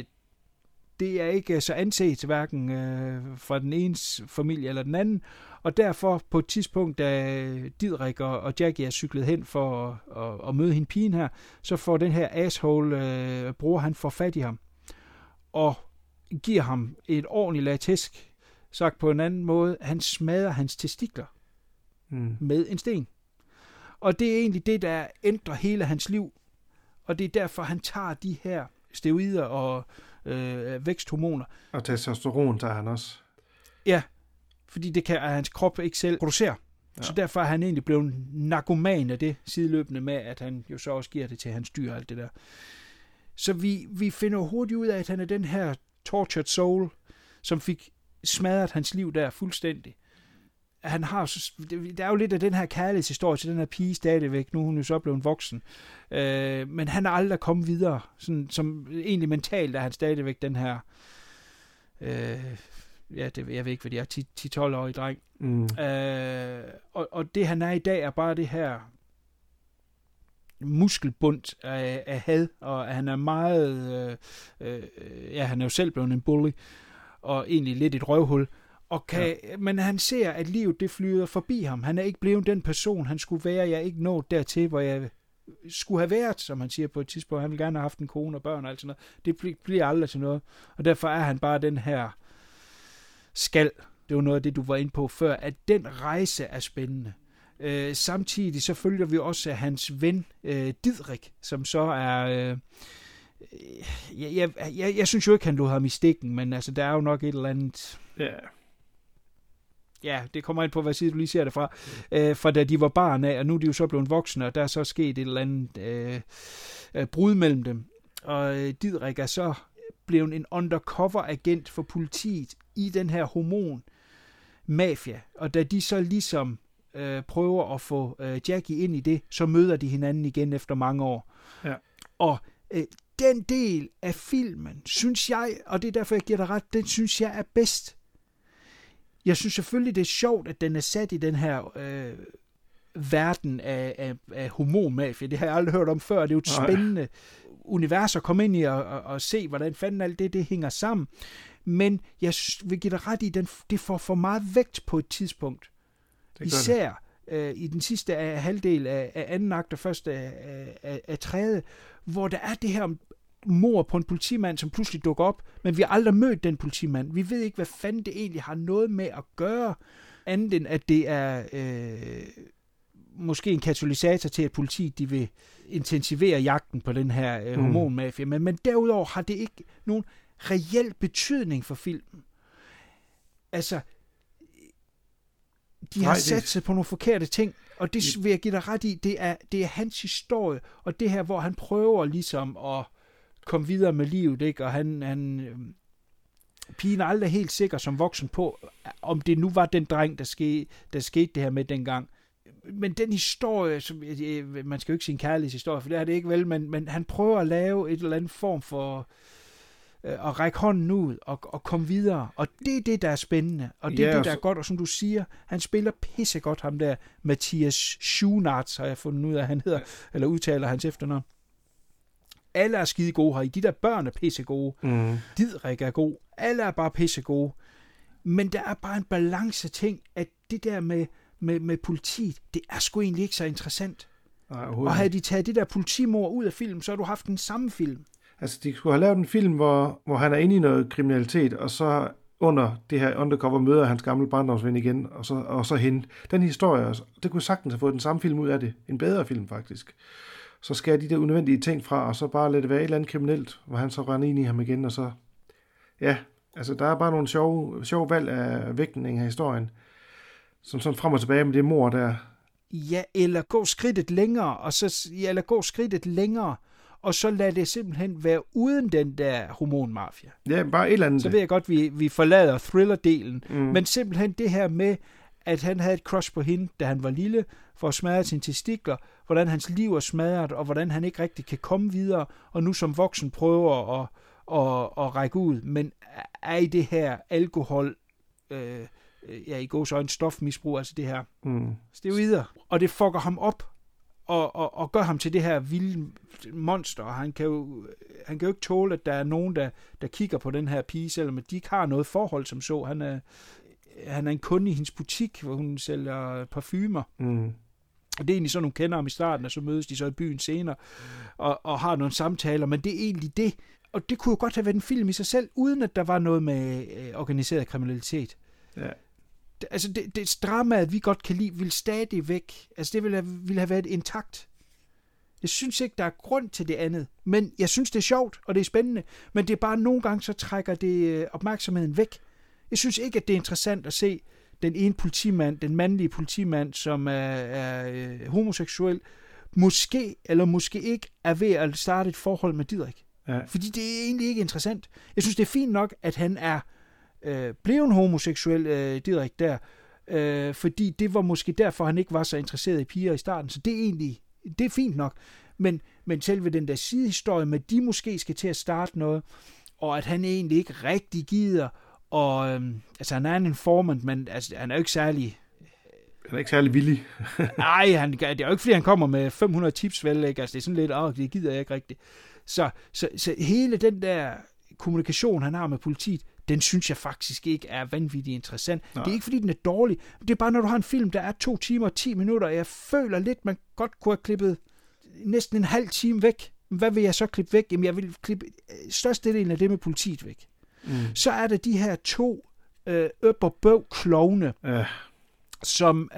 det er ikke så anset hverken fra den enes familie eller den anden. Og derfor på et tidspunkt, da Didrik og Jackie er cyklet hen for at møde hende pigen her, så får den her asshole bror, han får fat i ham og giver ham et ordentligt lag tæsk. Sagt på en anden måde, han smadrer hans testikler med en sten. Og det er egentlig det, der ændrer hele hans liv. Og det er derfor, han tager de her steroider og væksthormoner. Og testosteron tager han også. Ja, fordi det kan hans krop ikke selv producere. Ja. Så derfor er han egentlig blevet narkoman af det, sideløbende med, at han jo så også giver det til hans dyr og alt det der. Så vi finder hurtigt ud af, at han er den her tortured soul, som fik smadret hans liv der fuldstændig. Han har, der er jo lidt af den her kærlighedshistorie til den her pige stadigvæk, nu er hun jo så blevet voksen. Men han er aldrig kommet videre, sådan, som egentlig mentalt er han stadigvæk den her, jeg ved ikke, hvad de er, 10-12-årige dreng. Og det han er i dag, er bare det her muskelbundt af had, og han er meget, han er jo selv blevet en bully, og egentlig lidt et røvhul. Men han ser, at livet det flyder forbi ham. Han er ikke blevet den person, han skulle være. Jeg er ikke nået dertil, hvor jeg skulle have været, som han siger på et tidspunkt. Han vil gerne have haft en kone og børn og alt sådan noget. Det bliver aldrig til noget. Og derfor er han bare den her skal. Det var noget af det, du var inde på før, at den rejse er spændende. Samtidig så følger vi også hans ven Didrik, som så er... Jeg synes jo ikke, han lod ham i stikken, men altså, der er jo nok et eller andet... Ja, det kommer ind på, hvad side du lige ser det fra. Fra da de var barn af, og nu er de jo så blevet voksne, og der er så sket et eller andet brud mellem dem. Og Didrik er så blevet en undercover-agent for politiet i den her hormon-mafia. Og da de så ligesom prøver at få Jackie ind i det, så møder de hinanden igen efter mange år. Ja. Og den del af filmen, synes jeg, og det er derfor, jeg giver dig ret, den synes jeg er bedst. Jeg synes selvfølgelig, det er sjovt, at den er sat i den her verden af hormonmafia. Det har jeg aldrig hørt om før. Det er jo et spændende univers at komme ind i og se, hvordan fanden alt det hænger sammen. Men jeg vil give dig ret i, det får for meget vægt på et tidspunkt. Især i den sidste halvdel af anden akt og første af tredje, hvor der er det her mord på en politimand, som pludselig dukker op, men vi har aldrig mødt den politimand. Vi ved ikke, hvad fanden det egentlig har noget med at gøre, andet end at det er måske en katalysator til, at politiet de vil intensivere jagten på den her hormonmafia. Men derudover har det ikke nogen reel betydning for filmen. Altså, de har sat sig på nogle forkerte ting, og det vil jeg give dig ret i, det er hans historie, og det her, hvor han prøver ligesom at komme videre med livet, ikke? Og pigen er aldrig helt sikker som voksen på, om det nu var den dreng, der skete det her med dengang. Men den historie, man skal jo ikke sige en kærlighedshistorie, for det er det ikke vel, men han prøver at lave et eller andet form for at række hånden ud og komme videre. Og det er det, der er spændende. Og det er det, der er godt. Og som du siger, han spiller pissegodt, ham der Mathias Schoenaerts, har jeg fundet ud af, han hedder, eller udtaler hans efternavn. Alle er skide gode her. De der børn er pissegode. Didrik er god. Alle er bare pissegode. Men der er bare en balance ting, at det der med politiet, det er sgu egentlig ikke så interessant. Nej, og havde de taget det der politimord ud af film, så har du haft den samme film. Altså, de skulle have lavet en film, hvor han er inde i noget kriminalitet, og så under det her undercover møder hans gamle barndomsven igen, og så hende. Den historie, det kunne sagtens have fået den samme film ud af det. En bedre film, faktisk. Så skal de der unødvendige ting fra, og så bare lade det være et eller andet kriminelt, hvor han så render ind i ham igen, og så... Ja, altså, der er bare nogle sjove valg af vægtning af historien, som sådan frem og tilbage med det mor der. Ja, eller gå skridtet længere, og så lad det simpelthen være uden den der hormonmafia. Ja, bare et eller andet. Så ved jeg godt, vi forlader thriller-delen, men simpelthen det her med, at han havde et crush på hende, da han var lille, for at smadre sine testikler, hvordan hans liv er smadret, og hvordan han ikke rigtig kan komme videre, og nu som voksen prøver at række ud, men er i det her alkohol, i gåseøjne stofmisbrug, altså det her steroider, og det fucker ham op, og gør ham til det her vilde monster, og han kan jo ikke tåle, at der er nogen, der kigger på den her pige, selvom de ikke har noget forhold som så. Han er en kunde i hendes butik, hvor hun sælger parfumer. Og det er egentlig sådan, hun kender ham i starten, og så mødes de så i byen senere, og har nogle samtaler, men det er egentlig det. Og det kunne jo godt have været en film i sig selv, uden at der var noget med organiseret kriminalitet. Ja. Altså, det dramaet, vi godt kan lide, vil stadig væk. Altså, det ville have været intakt. Jeg synes ikke, der er grund til det andet. Men jeg synes, det er sjovt, og det er spændende. Men det er bare nogle gange, så trækker det opmærksomheden væk. Jeg synes ikke, at det er interessant at se den ene politimand, den mandlige politimand, som er homoseksuel, måske eller måske ikke er ved at starte et forhold med Didrik. Ja. Fordi det er egentlig ikke interessant. Jeg synes, det er fint nok, at han er blevet homoseksuel, Didrik der, fordi det var måske derfor, han ikke var så interesseret i piger i starten. Så det er fint nok. Men selve den der sidehistorie med, at de måske skal til at starte noget, og at han egentlig ikke rigtig gider, og altså han er en informant, men altså, han er jo ikke særlig... Han er ikke særlig villig. Nej, det er jo ikke, fordi han kommer med 500 tips, vel? Ikke? Altså, det er sådan lidt, det gider jeg ikke rigtigt. Så hele den der kommunikation, han har med politiet, den synes jeg faktisk ikke er vanvittigt interessant. Nej. Det er ikke, fordi den er dårlig. Det er bare, når du har en film, der er 2 timer og 10 minutter, og jeg føler lidt, man godt kunne have klippet næsten en halv time væk. Hvad vil jeg så klippe væk? Jamen, jeg vil klippe størstedelen af det med politiet væk. Så er der de her 2 øpper-bøv-klovne, som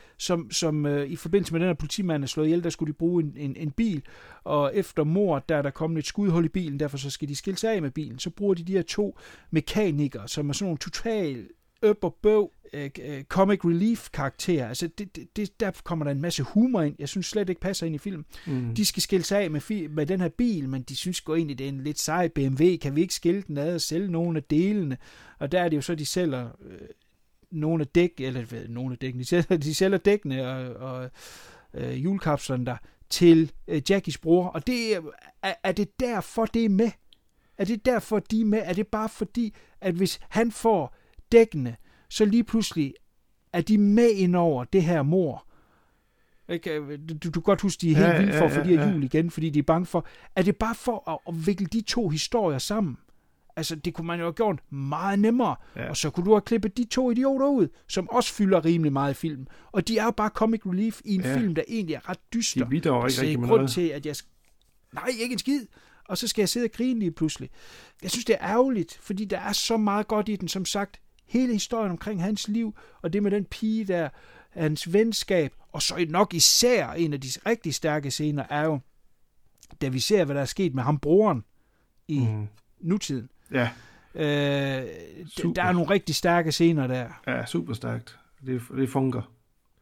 i forbindelse med den her politimand er slået ihjel, der skulle de bruge en bil, og efter mord, der er der kommet et skudhul i bilen, derfor så skal de skille sig af med bilen. Så bruger de her 2 mekanikere, som er sådan nogle total øpper-bøv comic relief karakterer. Altså der kommer der en masse humor ind. Jeg synes slet ikke passer ind i film. De skal skille sig af med den her bil, men de synes gå ind i det er en lidt sej BMW. Kan vi ikke skille den ad og sælge nogle af delene? Og der er det jo så, de sælger nogle af dækkene. De sælger dækkene og hjulkapslerne der til Jackies bror. Og det er det derfor, det er med? Er det derfor, de er med? Er det bare fordi, at hvis han får dækkene, så lige pludselig er de med ind over det her mord. Ikke? Du kan godt huske, de er helt vildt for at få de her jul igen, fordi de er bange for... Er det bare for at vikle de to historier sammen? Altså, det kunne man jo have gjort meget nemmere. Ja. Og så kunne du have klippet de to idioter ud, som også fylder rimelig meget i film. Og de er jo bare comic relief i en film, der egentlig er ret dyster. De bidrager ikke rigtig med grund noget. til, at jeg... Nej, ikke en skid. Og så skal jeg sidde og grine lige pludselig. Jeg synes, det er ærgerligt, fordi der er så meget godt i den. Som sagt, hele historien omkring hans liv, og det med den pige der, hans venskab, og så nok især en af de rigtig stærke scener, er jo, da vi ser, hvad der er sket med ham broren i nutiden. Ja. Der er nogle rigtig stærke scener der. Ja, super stærkt. Det fungerer.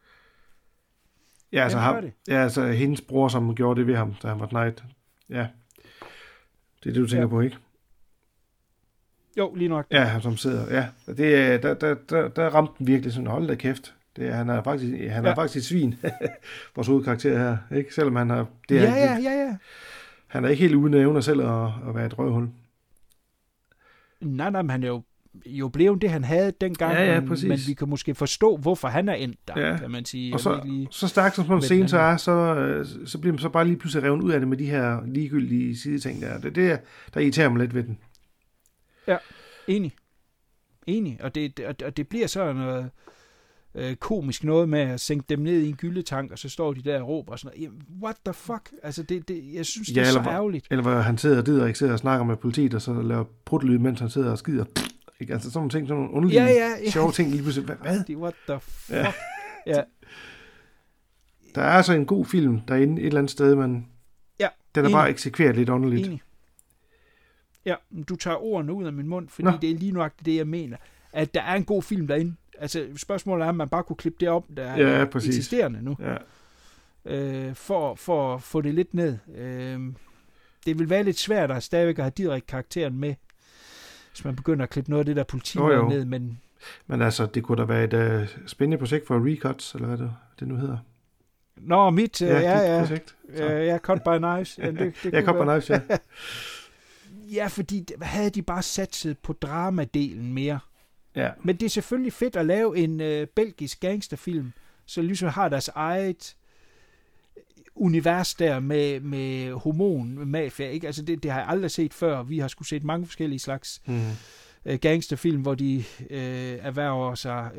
Ja, altså, hendes bror, som gjorde det ved ham, da han var knight. Ja. Det er det, du tænker på, ikke? Jo, lige nok. Ja, han som sidder. Ja, der ramte den virkelig sådan, hold da kæft. Han er faktisk et svin, vores hovedkarakter her, ikke? Selvom han har... Ja. Han er ikke helt uden evner selv at være et røvhul. Nej, men han er jo blevet det, han havde dengang, men vi kan måske forstå, hvorfor han er endt der, kan man sige. Og så stærkt som sådan en scene, så bliver man så bare lige pludselig revet ud af det med de her ligegyldige sideting der. Det er det, der irriterer mig lidt ved den. Ja, enig. Og det bliver sådan noget komisk noget med at sænke dem ned i en gyldetank, og så står de der og råber og sådan noget. What the fuck? Altså, jeg synes, det er så ærgerligt. Eller hvor han sidder og snakker med politiet, og så laver prutlyd, mens han sidder og skider. Ikke? Altså sådan nogle ting, sådan nogle underlige, sjove ting lige pludselig. Hvad? What the fuck? Ja. Der er altså en god film derinde et eller andet sted, men den er bare eksekveret lidt underligt. Enig. Ja, du tager ordene ud af min mund, fordi det er lige nøjagtigt det, jeg mener. At der er en god film derinde. Altså, spørgsmålet er, om man bare kunne klippe det op, der er eksisterende nu. Ja. For at få det lidt ned. Det vil være lidt svært at stadigvæk have direkte karakteren med, hvis man begynder at klippe noget af det der politi ned. Men altså, det kunne da være et spændende projekt for recuts, eller hvad det nu hedder. Nå, mit, projekt. Cut by Knives. Ja, Cut by Knives, ja. Ja, fordi havde de bare satset på dramadelen mere. Ja. Men det er selvfølgelig fedt at lave en belgisk gangsterfilm, så ligesom har deres eget univers der med hormon, mafia, ikke? Altså det har jeg aldrig set før. Vi har sgu set mange forskellige slags gangsterfilm, hvor de erhverver sig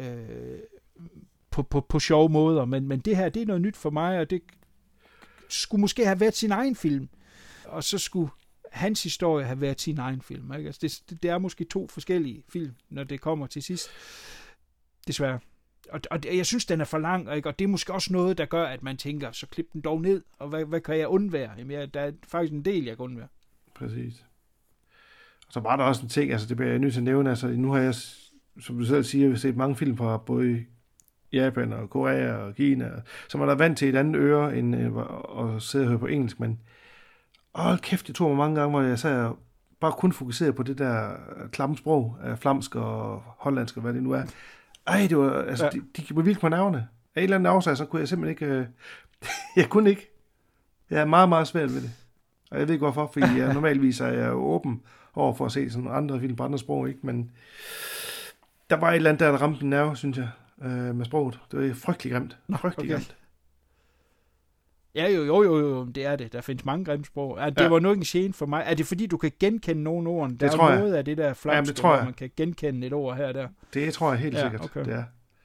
på sjove måder, men det her, det er noget nyt for mig, og det skulle måske have været sin egen film, og så skulle hans historie have været sin egen film. Ikke? Altså det er måske to forskellige film, når det kommer til sidst. Desværre. Og jeg synes, den er for lang, ikke? Og det er måske også noget, der gør, at man tænker, så klip den dog ned, og hvad kan jeg undvære? Jamen, der er faktisk en del, jeg kan undvære. Præcis. Og så var der også en ting, altså det bliver jeg nødt til at nævne, altså nu har jeg, som du selv siger, set mange film fra både Japan og Korea og Kina, som er der vant til et andet øre, end at sidde og høre på engelsk, men kæft, det tog mig mange gange, hvor jeg sad bare kun fokuseret på det der klamme sprog af flamsk og hollandsk og hvad det nu er. Det var, altså, de kan bevilge på navne. Af en eller anden årsag, så kunne jeg simpelthen ikke, jeg kunne ikke. Jeg er meget, meget svært ved det. Og jeg ved ikke hvorfor, fordi jeg normalvis er jeg åben over for at se sådan andre film på andre sprog, ikke? Men der var et eller andet, der ramte en nerve, synes jeg, med sproget. Det var frygtelig grimt. Grimt. Ja, jo, det er det. Der findes mange grimme sprog. Det var nok en gene for mig. Er det fordi, du kan genkende nogle ord? Der er noget af det der flamske, hvor man kan genkende et ord her og der. Det tror jeg helt sikkert, okay. Det er.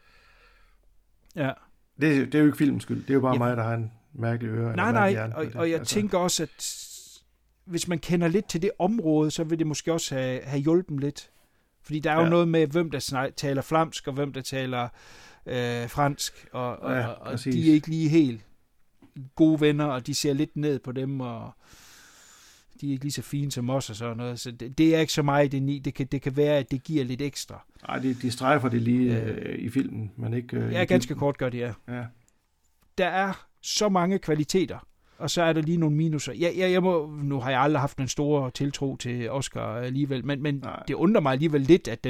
Ja. Det er jo ikke filmens skyld. Det er jo bare mig, der har en mærkelig øre. Nej, og jeg tænker også, at hvis man kender lidt til det område, så vil det måske også have hjulpet lidt. Fordi der er jo noget med, hvem der taler flamsk, og hvem der taler fransk, og de er ikke lige helt gode venner, og de ser lidt ned på dem, og de er ikke lige så fine som os og sådan noget. Så det er ikke så meget det kan være, at det giver lidt ekstra. Nej, de strejfer det lige i filmen, men ikke... ganske kort gør det, ja. Der er så mange kvaliteter, og så er der lige nogle minuser. Nu har jeg aldrig haft en stor tiltro til Oscar alligevel, men det undrer mig alligevel lidt, at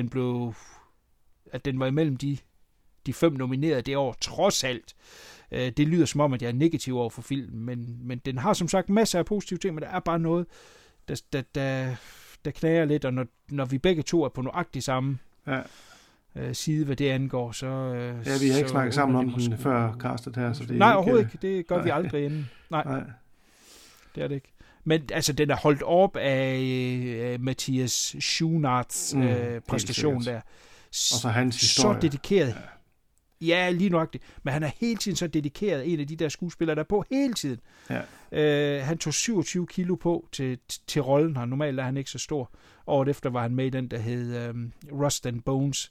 den var imellem de 5 nominerede det år, trods alt. Det lyder som om, at jeg er negativ over for filmen, men den har som sagt masser af positive ting, men der er bare noget, der knager lidt, og når vi begge to er på nøjagtigt samme side, hvad det angår. Så, ja, vi har ikke snakket sammen om den før castet her. Så det nej, ikke, overhovedet ikke. Det gør vi aldrig inden. Nej, det er det ikke. Men altså, den er holdt op af Mathias Schoenaerts præstation der. Og så hans historie. Så dedikeret. Ja, lige nøjagtigt. Men han er hele tiden så dedikeret, en af de der skuespillere, der er på hele tiden. Ja. Han tog 27 kilo på til rollen her. Normalt er han ikke så stor. Året efter var han med i den, der hed Rust and Bones,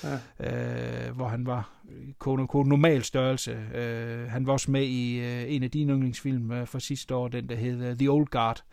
hvor han var normal størrelse. Han var også med i en af dine yndlingsfilm fra sidste år, den der hed The Old Guard.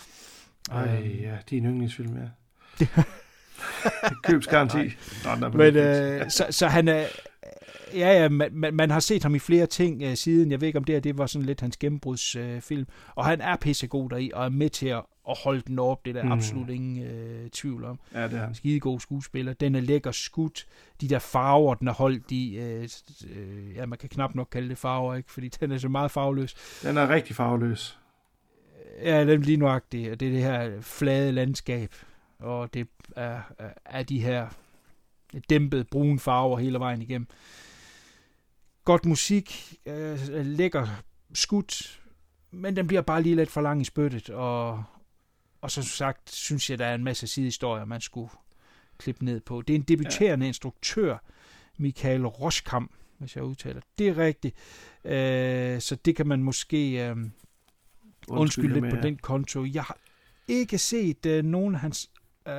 Ja, din yndlingsfilm, ja. Købsgaranti. Men så han er... Ja, man har set ham i flere ting siden. Jeg ved ikke, om det var sådan lidt hans gennembrudsfilm. Og han er pissegod deri, og er med til at holde den op. Det er der absolut ingen tvivl om. Ja, det er han. Skidegod skuespiller. Den er lækker skudt. De der farver, den er holdt i... ja, man kan knap nok kalde det farver, ikke? Fordi den er så meget farveløs. Den er rigtig farveløs. Ja, den er lige nøjagtig. Og det er det her flade landskab. Og det er de her dæmpede brune farver hele vejen igennem. Godt musik, lækker skudt, men den bliver bare lige lidt for lang i spyttet, og som sagt, synes jeg, der er en masse sidehistorier, man skulle klippe ned på. Det er en debuterende instruktør, Michael Roskam, hvis jeg udtaler det rigtigt, så det kan man måske undskylde lidt på den konto. Jeg har ikke set nogen af hans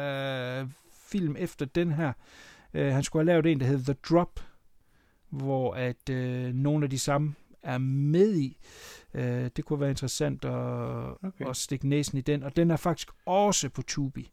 film efter den her. Han skulle have lavet en, der hedder The Drop, hvor at nogle af de samme er med i. Det kunne være interessant at stikke næsen i den, og den er faktisk også på Tubi.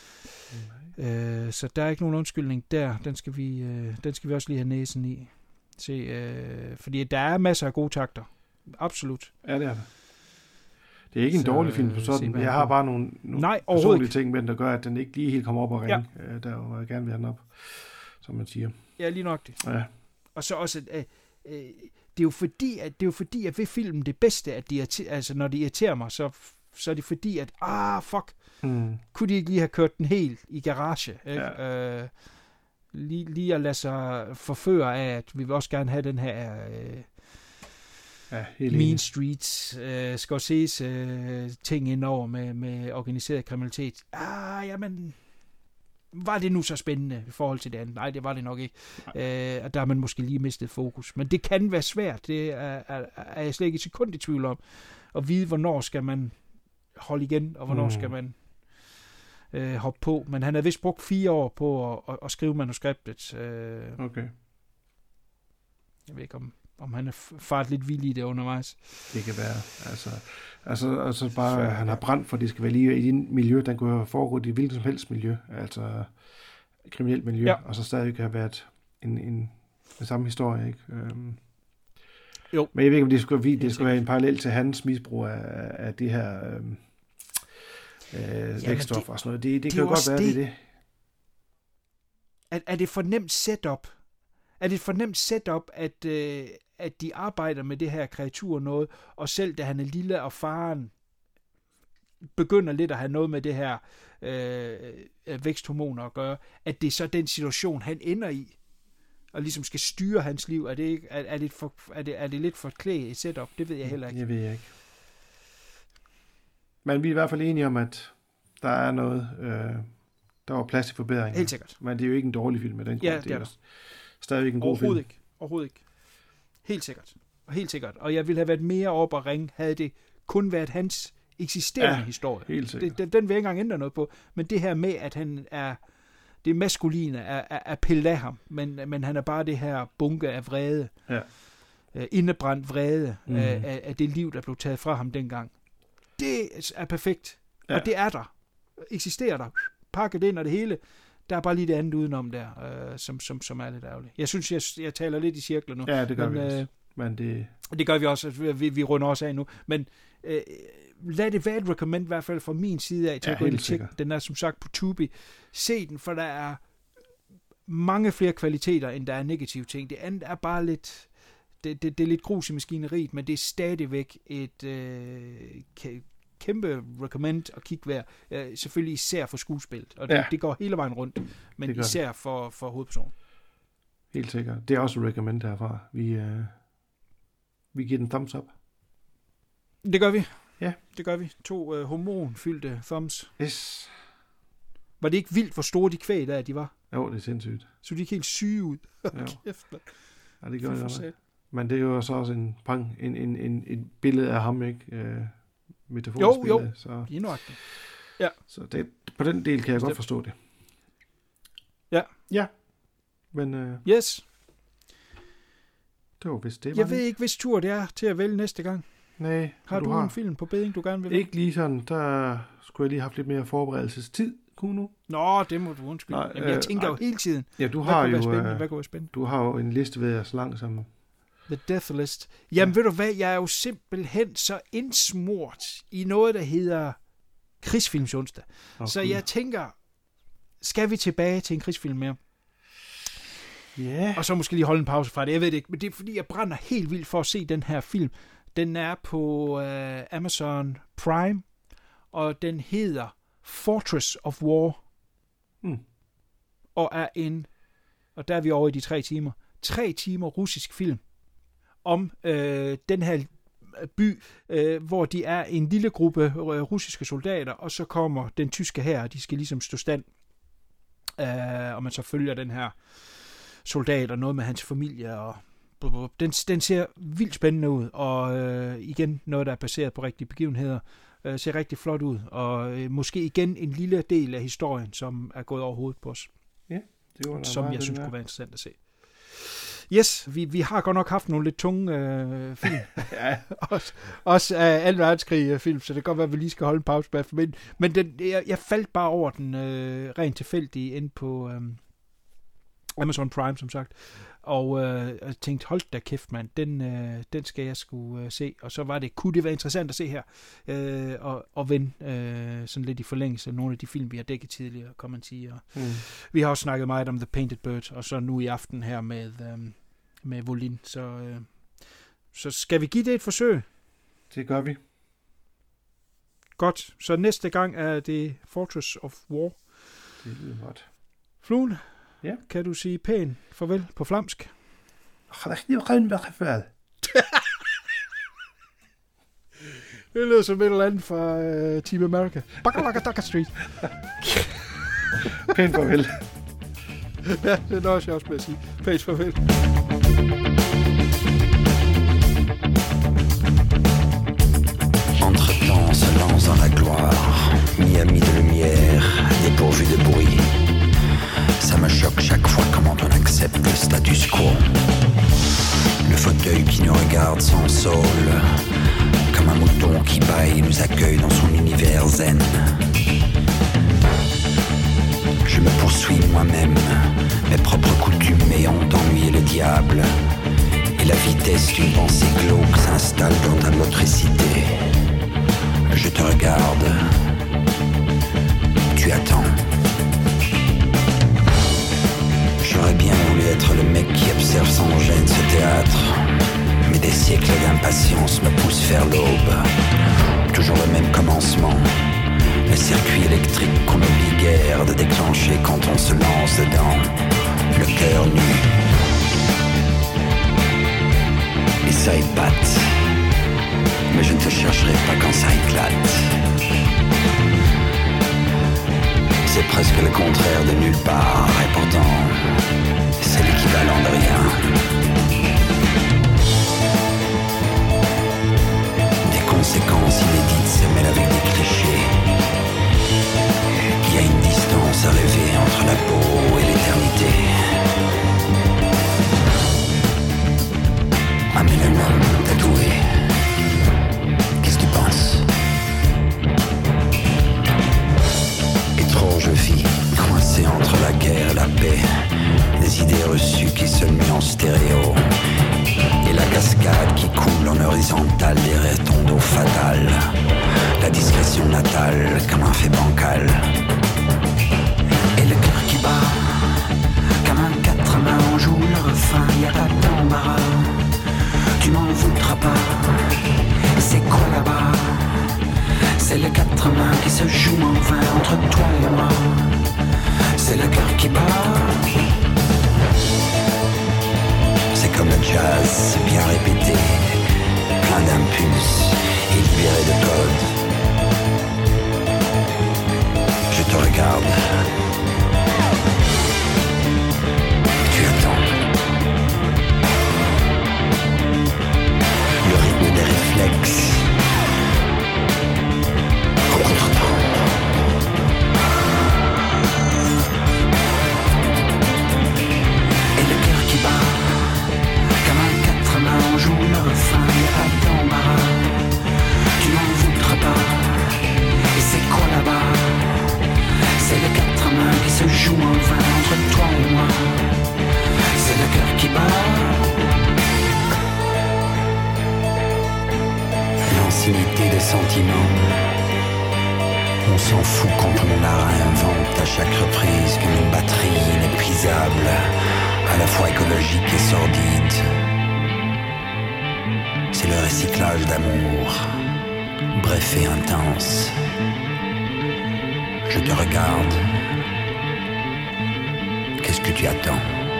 Så der er ikke nogen undskyldning der. Den skal vi også lige have næsen i. Se, fordi der er masser af gode takter. Absolut. Ja, det er der. Det er ikke en dårlig film på sådan. Jeg har bare nogle personlige ting med den, der gør, at den ikke lige helt kommer op og ringe. Ja. Der hvor jeg gerne vil have den op, som man siger. Ja, lige nok det. Ja. Og så også, det er jo fordi, at ved filmen det bedste, at altså når det irriterer mig, så er det fordi, at kunne de ikke lige have kørt den helt i garage? Ikke? Ja. Lige at lade sig forføre af, at vi vil også gerne have den her... Mean Streets, Scorsese ting indover med organiseret kriminalitet. Jamen, var det nu så spændende i forhold til det andet? Nej, det var det nok ikke. Der har man måske lige mistet fokus. Men det kan være svært. Det er jeg slet ikke et sekund i tvivl om. At vide, hvornår skal man holde igen, og hvornår skal man hoppe på. Men han har vist brugt 4 år på at skrive manuskriptet. Okay. Jeg ved ikke om han er fart lidt vild i det undervejs. Det kan være. Altså bare, han har brændt for, at det skal være lige i din miljø. Den kunne have foregået i hvilket som helst miljø. Altså kriminelt miljø. Ja. Og så stadig have været en samme historie, ikke? Jo. Men jeg ved ikke, om det skulle være en parallel til hans misbrug af det her vækststof og sådan noget. Det kan jo godt være, det. Er det for nemt setup? Er det for nemt setup, at de arbejder med det her kreatur noget, og selv da han er lille og faren begynder lidt at have noget med det her væksthormoner at gøre, at det er så den situation, han ender i, og ligesom skal styre hans liv. Er det lidt for klædt et setup? Det ved jeg heller ikke. Jeg ved ikke. Men vi er i hvert fald enige om, at der er noget, der var plads til forbedringer. Helt sikkert. Men det er jo ikke en dårlig film med den grund. Ja, det er stadigvæk en god film. Overhovedet ikke. Helt sikkert. Og jeg ville have været mere op og ringe, havde det kun været hans eksisterende historie. Helt sikkert. Den vil jeg ikke engang ændre noget på. Men det her med, at han er det maskuline er pillet af ham, men han er bare det her bunke af vrede. Ja. Indebrændt vrede af det liv, der blev taget fra ham dengang. Det er perfekt. Ja. Og det er der. Eksisterer der. Pakket ind og det hele. Der er bare lige det andet udenom der, som er lidt ærgerligt. Jeg synes, jeg taler lidt i cirkler nu. Ja, det gør vi også. Men det gør vi også. Vi runder også af nu. Men lad det være et recommend, i hvert fald fra min side af, til at gå ind og tjekke. Den er som sagt på Tubi. Se den, for der er mange flere kvaliteter, end der er negative ting. Det andet er bare lidt... Det er lidt grus i maskineriet, men det er stadigvæk et kæmpe recommend at kigge værd. Selvfølgelig især for skuespillet, og det går hele vejen rundt, men især for hovedpersonen. Helt sikkert. Det er også et recommend herfra. Vi giver den thumbs up. Det gør vi. Ja. Det gør vi. 2 hormonfyldte thumbs. Yes. Var det ikke vildt, hvor store de kvæg der de var? Jo, det er sindssygt. Så de ikke helt syge ud. Kæft, ja, det gør det. Men det er jo så også en billede af ham, ikke? Metaforisk billede. Så. Indrøgtigt. Ja. Så det, på den del kan jeg godt forstå det. Ja. Ja. Men yes. Det var vist det. Jeg ved ikke, hvis tur det er til at vælge næste gang. Nej. Har du en film på beding, du gerne vil vælge? Ikke lige sådan. Der skulle jeg lige have haft lidt mere forberedelsestid. Kuno. Nå, det må du undskylde. Nej, jeg tænker jo hele tiden. Ja, du har jo. Hvad kunne være spændende? Du har jo en liste ved os lang som. The Death List. Jamen ved du hvad, jeg er jo simpelthen så indsmurt i noget, der hedder krigsfilmsonsdag. Okay. Så jeg tænker, skal vi tilbage til en krigsfilm mere? Ja. Yeah. Og så måske lige holde en pause fra det. Jeg ved det ikke, men det er fordi, jeg brænder helt vildt for at se den her film. Den er på Amazon Prime, og den hedder Fortress of War. Og og der er vi over i de 3 timer. 3 timer russisk film om den her by, hvor de er en lille gruppe russiske soldater, og så kommer den tyske hær, og de skal ligesom stå stand. Og man så følger den her soldat og noget med hans familie, og den ser vildt spændende ud, og igen noget, der er baseret på rigtige begivenheder, ser rigtig flot ud, og måske igen en lille del af historien, som er gået over hovedet på os. Ja, det var som jeg synes kunne være interessant at se. Yes, vi har godt nok haft nogle lidt tunge film. Ja. Også af 2. verdenskrig film, så det kan godt være, at vi lige skal holde en pause bagefter. Men jeg faldt bare over den rent tilfældigt inde på Amazon Prime, som sagt. Og jeg tænkte, hold da kæft, mand, den skal jeg sgu se. Og så kunne det være interessant at se her, og vende sådan lidt i forlængelse af nogle af de film, vi har dækket tidligere, kan man sige. Og vi har også snakket meget om The Painted Bird, og så nu i aften her med Volin. Så skal vi give det et forsøg? Det gør vi. Godt, så næste gang er det Fortress of War. Det lyder godt. Fluen? Ja. Kan du sige pæn farvel på flamsk? Det lyder som et eller andet fra Team America. Bakalaka Street. Pæn farvel. Ja, det er også jeg også med at sige. Pæn farvel. Entre-temps se lance dans la gloire, mi-ami de lumière, dépourvu de bruit. Ça me choque chaque fois comment on accepte le status quo. Le fauteuil qui nous regarde sans saule, comme un mouton qui bâille et nous accueille dans son univers zen. Je me poursuis moi-même, mes propres coutumes ayant ennuyé le diable. Et la vitesse d'une pensée glauque s'installe dans ta motricité. Je te regarde, tu attends. J'aurais bien voulu être le mec qui observe sans gêne ce théâtre, mais des siècles d'impatience me poussent vers l'aube. Toujours le même commencement, le circuit électrique qu'on oublie guère de déclencher quand on se lance dedans, le cœur nu. Et ça épate, mais je ne te chercherai pas quand ça éclate. C'est presque le contraire de nulle part, et pourtant, c'est l'équivalent de rien. Des conséquences inédites se mêlent avec des clichés. Il y a une distance à rêver entre la peau et l'éternité. Un mélanome tatoué. Qu'est-ce que tu penses? Je vis coincé entre la guerre et la paix, des idées reçues qui se muent en stéréo, et la cascade qui coule en horizontale derrière ton dos fatal, la discrétion natale comme un fait bancal, et le cœur qui bat comme un 4 mains. On joue le refrain, y a pas d'embarras, tu m'en voudras pas. C'est quoi là-bas? C'est les 4 mains qui se jouent en vain entre toi et moi. C'est le cœur qui bat. comme le jazz, bien répété, plein d'impulses et libéré de codes. Je te regarde. Tu attends. Le rythme des réflexes. En contre-temps. Et le cœur qui bat. Comme un 4 mains, on joue le refrain, y'a pas d'embarras. Tu n'en voudras pas. Et c'est quoi là-bas? C'est le 4 mains qui se joue enfin entre toi et moi. C'est le cœur qui bat. L'ancienneté des sentiments. On s'en fout quand on la réinvente à chaque reprise comme une batterie inépuisable, à la fois écologique et sordide. C'est le recyclage d'amour, bref et intense. Je te regarde. Qu'est-ce que tu attends?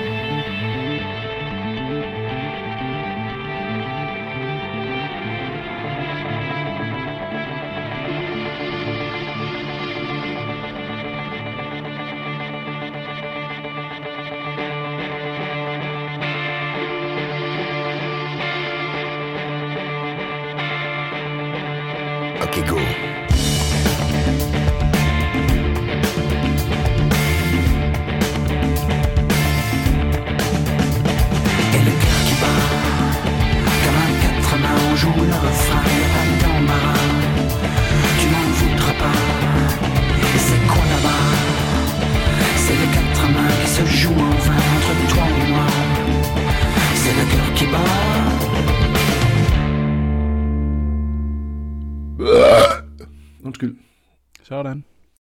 Ok, go. Et le cœur qui bat, comme un 4 mains, on joue le refrain, y'a pas d'embarras. Tu n'en voudras pas. Et c'est quoi là-bas? C'est le 4 mains qui se joue enfin entre toi et moi. C'est le cœur qui bat. Undskyld. Sådan.